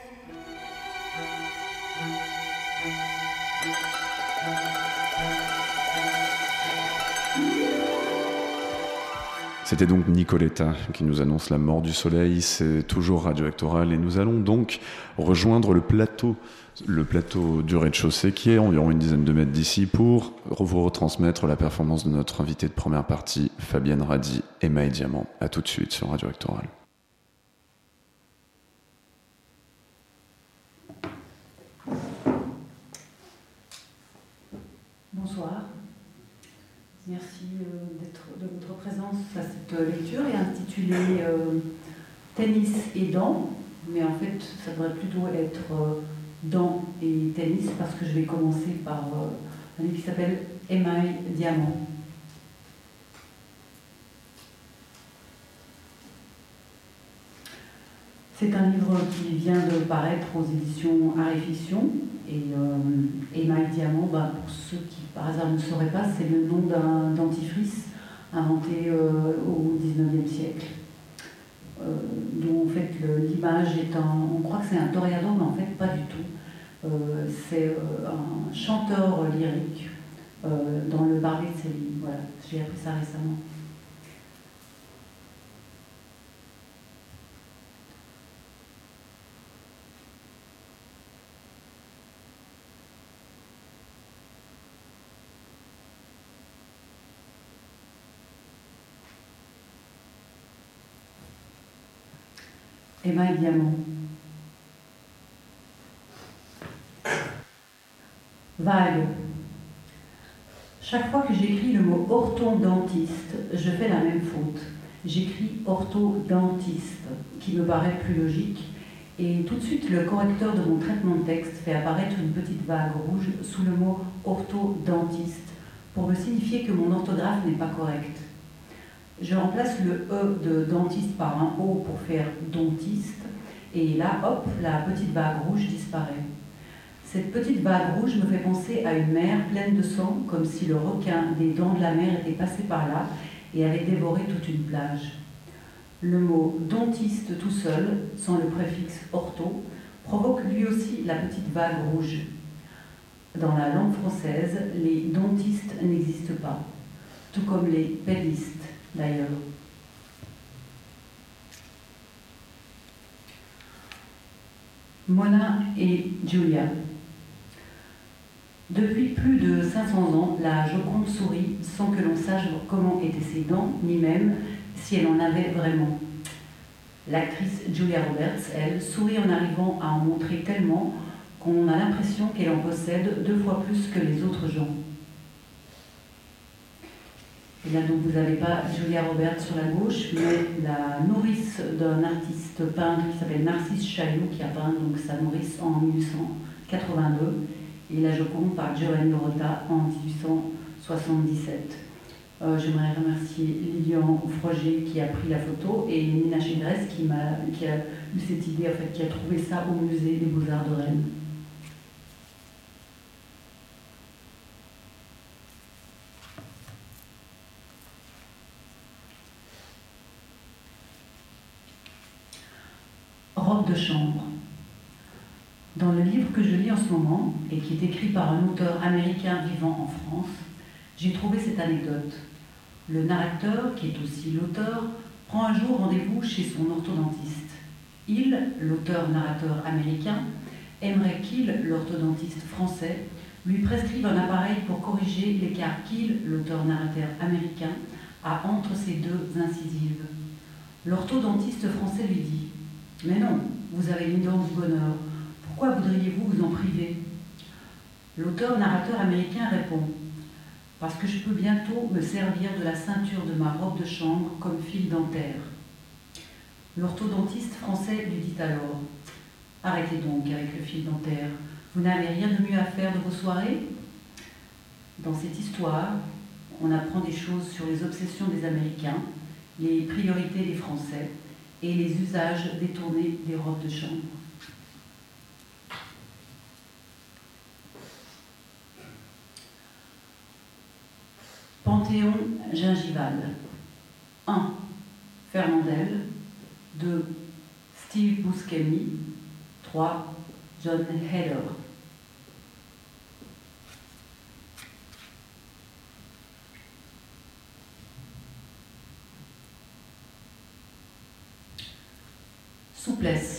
C'était donc Nicoletta qui nous annonce la mort du soleil, c'est toujours Radio Actoral et nous allons donc rejoindre le plateau du rez-de-chaussée qui est environ une dizaine de mètres d'ici pour vous retransmettre la performance de notre invitée de première partie, Fabienne Radi et Maë Diamant. A tout de suite sur Radio Actoral. Bonsoir. Merci de votre présence à cette lecture et intitulée Tennis et dents, mais en fait ça devrait plutôt être dents et tennis parce que je vais commencer par un livre qui s'appelle Maë Diamant. C'est un livre qui vient de paraître aux éditions Art et Fiction. Et Maë Diamant, pour ceux qui par hasard ne sauraient pas, c'est le nom d'un dentifrice inventé au XIXe siècle. Dont en fait l'image est on croit que c'est un toréador, mais en fait pas du tout. C'est un chanteur lyrique dans le Barbier de Céline. Voilà, j'ai appris ça récemment. Maë Diamant. Vague. Chaque fois que j'écris le mot orthodontiste, je fais la même faute. J'écris orthodontiste, qui me paraît plus logique, et tout de suite le correcteur de mon traitement de texte fait apparaître une petite vague rouge sous le mot orthodontiste, pour me signifier que mon orthographe n'est pas correcte. Je remplace le E de dentiste par un O pour faire dentiste, et là, hop, la petite vague rouge disparaît. Cette petite vague rouge me fait penser à une mer pleine de sang, comme si le requin des dents de la mer était passé par là et avait dévoré toute une plage. Le mot dentiste tout seul, sans le préfixe ortho, provoque lui aussi la petite vague rouge. Dans la langue française, les dentistes n'existent pas, tout comme les pédistes. D'ailleurs. Mona et Julia. Depuis plus de 500 ans, la Joconde sourit sans que l'on sache comment étaient ses dents, ni même si elle en avait vraiment. L'actrice Julia Roberts, elle, sourit en arrivant à en montrer tellement qu'on a l'impression qu'elle en possède 2 fois plus que les autres gens. Et là, donc, vous n'avez pas Julia Roberts sur la gauche, mais la nourrice d'un artiste peintre qui s'appelle Narcisse Chaillot, qui a peint donc, sa nourrice en 1882, et la Joconde par Giovanni Rota en 1877. J'aimerais remercier Lilian Froger qui a pris la photo et Nina Chedres qui a eu cette idée, en fait, qui a trouvé ça au musée des Beaux-Arts de Rennes. Robe de chambre. Dans le livre que je lis en ce moment, et qui est écrit par un auteur américain vivant en France, j'ai trouvé cette anecdote. Le narrateur, qui est aussi l'auteur, prend un jour rendez-vous chez son orthodontiste. Il, l'auteur-narrateur américain, aimerait qu'il, l'orthodontiste français, lui prescrive un appareil pour corriger l'écart qu'il, l'auteur-narrateur américain, a entre ces deux incisives. L'orthodontiste français lui dit « Mais non, vous avez une dent du bonheur, pourquoi voudriez-vous vous en priver ?» L'auteur-narrateur américain répond « Parce que je peux bientôt me servir de la ceinture de ma robe de chambre comme fil dentaire. » L'orthodontiste français lui dit alors « Arrêtez donc avec le fil dentaire, vous n'avez rien de mieux à faire de vos soirées ?» Dans cette histoire, on apprend des choses sur les obsessions des Américains, les priorités des Français et les usages détournés des robes de chambre. Panthéon gingival. 1. Fernandel. 2. Steve Buscemi. 3. John Hader. Souplesse.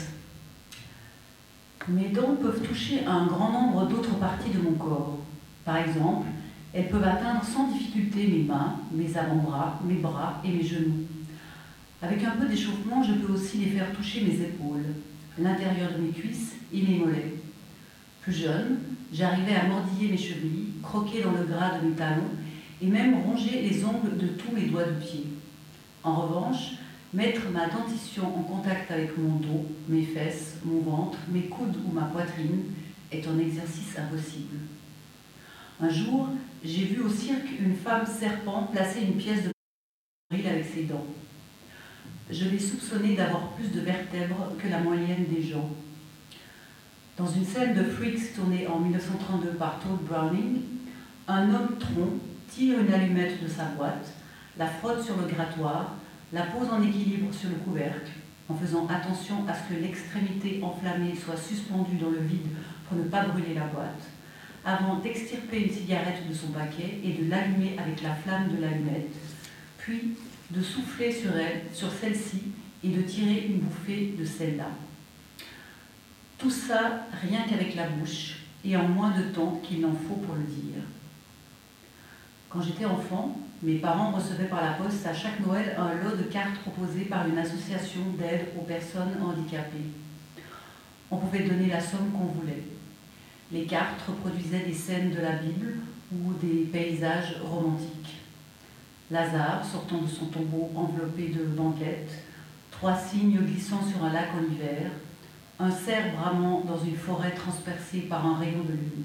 Mes dents peuvent toucher à un grand nombre d'autres parties de mon corps. Par exemple, elles peuvent atteindre sans difficulté mes mains, mes avant-bras, mes bras et mes genoux. Avec un peu d'échauffement, je peux aussi les faire toucher mes épaules, l'intérieur de mes cuisses et mes mollets. Plus jeune, j'arrivais à mordiller mes chevilles, croquer dans le gras de mes talons et même ronger les ongles de tous mes doigts de pied. En revanche, mettre ma dentition en contact avec mon dos, mes fesses, mon ventre, mes coudes ou ma poitrine est un exercice impossible. Un jour, j'ai vu au cirque une femme serpent placer une pièce de bril avec ses dents. Je l'ai soupçonnée d'avoir plus de vertèbres que la moyenne des gens. Dans une scène de Freaks tournée en 1932 par Todd Browning, un homme tronc tire une allumette de sa boîte, la frotte sur le grattoir, la pose en équilibre sur le couvercle, en faisant attention à ce que l'extrémité enflammée soit suspendue dans le vide pour ne pas brûler la boîte, avant d'extirper une cigarette de son paquet et de l'allumer avec la flamme de l'allumette, puis de souffler sur celle-ci et de tirer une bouffée de celle-là. Tout ça rien qu'avec la bouche et en moins de temps qu'il n'en faut pour le dire. Quand j'étais enfant, mes parents recevaient par la poste à chaque Noël un lot de cartes proposées par une association d'aide aux personnes handicapées. On pouvait donner la somme qu'on voulait. Les cartes reproduisaient des scènes de la Bible ou des paysages romantiques. Lazare sortant de son tombeau enveloppé de bandelettes, 3 cygnes glissant sur un lac en hiver, un cerf bramant dans une forêt transpercée par un rayon de lune.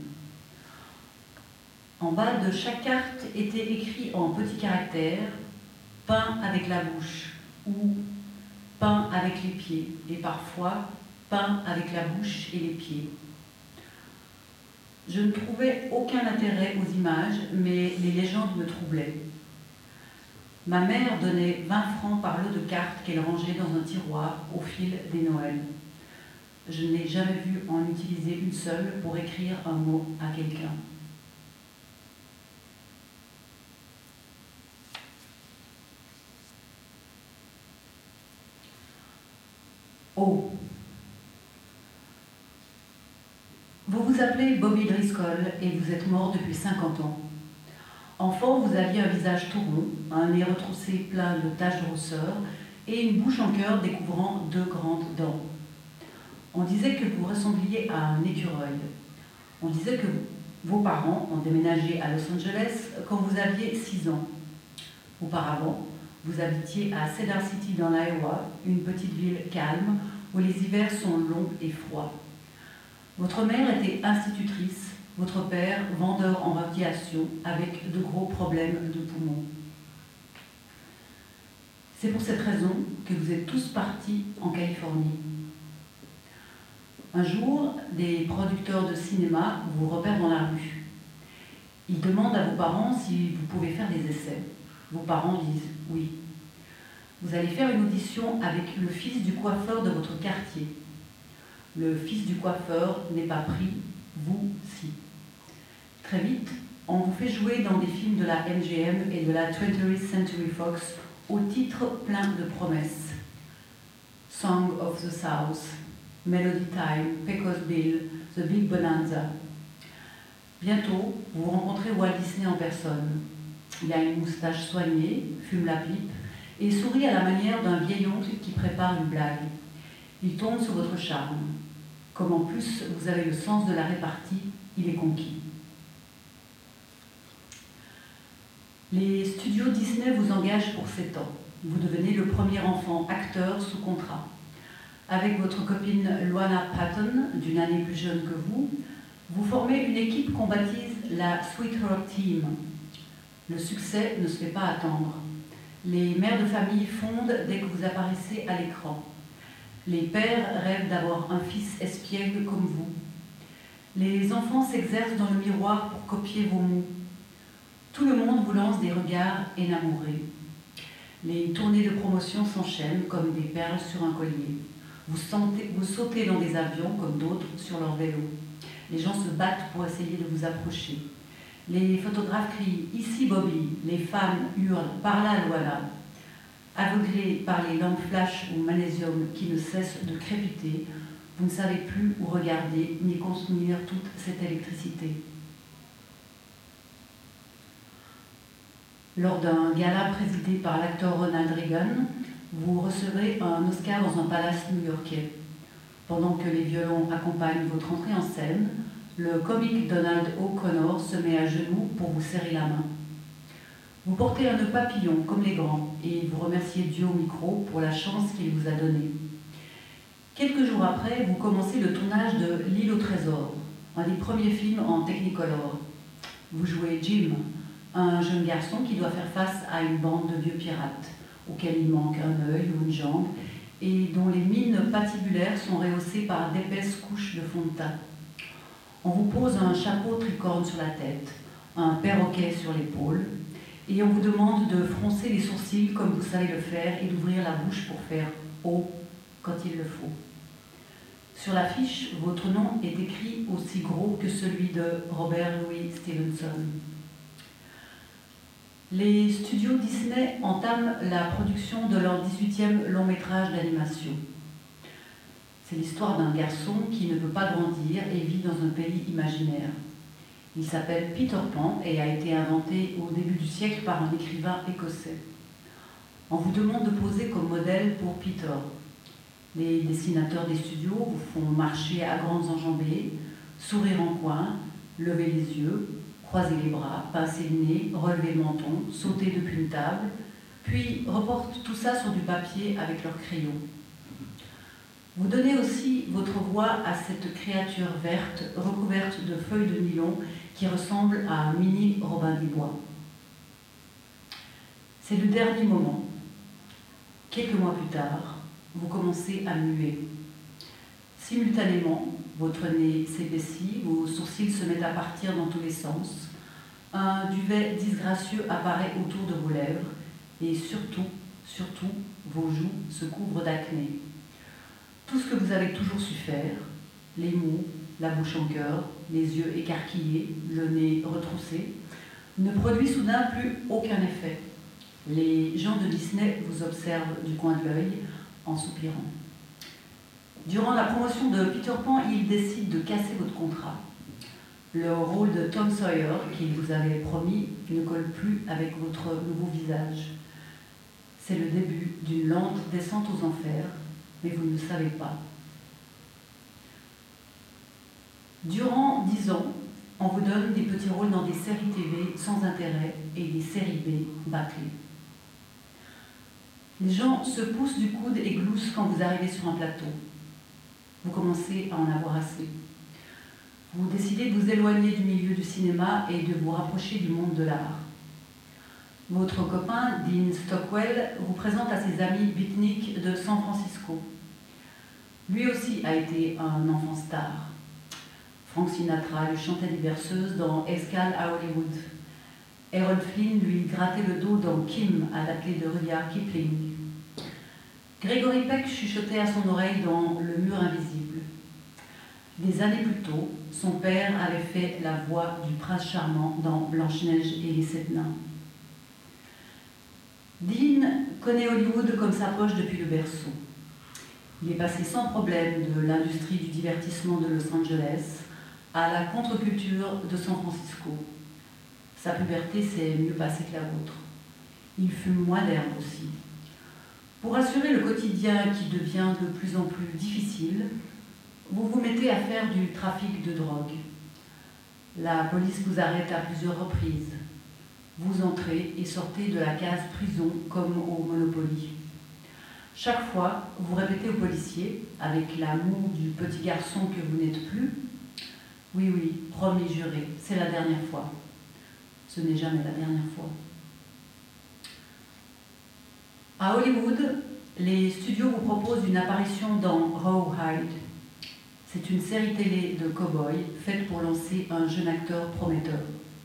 En bas de chaque carte était écrit en petits caractères « peint avec la bouche » ou « peint avec les pieds » et parfois « peint avec la bouche et les pieds ». Je ne trouvais aucun intérêt aux images, mais les légendes me troublaient. Ma mère donnait 20 francs par lot de cartes qu'elle rangeait dans un tiroir au fil des Noëls. Je n'ai jamais vu en utiliser une seule pour écrire un mot à quelqu'un. Oh. Vous vous appelez Bobby Driscoll et vous êtes mort depuis 50 ans. Enfant, vous aviez un visage tout rond, un nez retroussé plein de taches de rousseur et une bouche en cœur découvrant 2 grandes dents. On disait que vous ressembliez à un écureuil. On disait que vos parents ont déménagé à Los Angeles quand vous aviez 6 ans. Auparavant, vous habitiez à Cedar City dans l'Iowa, une petite ville calme où les hivers sont longs et froids. Votre mère était institutrice, votre père vendeur en radiation avec de gros problèmes de poumons. C'est pour cette raison que vous êtes tous partis en Californie. Un jour, des producteurs de cinéma vous repèrent dans la rue. Ils demandent à vos parents si vous pouvez faire des essais. Vos parents disent oui. Vous allez faire une audition avec le fils du coiffeur de votre quartier. Le fils du coiffeur n'est pas pris, vous si. Très vite, On vous fait jouer dans des films de la MGM et de la 20th Century Fox au titre plein de promesses. Song of the South, Melody Time, Pecos Bill, The Big Bonanza. Bientôt, vous rencontrez Walt Disney en personne. Il a une moustache soignée, fume la pipe et sourit à la manière d'un vieil oncle qui prépare une blague. Il tombe sur votre charme. Comme en plus vous avez le sens de la répartie, il est conquis. Les studios Disney vous engagent pour 7 ans. Vous devenez le premier enfant acteur sous contrat. Avec votre copine Luana Patton, d'une année plus jeune que vous formez une équipe qu'on baptise la Sweetheart Team. Le succès ne se fait pas attendre. Les mères de famille fondent dès que vous apparaissez à l'écran. Les pères rêvent d'avoir un fils espiègle comme vous. Les enfants s'exercent dans le miroir pour copier vos mots. Tout le monde vous lance des regards énamourés. Les tournées de promotion s'enchaînent comme des perles sur un collier. Vous sautez dans des avions comme d'autres sur leur vélo. Les gens se battent pour essayer de vous approcher. Les photographes crient « Ici Bobby !» Les fans hurlent « Par là Luana !» Aveuglés par les lampes flash ou magnésium qui ne cessent de crépiter, vous ne savez plus où regarder ni contenir toute cette électricité. Lors d'un gala présidé par l'acteur Ronald Reagan, vous recevrez un Oscar dans un palace new-yorkais. Pendant que les violons accompagnent votre entrée en scène, le comique Donald O'Connor se met à genoux pour vous serrer la main. Vous portez un nœud papillon comme les grands et vous remerciez Dieu au micro pour la chance qu'il vous a donnée. Quelques jours après, vous commencez le tournage de L'île au trésor, un des premiers films en Technicolor. Vous jouez Jim, un jeune garçon qui doit faire face à une bande de vieux pirates, auxquels il manque un œil ou une jambe, et dont les mines patibulaires sont rehaussées par d'épaisses couches de fond de teint. On vous pose un chapeau tricorne sur la tête, un perroquet sur l'épaule, et on vous demande de froncer les sourcils comme vous savez le faire et d'ouvrir la bouche pour faire « oh » quand il le faut. Sur l'affiche, votre nom est écrit aussi gros que celui de Robert Louis Stevenson. Les studios Disney entament la production de leur 18e long métrage d'animation. C'est l'histoire d'un garçon qui ne peut pas grandir et vit dans un pays imaginaire. Il s'appelle Peter Pan et a été inventé au début du siècle par un écrivain écossais. On vous demande de poser comme modèle pour Peter. Les dessinateurs des studios vous font marcher à grandes enjambées, sourire en coin, lever les yeux, croiser les bras, pincer le nez, relever le menton, sauter depuis une table, puis reportent tout ça sur du papier avec leur crayon. Vous donnez aussi votre voix à cette créature verte recouverte de feuilles de nylon qui ressemble à un mini Robin des Bois. C'est le dernier moment. Quelques mois plus tard, vous commencez à muer. Simultanément, votre nez s'épaissit, vos sourcils se mettent à partir dans tous les sens, un duvet disgracieux apparaît autour de vos lèvres et surtout, vos joues se couvrent d'acné. Tout ce que vous avez toujours su faire, les mots, la bouche en cœur, les yeux écarquillés, le nez retroussé, ne produit soudain plus aucun effet. Les gens de Disney vous observent du coin de l'œil en soupirant. Durant la promotion de Peter Pan, ils décident de casser votre contrat. Le rôle de Tom Sawyer, qu'il vous avait promis, ne colle plus avec votre nouveau visage. C'est le début d'une lente descente aux enfers, mais vous ne le savez pas. Durant 10 ans, on vous donne des petits rôles dans des séries TV sans intérêt et des séries B bâclées. Les gens se poussent du coude et gloussent quand vous arrivez sur un plateau. Vous commencez à en avoir assez. Vous décidez de vous éloigner du milieu du cinéma et de vous rapprocher du monde de l'art. Votre copain, Dean Stockwell, vous présente à ses amis beatniks de San Francisco. Lui aussi a été un enfant star. Frank Sinatra lui chantait des berceuses dans Escale à Hollywood. Errol Flynn lui grattait le dos dans Kim, adapté de Rudyard Kipling. Gregory Peck chuchotait à son oreille dans Le mur invisible. Des années plus tôt, son père avait fait la voix du prince charmant dans Blanche-Neige et les 7 nains. Dean connaît Hollywood comme sa poche depuis le berceau. Il est passé sans problème de l'industrie du divertissement de Los Angeles à la contre-culture de San Francisco. Sa puberté s'est mieux passée que la vôtre. Il fume moins d'herbe aussi. Pour assurer le quotidien qui devient de plus en plus difficile, vous vous mettez à faire du trafic de drogue. La police vous arrête à plusieurs reprises. Vous entrez et sortez de la case prison comme au Monopoly. Chaque fois, vous répétez au policier, avec l'amour du petit garçon que vous n'êtes plus, « Oui, oui, promis, juré, c'est la dernière fois. » Ce n'est jamais la dernière fois. À Hollywood, les studios vous proposent une apparition dans Rawhide. C'est une série télé de cow-boys faite pour lancer un jeune acteur prometteur.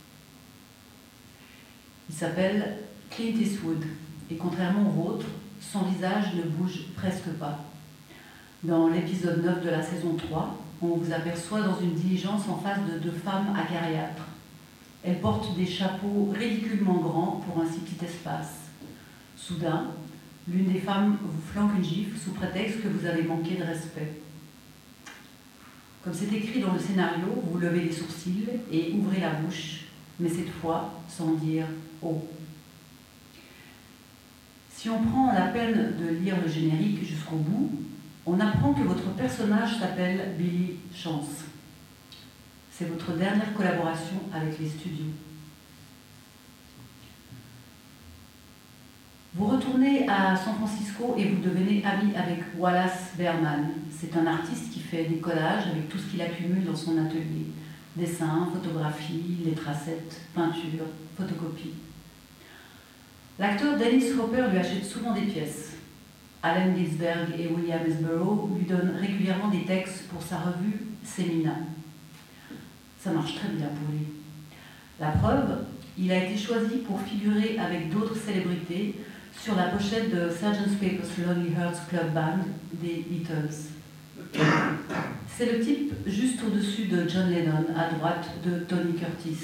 Il s'appelle Clint Eastwood et contrairement au vôtre, son visage ne bouge presque pas. Dans l'épisode 9 de la saison 3, on vous aperçoit dans une diligence en face de 2 femmes acariâtres. Elles portent des chapeaux ridiculement grands pour un si petit espace. Soudain, l'une des femmes vous flanque une gifle sous prétexte que vous avez manqué de respect. Comme c'est écrit dans le scénario, vous levez les sourcils et ouvrez la bouche, mais cette fois sans dire « oh ». Si on prend la peine de lire le générique jusqu'au bout, on apprend que votre personnage s'appelle Billy Chance. C'est votre dernière collaboration avec les studios. Vous retournez à San Francisco et vous devenez ami avec Wallace Berman. C'est un artiste qui fait des collages avec tout ce qu'il accumule dans son atelier. Dessins, photographies, lettracettes, peintures, photocopies. L'acteur Dennis Hopper lui achète souvent des pièces. Allen Ginsberg et William S. Burroughs lui donnent régulièrement des textes pour sa revue Semina. Ça marche très bien pour lui. La preuve, il a été choisi pour figurer avec d'autres célébrités sur la pochette de Sgt. Pepper's Lonely Hearts Club Band des Beatles. C'est le type juste au-dessus de John Lennon, à droite de Tony Curtis.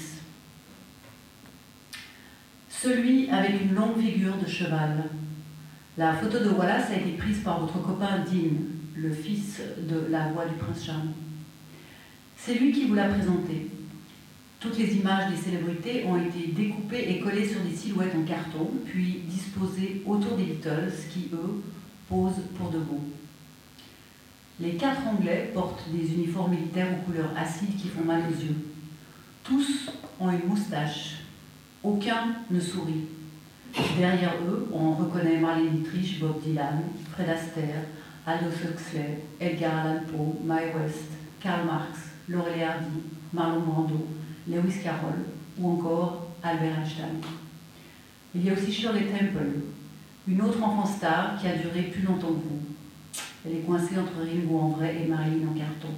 Celui avec une longue figure de cheval. La photo de Wallace a été prise par votre copain Dean, le fils de la voix du prince charmant. C'est lui qui vous l'a présenté. Toutes les images des célébrités ont été découpées et collées sur des silhouettes en carton, puis disposées autour des Beatles, qui, eux, posent pour de bon. Les 4 Anglais portent des uniformes militaires aux couleurs acides qui font mal aux yeux. Tous ont une moustache. Aucun ne sourit. Derrière eux, on reconnaît Marlene Dietrich, Bob Dylan, Fred Astaire, Aldous Huxley, Edgar Allan Poe, Mae West, Karl Marx, Laurel et Hardy, Marlon Brando, Lewis Carroll ou encore Albert Einstein. Il y a aussi Shirley Temple, une autre enfant star qui a duré plus longtemps que vous. Elle est coincée entre Ringo en vrai et Marilyn en carton.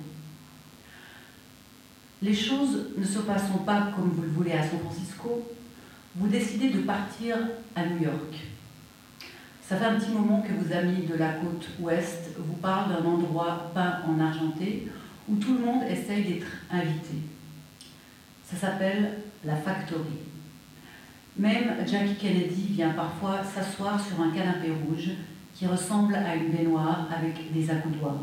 Les choses ne se passeront pas comme vous le voulez à San Francisco. Vous décidez de partir à New York. Ça fait un petit moment que vos amis de la côte ouest vous parlent d'un endroit peint en argenté où tout le monde essaye d'être invité. Ça s'appelle la Factory. Même Jackie Kennedy vient parfois s'asseoir sur un canapé rouge qui ressemble à une baignoire avec des accoudoirs.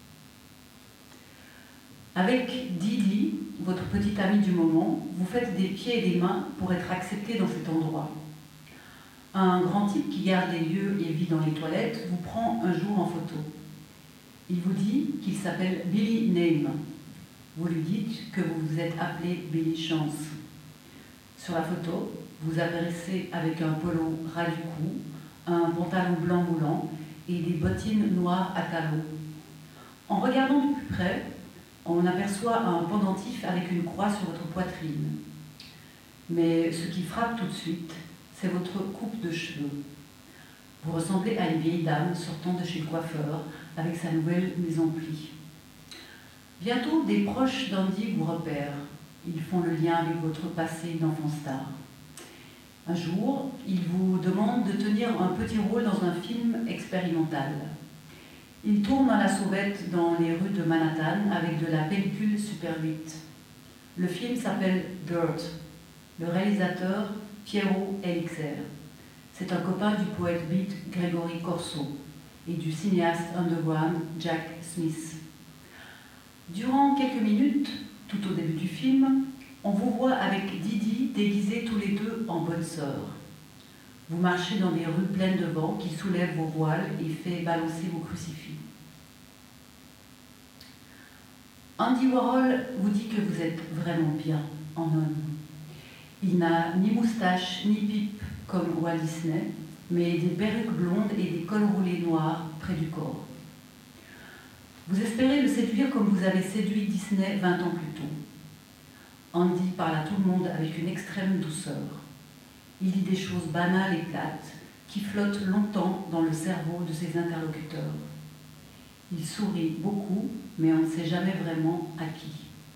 Avec Didi, votre petite amie du moment, vous faites des pieds et des mains pour être accepté dans cet endroit. Un grand type qui garde les lieux et vit dans les toilettes vous prend un jour en photo. Il vous dit qu'il s'appelle Billy Name. Vous lui dites que vous vous êtes appelé Billy Chance. Sur la photo, vous apparaissez avec un polo ras du cou, un pantalon blanc moulant et des bottines noires à talons. En regardant de plus près, on aperçoit un pendentif avec une croix sur votre poitrine. Mais ce qui frappe tout de suite, c'est votre coupe de cheveux. Vous ressemblez à une vieille dame sortant de chez le coiffeur avec sa nouvelle mise en pli. Bientôt, des proches d'Andy vous repèrent. Ils font le lien avec votre passé d'enfant star. Un jour, ils vous demandent de tenir un petit rôle dans un film expérimental. Il tourne à la sauvette dans les rues de Manhattan avec de la pellicule Super 8. Le film s'appelle Dirt. Le réalisateur, Piero Elixer. C'est un copain du poète beat Gregory Corso et du cinéaste underground Jack Smith. Durant quelques minutes, tout au début du film, on vous voit avec Didi déguisés tous les deux en bonnes sœurs. Vous marchez dans des rues pleines de vent qui soulève vos voiles et fait balancer vos crucifix. Andy Warhol vous dit que vous êtes vraiment bien en homme. Il n'a ni moustache ni pipe comme Walt Disney, mais des perruques blondes et des cols roulés noirs près du corps. Vous espérez le séduire comme vous avez séduit Disney 20 ans plus tôt. Andy parle à tout le monde avec une extrême douceur. Il dit des choses banales et plates qui flottent longtemps dans le cerveau de ses interlocuteurs. Il sourit beaucoup, mais on ne sait jamais vraiment à qui.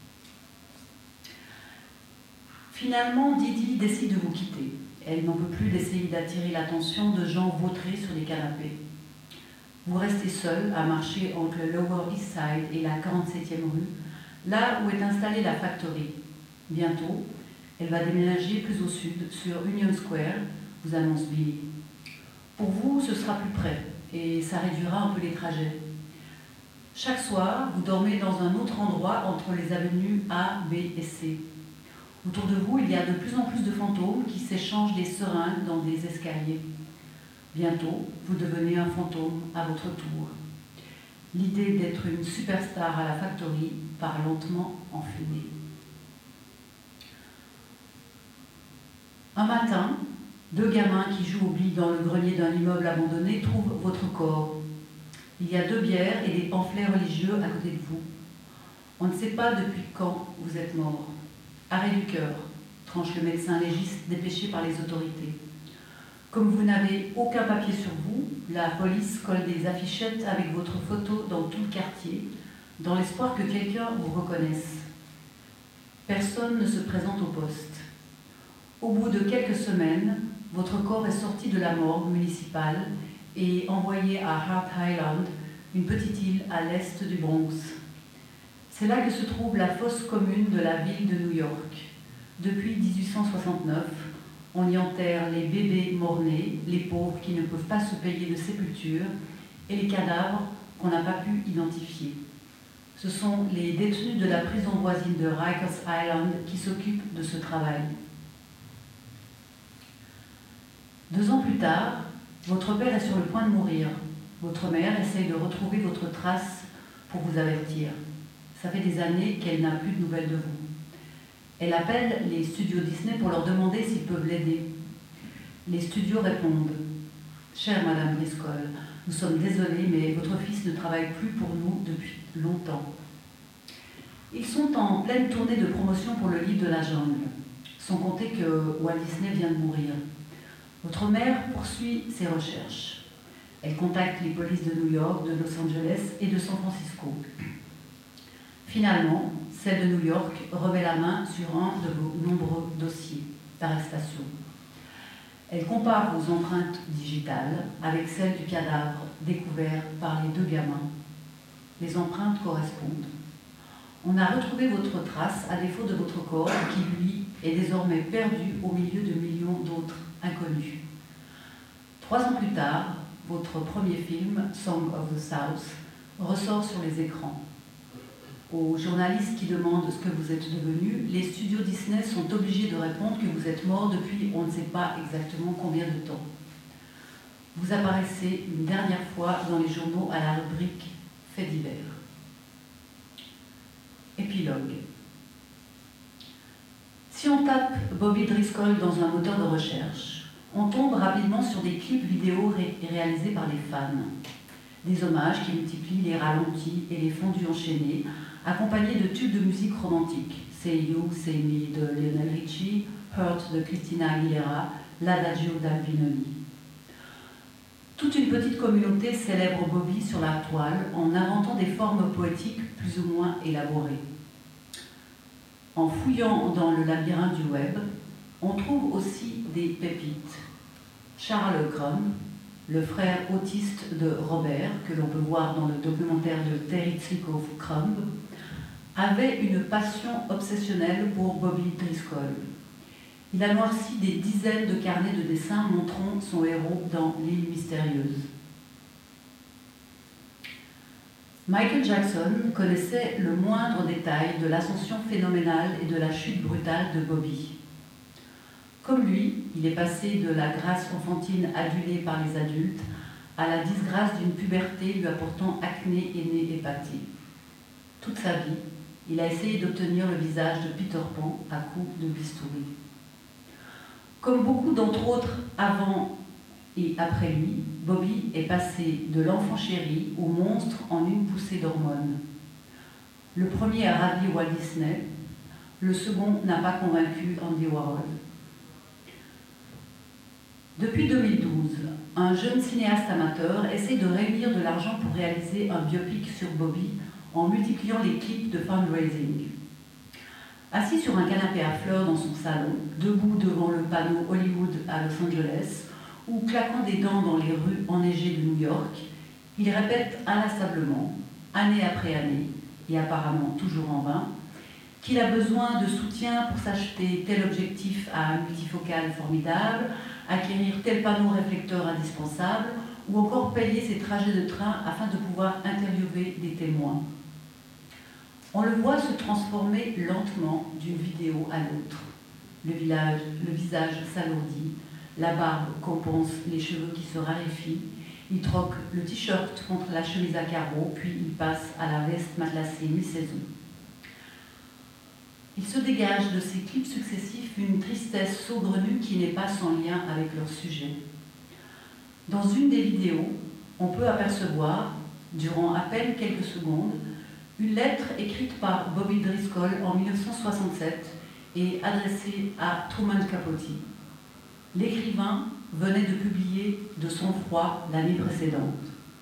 Finalement, Didi décide de vous quitter. Elle n'en peut plus d'essayer d'attirer l'attention de gens vautrés sur les canapés. Vous restez seul à marcher entre le Lower East Side et la 47e rue, là où est installée la factory. Bientôt, elle va déménager plus au sud, sur Union Square, vous annonce Billy. Pour vous, ce sera plus près, et ça réduira un peu les trajets. Chaque soir, vous dormez dans un autre endroit entre les avenues A, B et C. Autour de vous, il y a de plus en plus de fantômes qui s'échangent des seringues dans des escaliers. Bientôt, vous devenez un fantôme à votre tour. L'idée d'être une superstar à la factory part lentement en fumée. Un matin, 2 gamins qui jouent au billes dans le grenier d'un immeuble abandonné trouvent votre corps. Il y a 2 bières et des pamphlets religieux à côté de vous. On ne sait pas depuis quand vous êtes mort. Arrêt du cœur, tranche le médecin légiste dépêché par les autorités. Comme vous n'avez aucun papier sur vous, la police colle des affichettes avec votre photo dans tout le quartier, dans l'espoir que quelqu'un vous reconnaisse. Personne ne se présente au poste. Au bout de quelques semaines, votre corps est sorti de la morgue municipale et envoyé à Hart Island, une petite île à l'est du Bronx. C'est là que se trouve la fosse commune de la ville de New York. Depuis 1869, on y enterre les bébés mort-nés, les pauvres qui ne peuvent pas se payer de sépulture, et les cadavres qu'on n'a pas pu identifier. Ce sont les détenus de la prison voisine de Rikers Island qui s'occupent de ce travail. 2 ans plus tard, votre père est sur le point de mourir. Votre mère essaye de retrouver votre trace pour vous avertir. Ça fait des années qu'elle n'a plus de nouvelles de vous. Elle appelle les studios Disney pour leur demander s'ils peuvent l'aider. Les studios répondent « Chère Madame Driscoll, nous sommes désolés, mais votre fils ne travaille plus pour nous depuis longtemps. » Ils sont en pleine tournée de promotion pour le livre de la jungle, sans compter que Walt Disney vient de mourir. Votre mère poursuit ses recherches. Elle contacte les polices de New York, de Los Angeles et de San Francisco. Finalement, celle de New York remet la main sur un de vos nombreux dossiers d'arrestation. Elle compare vos empreintes digitales avec celles du cadavre découvert par les 2 gamins. Les empreintes correspondent. On a retrouvé votre trace à défaut de votre corps qui, lui, est désormais perdu au milieu de millions d'autres inconnus. 3 ans plus tard, votre premier film, Song of the South, ressort sur les écrans. Aux journalistes qui demandent ce que vous êtes devenu, les studios Disney sont obligés de répondre que vous êtes mort depuis on ne sait pas exactement combien de temps. Vous apparaissez une dernière fois dans les journaux à la rubrique Faits divers. Épilogue. Si on tape Bobby Driscoll dans un moteur de recherche, on tombe rapidement sur des clips vidéo réalisés par les fans. Des hommages qui multiplient les ralentis et les fondus enchaînés, accompagnés de tubes de musique romantique. Say You, Say Me de Lionel Richie, Hurt de Christina Aguilera, l'Adagio d'Albinoni. Toute une petite communauté célèbre Bobby sur la toile en inventant des formes poétiques plus ou moins élaborées. En fouillant dans le labyrinthe du web, on trouve aussi des pépites. Charles Crum, le frère autiste de Robert, que l'on peut voir dans le documentaire de Terry Zwickhoff Crumb, avait une passion obsessionnelle pour Bobby Driscoll. Il a noirci des dizaines de carnets de dessins montrant son héros dans L'île mystérieuse. Michael Jackson connaissait le moindre détail de l'ascension phénoménale et de la chute brutale de Bobby. Comme lui, il est passé de la grâce enfantine adulée par les adultes à la disgrâce d'une puberté lui apportant acné et nez épaté. Toute sa vie, il a essayé d'obtenir le visage de Peter Pan à coups de bistouri. Comme beaucoup d'entre autres avant et après lui, Bobby est passé de l'enfant chéri au monstre en une poussée d'hormones. Le premier a ravi Walt Disney, le second n'a pas convaincu Andy Warhol. Depuis 2012, un jeune cinéaste amateur essaie de réunir de l'argent pour réaliser un biopic sur Bobby en multipliant les clips de fundraising. Assis sur un canapé à fleurs dans son salon, debout devant le panneau Hollywood à Los Angeles, ou claquant des dents dans les rues enneigées de New York, il répète inlassablement, année après année, et apparemment toujours en vain, qu'il a besoin de soutien pour s'acheter tel objectif à un multifocal formidable, acquérir tel panneau réflecteur indispensable, ou encore payer ses trajets de train afin de pouvoir interviewer des témoins. On le voit se transformer lentement d'une vidéo à l'autre. Le visage s'alourdit, la barbe compense les cheveux qui se raréfient, il troque le t-shirt contre la chemise à carreaux, puis il passe à la veste matelassée mi-saison. Il se dégage de ces clips successifs une tristesse saugrenue qui n'est pas sans lien avec leur sujet. Dans une des vidéos, on peut apercevoir, durant à peine quelques secondes, une lettre écrite par Bobby Driscoll en 1967 et adressée à Truman Capote. L'écrivain venait de publier de son froid l'année précédente.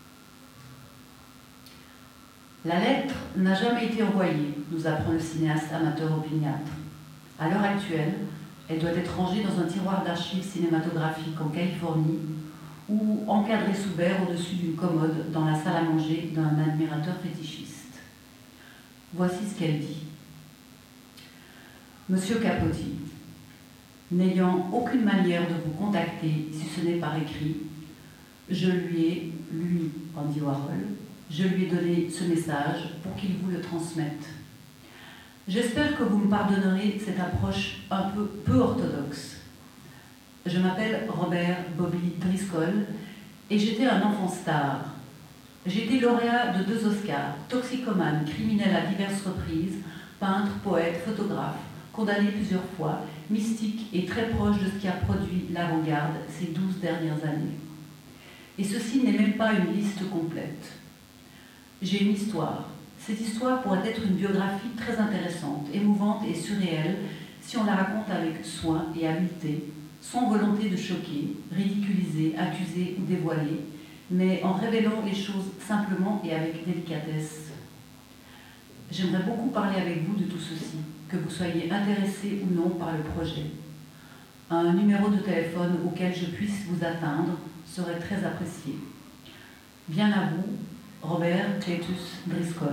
La lettre n'a jamais été envoyée, nous apprend le cinéaste amateur opiniâtre. À l'heure actuelle, elle doit être rangée dans un tiroir d'archives cinématographiques en Californie ou encadrée sous verre au-dessus d'une commode dans la salle à manger d'un admirateur fétichiste. Voici ce qu'elle dit. Monsieur Capote, n'ayant aucune manière de vous contacter si ce n'est par écrit, je lui ai, lui, Andy Warhol, je lui ai donné ce message pour qu'il vous le transmette. J'espère que vous me pardonnerez cette approche un peu orthodoxe. Je m'appelle Robert Bobby Driscoll et j'étais un enfant star. J'ai été lauréat de 2 Oscars, toxicomane, criminel à diverses reprises, peintre, poète, photographe, condamné plusieurs fois, mystique et très proche de ce qui a produit l'avant-garde ces 12 dernières années. Et ceci n'est même pas une liste complète. J'ai une histoire. Cette histoire pourrait être une biographie très intéressante, émouvante et surréelle si on la raconte avec soin et habileté, sans volonté de choquer, ridiculiser, accuser ou dévoiler, mais en révélant les choses simplement et avec délicatesse. J'aimerais beaucoup parler avec vous de tout ceci, que vous soyez intéressé ou non par le projet. Un numéro de téléphone auquel je puisse vous atteindre serait très apprécié. Bien à vous, Robert Cletus Driscoll.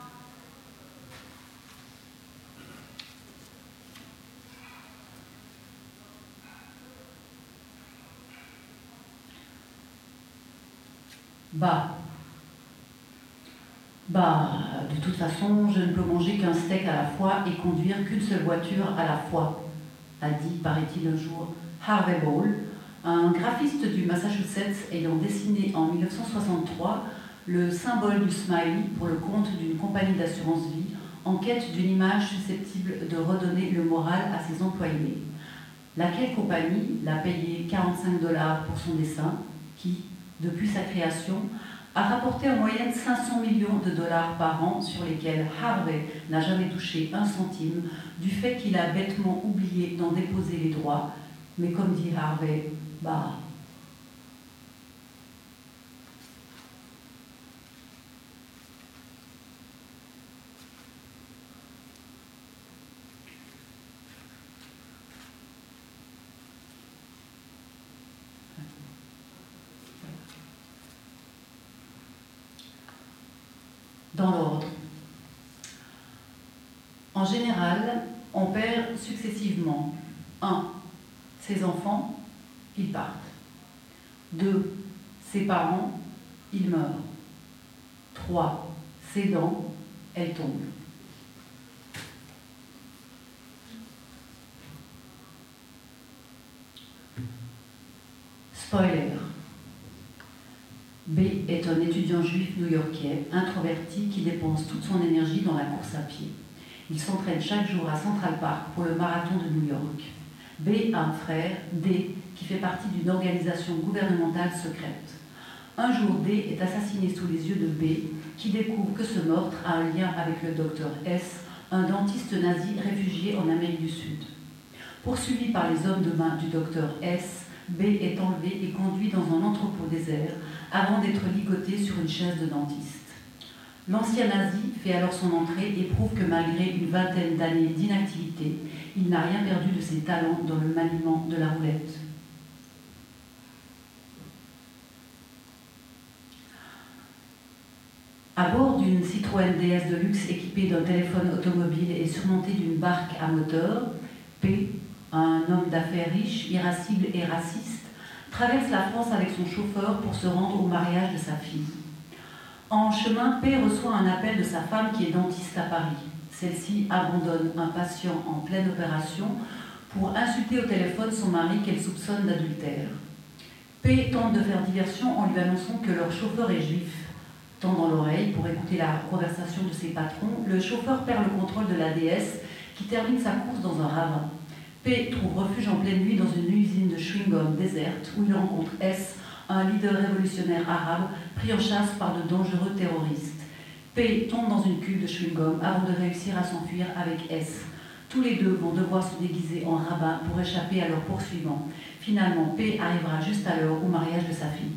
De toute façon, je ne peux manger qu'un steak à la fois et conduire qu'une seule voiture à la fois, a dit, paraît-il un jour, Harvey Ball, un graphiste du Massachusetts ayant dessiné en 1963 le symbole du smiley pour le compte d'une compagnie d'assurance vie en quête d'une image susceptible de redonner le moral à ses employés. Laquelle compagnie l'a payé 45 $ pour son dessin, qui, depuis sa création, a rapporté en moyenne 500 millions de $ par an sur lesquels Harvey n'a jamais touché un centime du fait qu'il a bêtement oublié d'en déposer les droits. Mais comme dit Harvey, Dans l'ordre. En général, on perd successivement 1. Ses enfants, ils partent. 2. Ses parents, ils meurent. 3. Ses dents, elles tombent. Spoiler. B est un étudiant juif new-yorkais, introverti, qui dépense toute son énergie dans la course à pied. Il s'entraîne chaque jour à Central Park pour le marathon de New York. B a un frère, D, qui fait partie d'une organisation gouvernementale secrète. Un jour, D est assassiné sous les yeux de B, qui découvre que ce meurtre a un lien avec le docteur S, un dentiste nazi réfugié en Amérique du Sud. Poursuivi par les hommes de main du docteur S, B est enlevé et conduit dans un entrepôt désert avant d'être ligoté sur une chaise de dentiste. L'ancien nazi fait alors son entrée et prouve que malgré une vingtaine d'années d'inactivité, il n'a rien perdu de ses talents dans le maniement de la roulette. À bord d'une Citroën DS de luxe équipée d'un téléphone automobile et surmontée d'une barque à moteur, P, un homme d'affaires riche, irascible et raciste, traverse la France avec son chauffeur pour se rendre au mariage de sa fille. En chemin, P reçoit un appel de sa femme qui est dentiste à Paris. Celle-ci abandonne un patient en pleine opération pour insulter au téléphone son mari qu'elle soupçonne d'adultère. P tente de faire diversion en lui annonçant que leur chauffeur est juif. Tend dans l'oreille pour écouter la conversation de ses patrons, le chauffeur perd le contrôle de la DS qui termine sa course dans un ravin. P trouve refuge en pleine nuit dans une usine de chewing-gum déserte où il rencontre S, un leader révolutionnaire arabe pris en chasse par de dangereux terroristes. P tombe dans une cuve de chewing-gum avant de réussir à s'enfuir avec S. Tous les deux vont devoir se déguiser en rabbin pour échapper à leurs poursuivants. Finalement, P arrivera juste à l'heure au mariage de sa fille.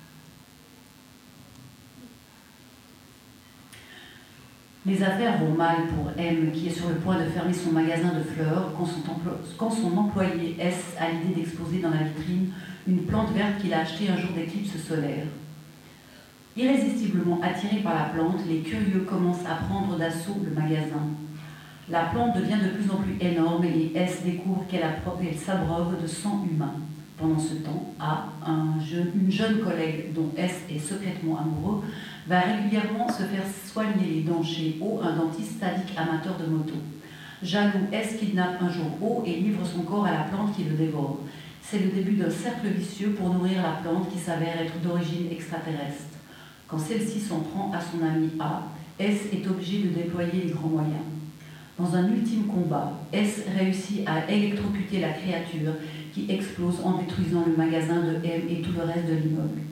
Les affaires vont mal pour M, qui est sur le point de fermer son magasin de fleurs quand son employé S a l'idée d'exposer dans la vitrine une plante verte qu'il a achetée un jour d'éclipse solaire. Irrésistiblement attirés par la plante, les curieux commencent à prendre d'assaut le magasin. La plante devient de plus en plus énorme et S découvre qu'elle s'abreuve de sang humain. Pendant ce temps, A, une jeune collègue dont S est secrètement amoureux, va régulièrement se faire soigner les dents chez O, un dentiste sadique amateur de moto. Jaloux, S kidnappe un jour O et livre son corps à la plante qui le dévore. C'est le début d'un cercle vicieux pour nourrir la plante qui s'avère être d'origine extraterrestre. Quand celle-ci s'en prend à son ami A, S est obligé de déployer les grands moyens. Dans un ultime combat, S réussit à électrocuter la créature qui explose en détruisant le magasin de M et tout le reste de l'immeuble.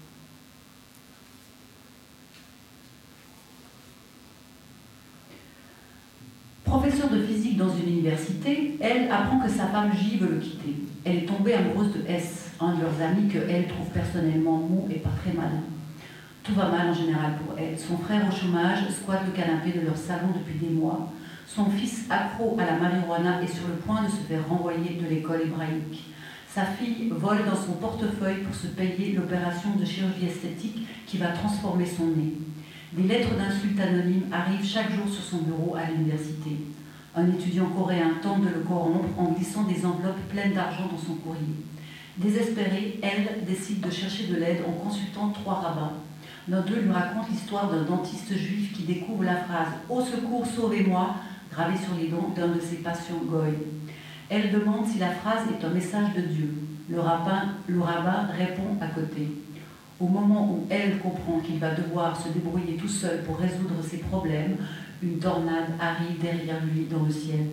Professeure de physique dans une université, elle apprend que sa femme J veut le quitter. Elle est tombée amoureuse de S, un de leurs amis que elle trouve personnellement mou et pas très malin. Tout va mal en général pour elle. Son frère au chômage squatte le canapé de leur salon depuis des mois. Son fils, accro à la marijuana, est sur le point de se faire renvoyer de l'école hébraïque. Sa fille vole dans son portefeuille pour se payer l'opération de chirurgie esthétique qui va transformer son nez. Des lettres d'insultes anonymes arrivent chaque jour sur son bureau à l'université. Un étudiant coréen tente de le corrompre en glissant des enveloppes pleines d'argent dans son courrier. Désespérée, elle décide de chercher de l'aide en consultant 3 rabbins. L'un d'eux lui raconte l'histoire d'un dentiste juif qui découvre la phrase « Au secours, sauvez-moi » gravée sur les dents d'un de ses patients goy. Elle demande si la phrase est un message de Dieu. Le rabbin répond à côté. Au moment où elle comprend qu'il va devoir se débrouiller tout seul pour résoudre ses problèmes, une tornade arrive derrière lui dans le ciel.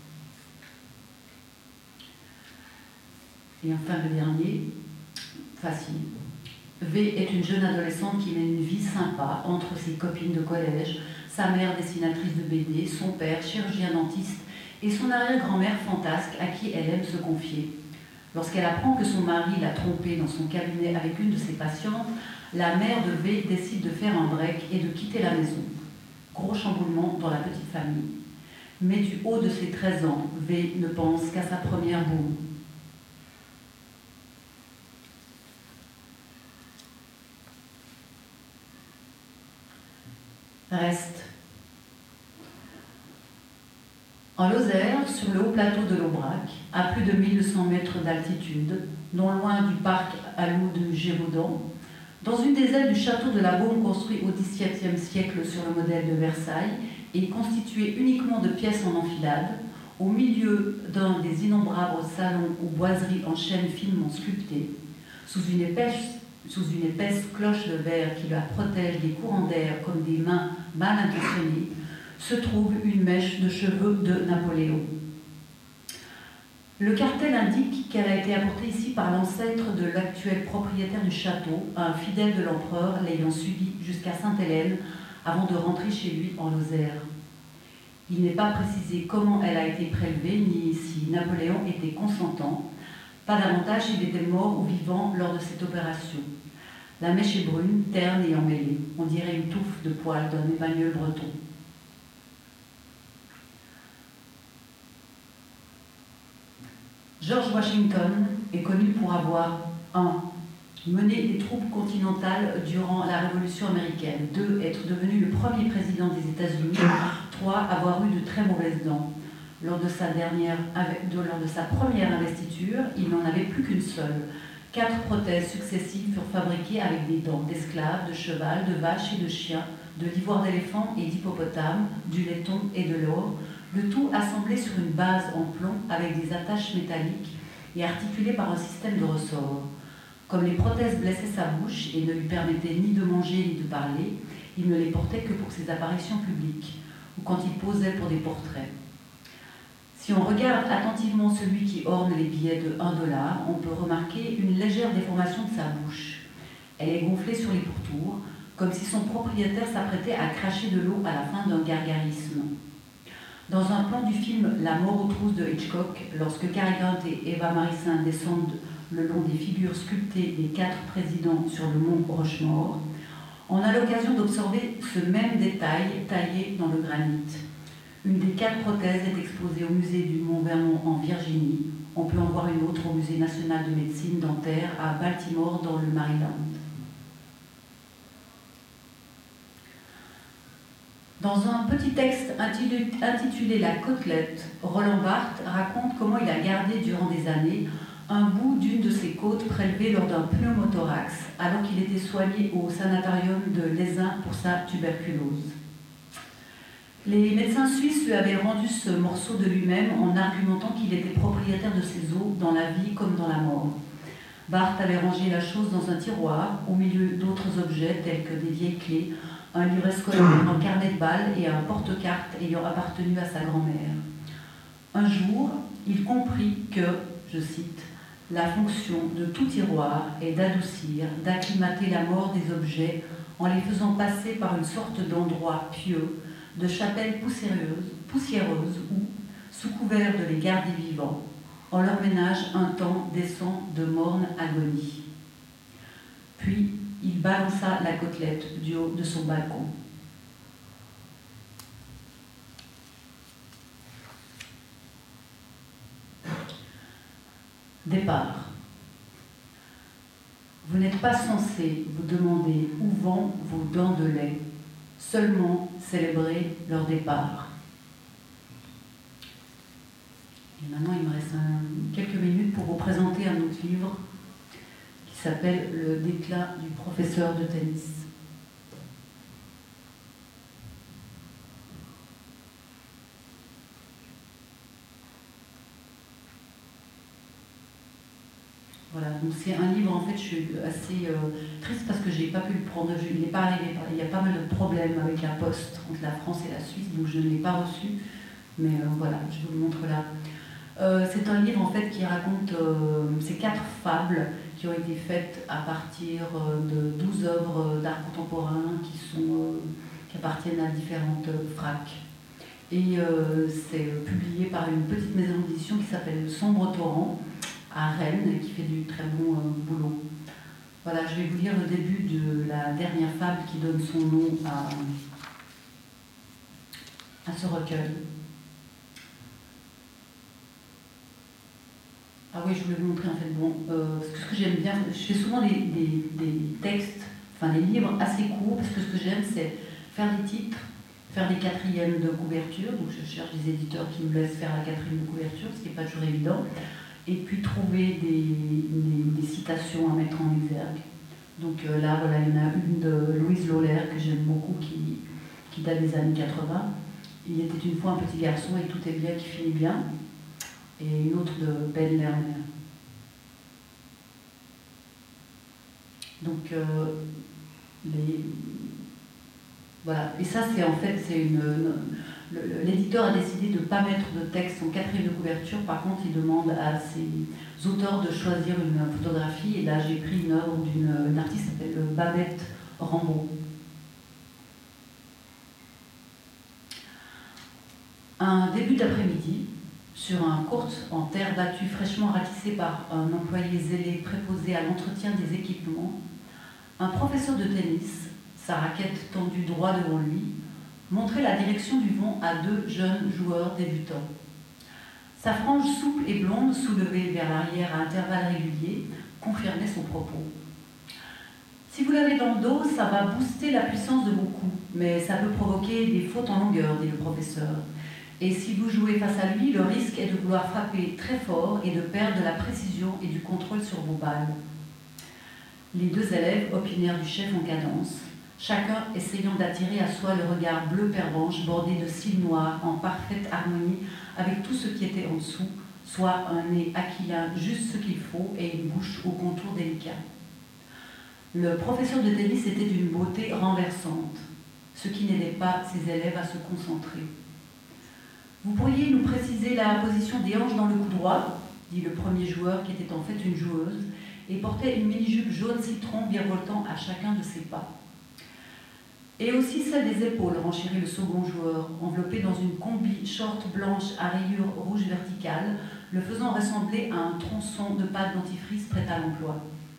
Et enfin le dernier, facile. V est une jeune adolescente qui mène une vie sympa entre ses copines de collège, sa mère dessinatrice de BD, son père chirurgien dentiste et son arrière-grand-mère fantasque à qui elle aime se confier. Lorsqu'elle apprend que son mari l'a trompée dans son cabinet avec une de ses patientes, la mère de V décide de faire un break et de quitter la maison. Gros chamboulement dans la petite famille. Mais du haut de ses 13 ans, V ne pense qu'à sa première boum. Reste. En Lozère, sur le haut plateau de l'Aubrac, à plus de 1100 mètres d'altitude, non loin du parc à l'eau de Gévaudan, dans une des ailes du château de la Baume construit au XVIIe siècle sur le modèle de Versailles et constitué uniquement de pièces en enfilade, au milieu d'un des innombrables salons ou boiseries en chêne finement sculptées, sous une épaisse cloche de verre qui la protège des courants d'air comme des mains mal intentionnées, se trouve une mèche de cheveux de Napoléon. Le cartel indique qu'elle a été apportée ici par l'ancêtre de l'actuel propriétaire du château, un fidèle de l'empereur l'ayant suivi jusqu'à Sainte-Hélène avant de rentrer chez lui en Lozère. Il n'est pas précisé comment elle a été prélevée, ni si Napoléon était consentant. Pas davantage s'il était mort ou vivant lors de cette opération. La mèche est brune, terne et emmêlée. On dirait une touffe de poils d'un épagnol breton. George Washington est connu pour avoir 1. Mené des troupes continentales durant la Révolution américaine. 2. Être devenu le premier président des États-Unis. 3. Avoir eu de très mauvaises dents. Lors de sa première investiture, il n'en avait plus qu'une seule. 4 prothèses successives furent fabriquées avec des dents d'esclaves, de cheval, de vache et de chien, de l'ivoire d'éléphant et d'hippopotame, du laiton et de l'or, le tout assemblé sur une base en plomb avec des attaches métalliques et articulé par un système de ressorts. Comme les prothèses blessaient sa bouche et ne lui permettaient ni de manger ni de parler, il ne les portait que pour ses apparitions publiques ou quand il posait pour des portraits. Si on regarde attentivement celui qui orne les billets de $1, on peut remarquer une légère déformation de sa bouche. Elle est gonflée sur les pourtours, comme si son propriétaire s'apprêtait à cracher de l'eau à la fin d'un gargarisme. Dans un plan du film La mort aux trousses de Hitchcock, lorsque Cary Grant et Eva Marisin descendent le long des figures sculptées des 4 présidents sur le mont Rochemort, on a l'occasion d'observer ce même détail taillé dans le granit. Une des 4 prothèses est exposée au musée du Mont Vernon en Virginie. On peut en voir une autre au Musée national de médecine dentaire à Baltimore dans le Maryland. Dans un petit texte intitulé La côtelette, Roland Barthes raconte comment il a gardé durant des années un bout d'une de ses côtes prélevée lors d'un pneumothorax alors qu'il était soigné au sanatorium de l'Aisin pour sa tuberculose. Les médecins suisses lui avaient rendu ce morceau de lui-même en argumentant qu'il était propriétaire de ses os dans la vie comme dans la mort. Barthes avait rangé la chose dans un tiroir au milieu d'autres objets tels que des vieilles clés, un livret scolaire, un carnet de balles et un porte-cartes ayant appartenu à sa grand-mère. Un jour, il comprit que, je cite, « la fonction de tout tiroir est d'adoucir, d'acclimater la mort des objets en les faisant passer par une sorte d'endroit pieux, de chapelle poussiéreuse où, sous couvert de les garder vivants, on leur ménage un temps décent de morne agonie. » Puis, il balança la côtelette du haut de son balcon. Départ. Vous n'êtes pas censé vous demander où vont vos dents de lait, seulement célébrer leur départ. Et maintenant, il me reste quelques minutes pour vous présenter un autre livre qui s'appelle Le déclin du professeur de tennis. Voilà, donc c'est un livre, en fait, je suis assez triste parce que je n'ai pas pu le prendre, il n'est pas arrivé, il y a pas mal de problèmes avec la poste entre la France et la Suisse, donc je ne l'ai pas reçu, mais voilà, je vous le montre là. C'est un livre, en fait, qui raconte ces 4 fables qui ont été faites à partir de 12 œuvres d'art contemporain qui appartiennent à différentes fracs. Et c'est publié par une petite maison d'édition qui s'appelle Sombre Torrent, à Rennes, qui fait du très bon boulot. Voilà, je vais vous lire le début de la dernière fable qui donne son nom à ce recueil. Ah oui, je voulais vous montrer en fait, bon, ce que j'aime bien, je fais souvent des textes, enfin des livres assez courts, parce que ce que j'aime c'est faire des titres, faire des quatrièmes de couverture, donc je cherche des éditeurs qui me laissent faire la quatrième de couverture, ce qui n'est pas toujours évident, et puis trouver des citations à mettre en exergue. Donc là, voilà, il y en a une de Louise Loller que j'aime beaucoup, qui date des années 80. Il était une fois un petit garçon et tout est bien qui finit bien. Et une autre de Ben Lerner. Donc, voilà. Et ça, c'est en fait, l'éditeur a décidé de ne pas mettre de texte en quatrième de couverture. Par contre, il demande à ses auteurs de choisir une photographie. Et là, j'ai pris une œuvre d'une artiste qui s'appelle Babette Rambaud. Un début d'après-midi, sur un court en terre battue fraîchement ratissé par un employé zélé préposé à l'entretien des équipements, un professeur de tennis, sa raquette tendue droit devant lui, montrait la direction du vent à 2 jeunes joueurs débutants. Sa frange souple et blonde, soulevée vers l'arrière à intervalles réguliers, confirmait son propos. « Si vous l'avez dans le dos, ça va booster la puissance de vos coups, mais ça peut provoquer des fautes en longueur, dit le professeur. Et si vous jouez face à lui, le risque est de vouloir frapper très fort et de perdre de la précision et du contrôle sur vos balles. » Les 2 élèves opinèrent du chef en cadence, chacun essayant d'attirer à soi le regard bleu pervenche bordé de cils noirs en parfaite harmonie avec tout ce qui était en dessous, soit un nez aquilin juste ce qu'il faut et une bouche au contour délicat. Le professeur de tennis était d'une beauté renversante, ce qui n'aidait pas ses élèves à se concentrer. « Vous pourriez nous préciser la position des hanches dans le cou droit ?» dit le premier joueur qui était en fait une joueuse et portait une mini-jupe jaune citron virevoltant à chacun de ses pas. « Et aussi celle des épaules, renchérit le second joueur, enveloppé dans une combi short blanche à rayures rouges verticales, le faisant ressembler à un tronçon de pâte dentifrice prêt à l'emploi.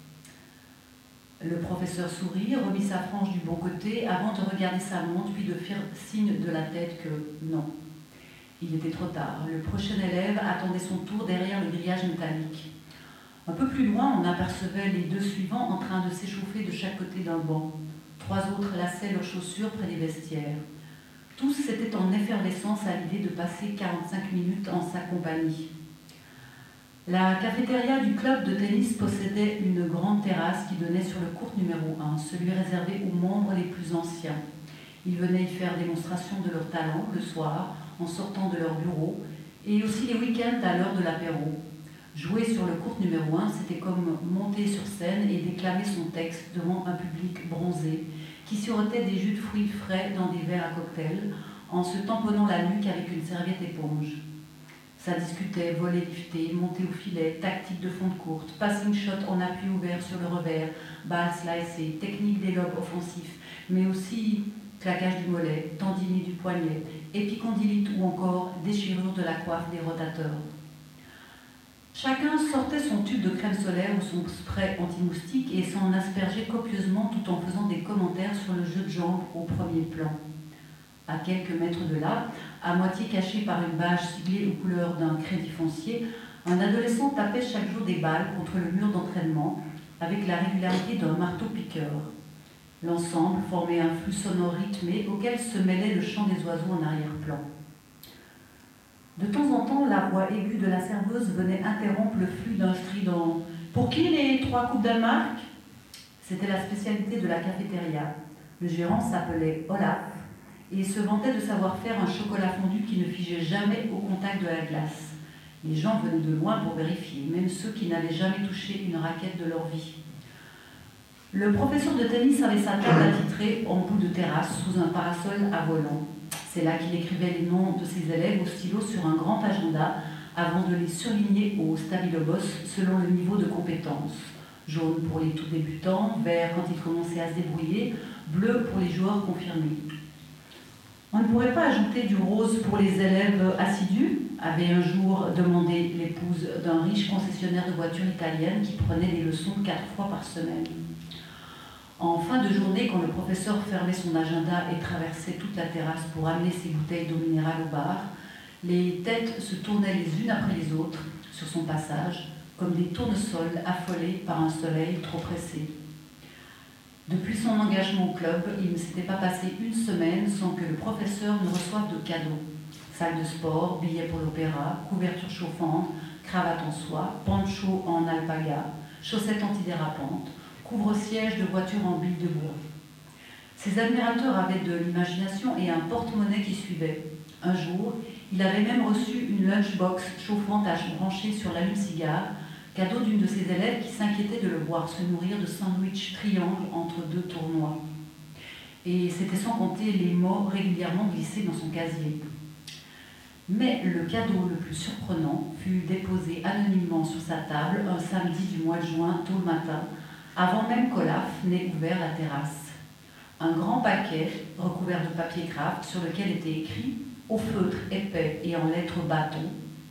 Le professeur sourit, remit sa frange du bon côté avant de regarder sa montre puis de faire signe de la tête que non. Il était trop tard. Le prochain élève attendait son tour derrière le grillage métallique. Un peu plus loin, on apercevait les 2 suivants en train de s'échauffer de chaque côté d'un banc. 3 autres lassaient leurs chaussures près des vestiaires. Tous étaient en effervescence à l'idée de passer 45 minutes en sa compagnie. La cafétéria du club de tennis possédait une grande terrasse qui donnait sur le court numéro 1, celui réservé aux membres les plus anciens. Ils venaient y faire démonstration de leur talent le soir, en sortant de leur bureau, et aussi les week-ends à l'heure de l'apéro. Jouer sur le court numéro 1, c'était comme monter sur scène et déclamer son texte devant un public bronzé, qui sirotait des jus de fruits frais dans des verres à cocktail, en se tamponnant la nuque avec une serviette éponge. Ça discutait, volley lifté, montée au filet, tactique de fonte courte, passing shot en appui ouvert sur le revers, balle slicée, technique des lobes offensifs, mais aussi claquage du mollet, tendinite du poignet, épicondylite ou encore déchirure de la coiffe des rotateurs. Chacun sortait son tube de crème solaire ou son spray anti-moustique et s'en aspergeait copieusement tout en faisant des commentaires sur le jeu de jambes au premier plan. À quelques mètres de là, à moitié caché par une bâche siglée aux couleurs d'un crédit foncier, un adolescent tapait chaque jour des balles contre le mur d'entraînement avec la régularité d'un marteau-piqueur. L'ensemble formait un flux sonore rythmé auquel se mêlait le chant des oiseaux en arrière-plan. De temps en temps, la voix aiguë de la serveuse venait interrompre le flux d'un strident. « Pour qui les 3 coupes Danemark ?» C'était la spécialité de la cafétéria. Le gérant s'appelait Olaf et se vantait de savoir faire un chocolat fondu qui ne figeait jamais au contact de la glace. Les gens venaient de loin pour vérifier, même ceux qui n'avaient jamais touché une raquette de leur vie. Le professeur de tennis avait sa table attitrée en bout de terrasse sous un parasol à volant. C'est là qu'il écrivait les noms de ses élèves au stylo sur un grand agenda avant de les surligner au stabilobos selon le niveau de compétence. Jaune pour les tout débutants, vert quand ils commençaient à se débrouiller, bleu pour les joueurs confirmés. On ne pourrait pas ajouter du rose pour les élèves assidus, avait un jour demandé l'épouse d'un riche concessionnaire de voitures italiennes qui prenait des leçons 4 fois par semaine. En fin de journée, quand le professeur fermait son agenda et traversait toute la terrasse pour amener ses bouteilles d'eau minérale au bar, les têtes se tournaient les unes après les autres sur son passage, comme des tournesols affolés par un soleil trop pressé. Depuis son engagement au club, il ne s'était pas passé une semaine sans que le professeur ne reçoive de cadeaux. Salle de sport, billets pour l'opéra, couverture chauffante, cravate en soie, poncho en alpaga, chaussettes antidérapantes, couvre-siège de voiture en billes de bois. Ses admirateurs avaient de l'imagination et un porte-monnaie qui suivait. Un jour, il avait même reçu une lunchbox chauffante à brancher sur l'allume-cigare, cadeau d'une de ses élèves qui s'inquiétait de le voir se nourrir de sandwichs triangles entre deux tournois. Et c'était sans compter les mots régulièrement glissés dans son casier. Mais le cadeau le plus surprenant fut déposé anonymement sur sa table un samedi du mois de juin tôt le matin, avant même qu'Olaf n'ait ouvert la terrasse. Un grand paquet recouvert de papier craft sur lequel était écrit, au feutre épais et en lettres bâton,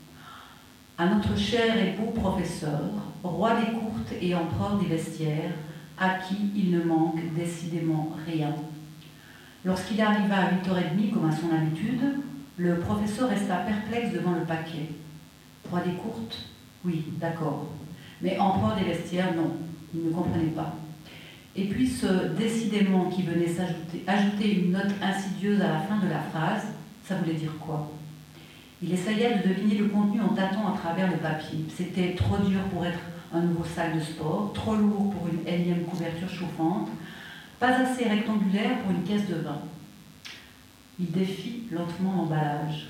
à notre cher et beau professeur, roi des courtes et empereur des vestiaires, à qui il ne manque décidément rien. Lorsqu'il arriva à 8h30, comme à son habitude, le professeur resta perplexe devant le paquet. Roi des courtes? Oui, d'accord. Mais empereur des vestiaires, non. Il ne comprenait pas. Et puis ce « décidément » qui venait ajouter une note insidieuse à la fin de la phrase, ça voulait dire quoi? Il essayait de deviner le contenu en tâtant à travers le papier. C'était trop dur pour être un nouveau sac de sport, trop lourd pour une énième couverture chauffante, pas assez rectangulaire pour une caisse de vin. Il défit lentement l'emballage.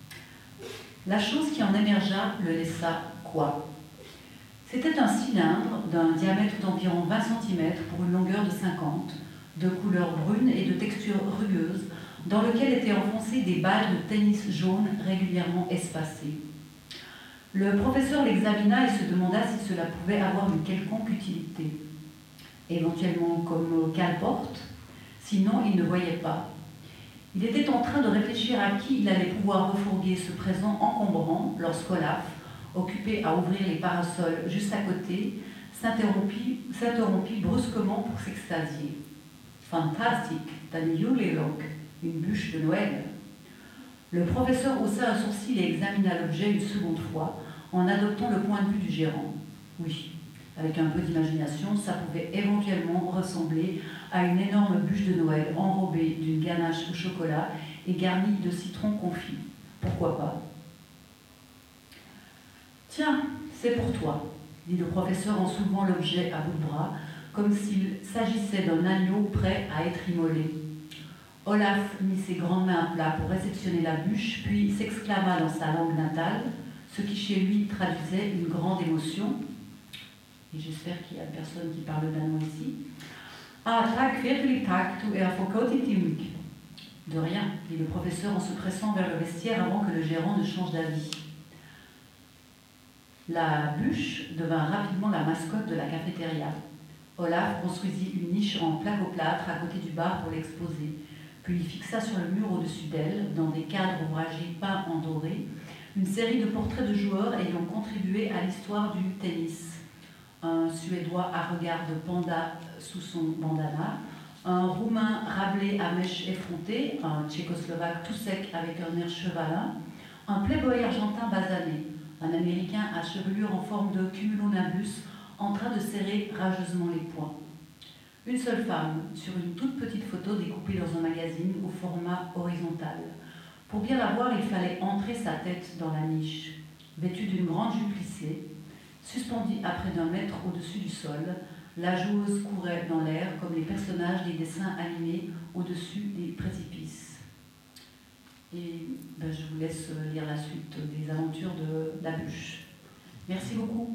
La chose qui en émergea le laissa quoi? C'était un cylindre d'un diamètre d'environ 20 cm pour une longueur de 50, de couleur brune et de texture rugueuse, dans lequel étaient enfoncées des balles de tennis jaunes régulièrement espacées. Le professeur l'examina et se demanda si cela pouvait avoir une quelconque utilité. Éventuellement comme cale-porte, sinon il ne voyait pas. Il était en train de réfléchir à qui il allait pouvoir refourguer ce présent encombrant lorsqu'Olaf, occupé à ouvrir les parasols juste à côté, s'interrompit brusquement pour s'extasier. Fantastique, un Julelok, une bûche de Noël. Le professeur haussa un sourcil et examina l'objet une seconde fois, en adoptant le point de vue du gérant. Oui, avec un peu d'imagination, ça pouvait éventuellement ressembler à une énorme bûche de Noël enrobée d'une ganache au chocolat et garnie de citron confit. Pourquoi pas? Tiens, c'est pour toi, dit le professeur en soulevant l'objet à bout de bras, comme s'il s'agissait d'un agneau prêt à être immolé. Olaf mit ses grandes mains à plat pour réceptionner la bûche, puis s'exclama dans sa langue natale, ce qui chez lui traduisait une grande émotion. Et j'espère qu'il y a personne qui parle danois ici. Ah, tack, virkelig tack, du är förkotigt. De rien, dit le professeur en se pressant vers le vestiaire avant que le gérant ne change d'avis. La bûche devint rapidement la mascotte de la cafétéria. Olaf construisit une niche en plaque-au-plâtre à côté du bar pour l'exposer, puis il fixa sur le mur au-dessus d'elle, dans des cadres ouvragés peints en doré, une série de portraits de joueurs ayant contribué à l'histoire du tennis. Un Suédois à regard de panda sous son bandana, un Roumain rablé à mèches effrontées, un Tchécoslovaque tout sec avec un air chevalin, un playboy argentin basané, un Américain à chevelure en forme de cumulonimbus en train de serrer rageusement les poings. Une seule femme, sur une toute petite photo découpée dans un magazine au format horizontal. Pour bien la voir, il fallait entrer sa tête dans la niche. Vêtue d'une grande jupe plissée, suspendue à près d'1 mètre au-dessus du sol, la joueuse courait dans l'air comme les personnages des dessins animés au-dessus des précipices. Et je vous laisse lire la suite des aventures de la bûche. Merci beaucoup.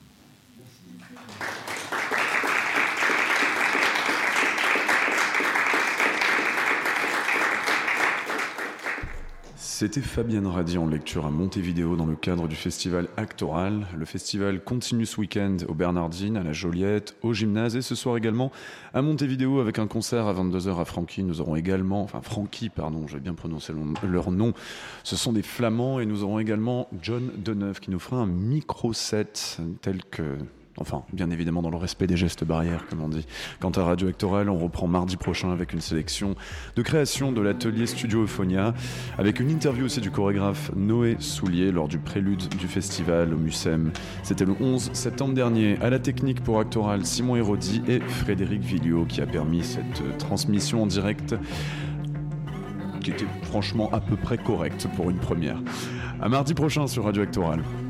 C'était Fabienne Radi en lecture à Montevideo dans le cadre du festival Actoral. Le festival continue ce week-end au Bernardine, à la Joliette, au Gymnase et ce soir également à Montevideo avec un concert à 22h à Frankie. Nous aurons également, Frankie, j'ai bien prononcé leur nom. Ce sont des Flamands et nous aurons également John Deneuve qui nous fera un micro-set tel que Enfin, bien évidemment dans le respect des gestes barrières, comme on dit. Quant à Radio Actoral, on reprend mardi prochain avec une sélection de création de l'atelier Studio Euphonia, avec une interview aussi du chorégraphe Noé Soulier lors du prélude du festival au Mucem. C'était le 11 septembre dernier. À la technique pour Actoral, Simon Hérodi et Frédéric Villio qui a permis cette transmission en direct qui était franchement à peu près correcte pour une première. À mardi prochain sur Radio Actoral.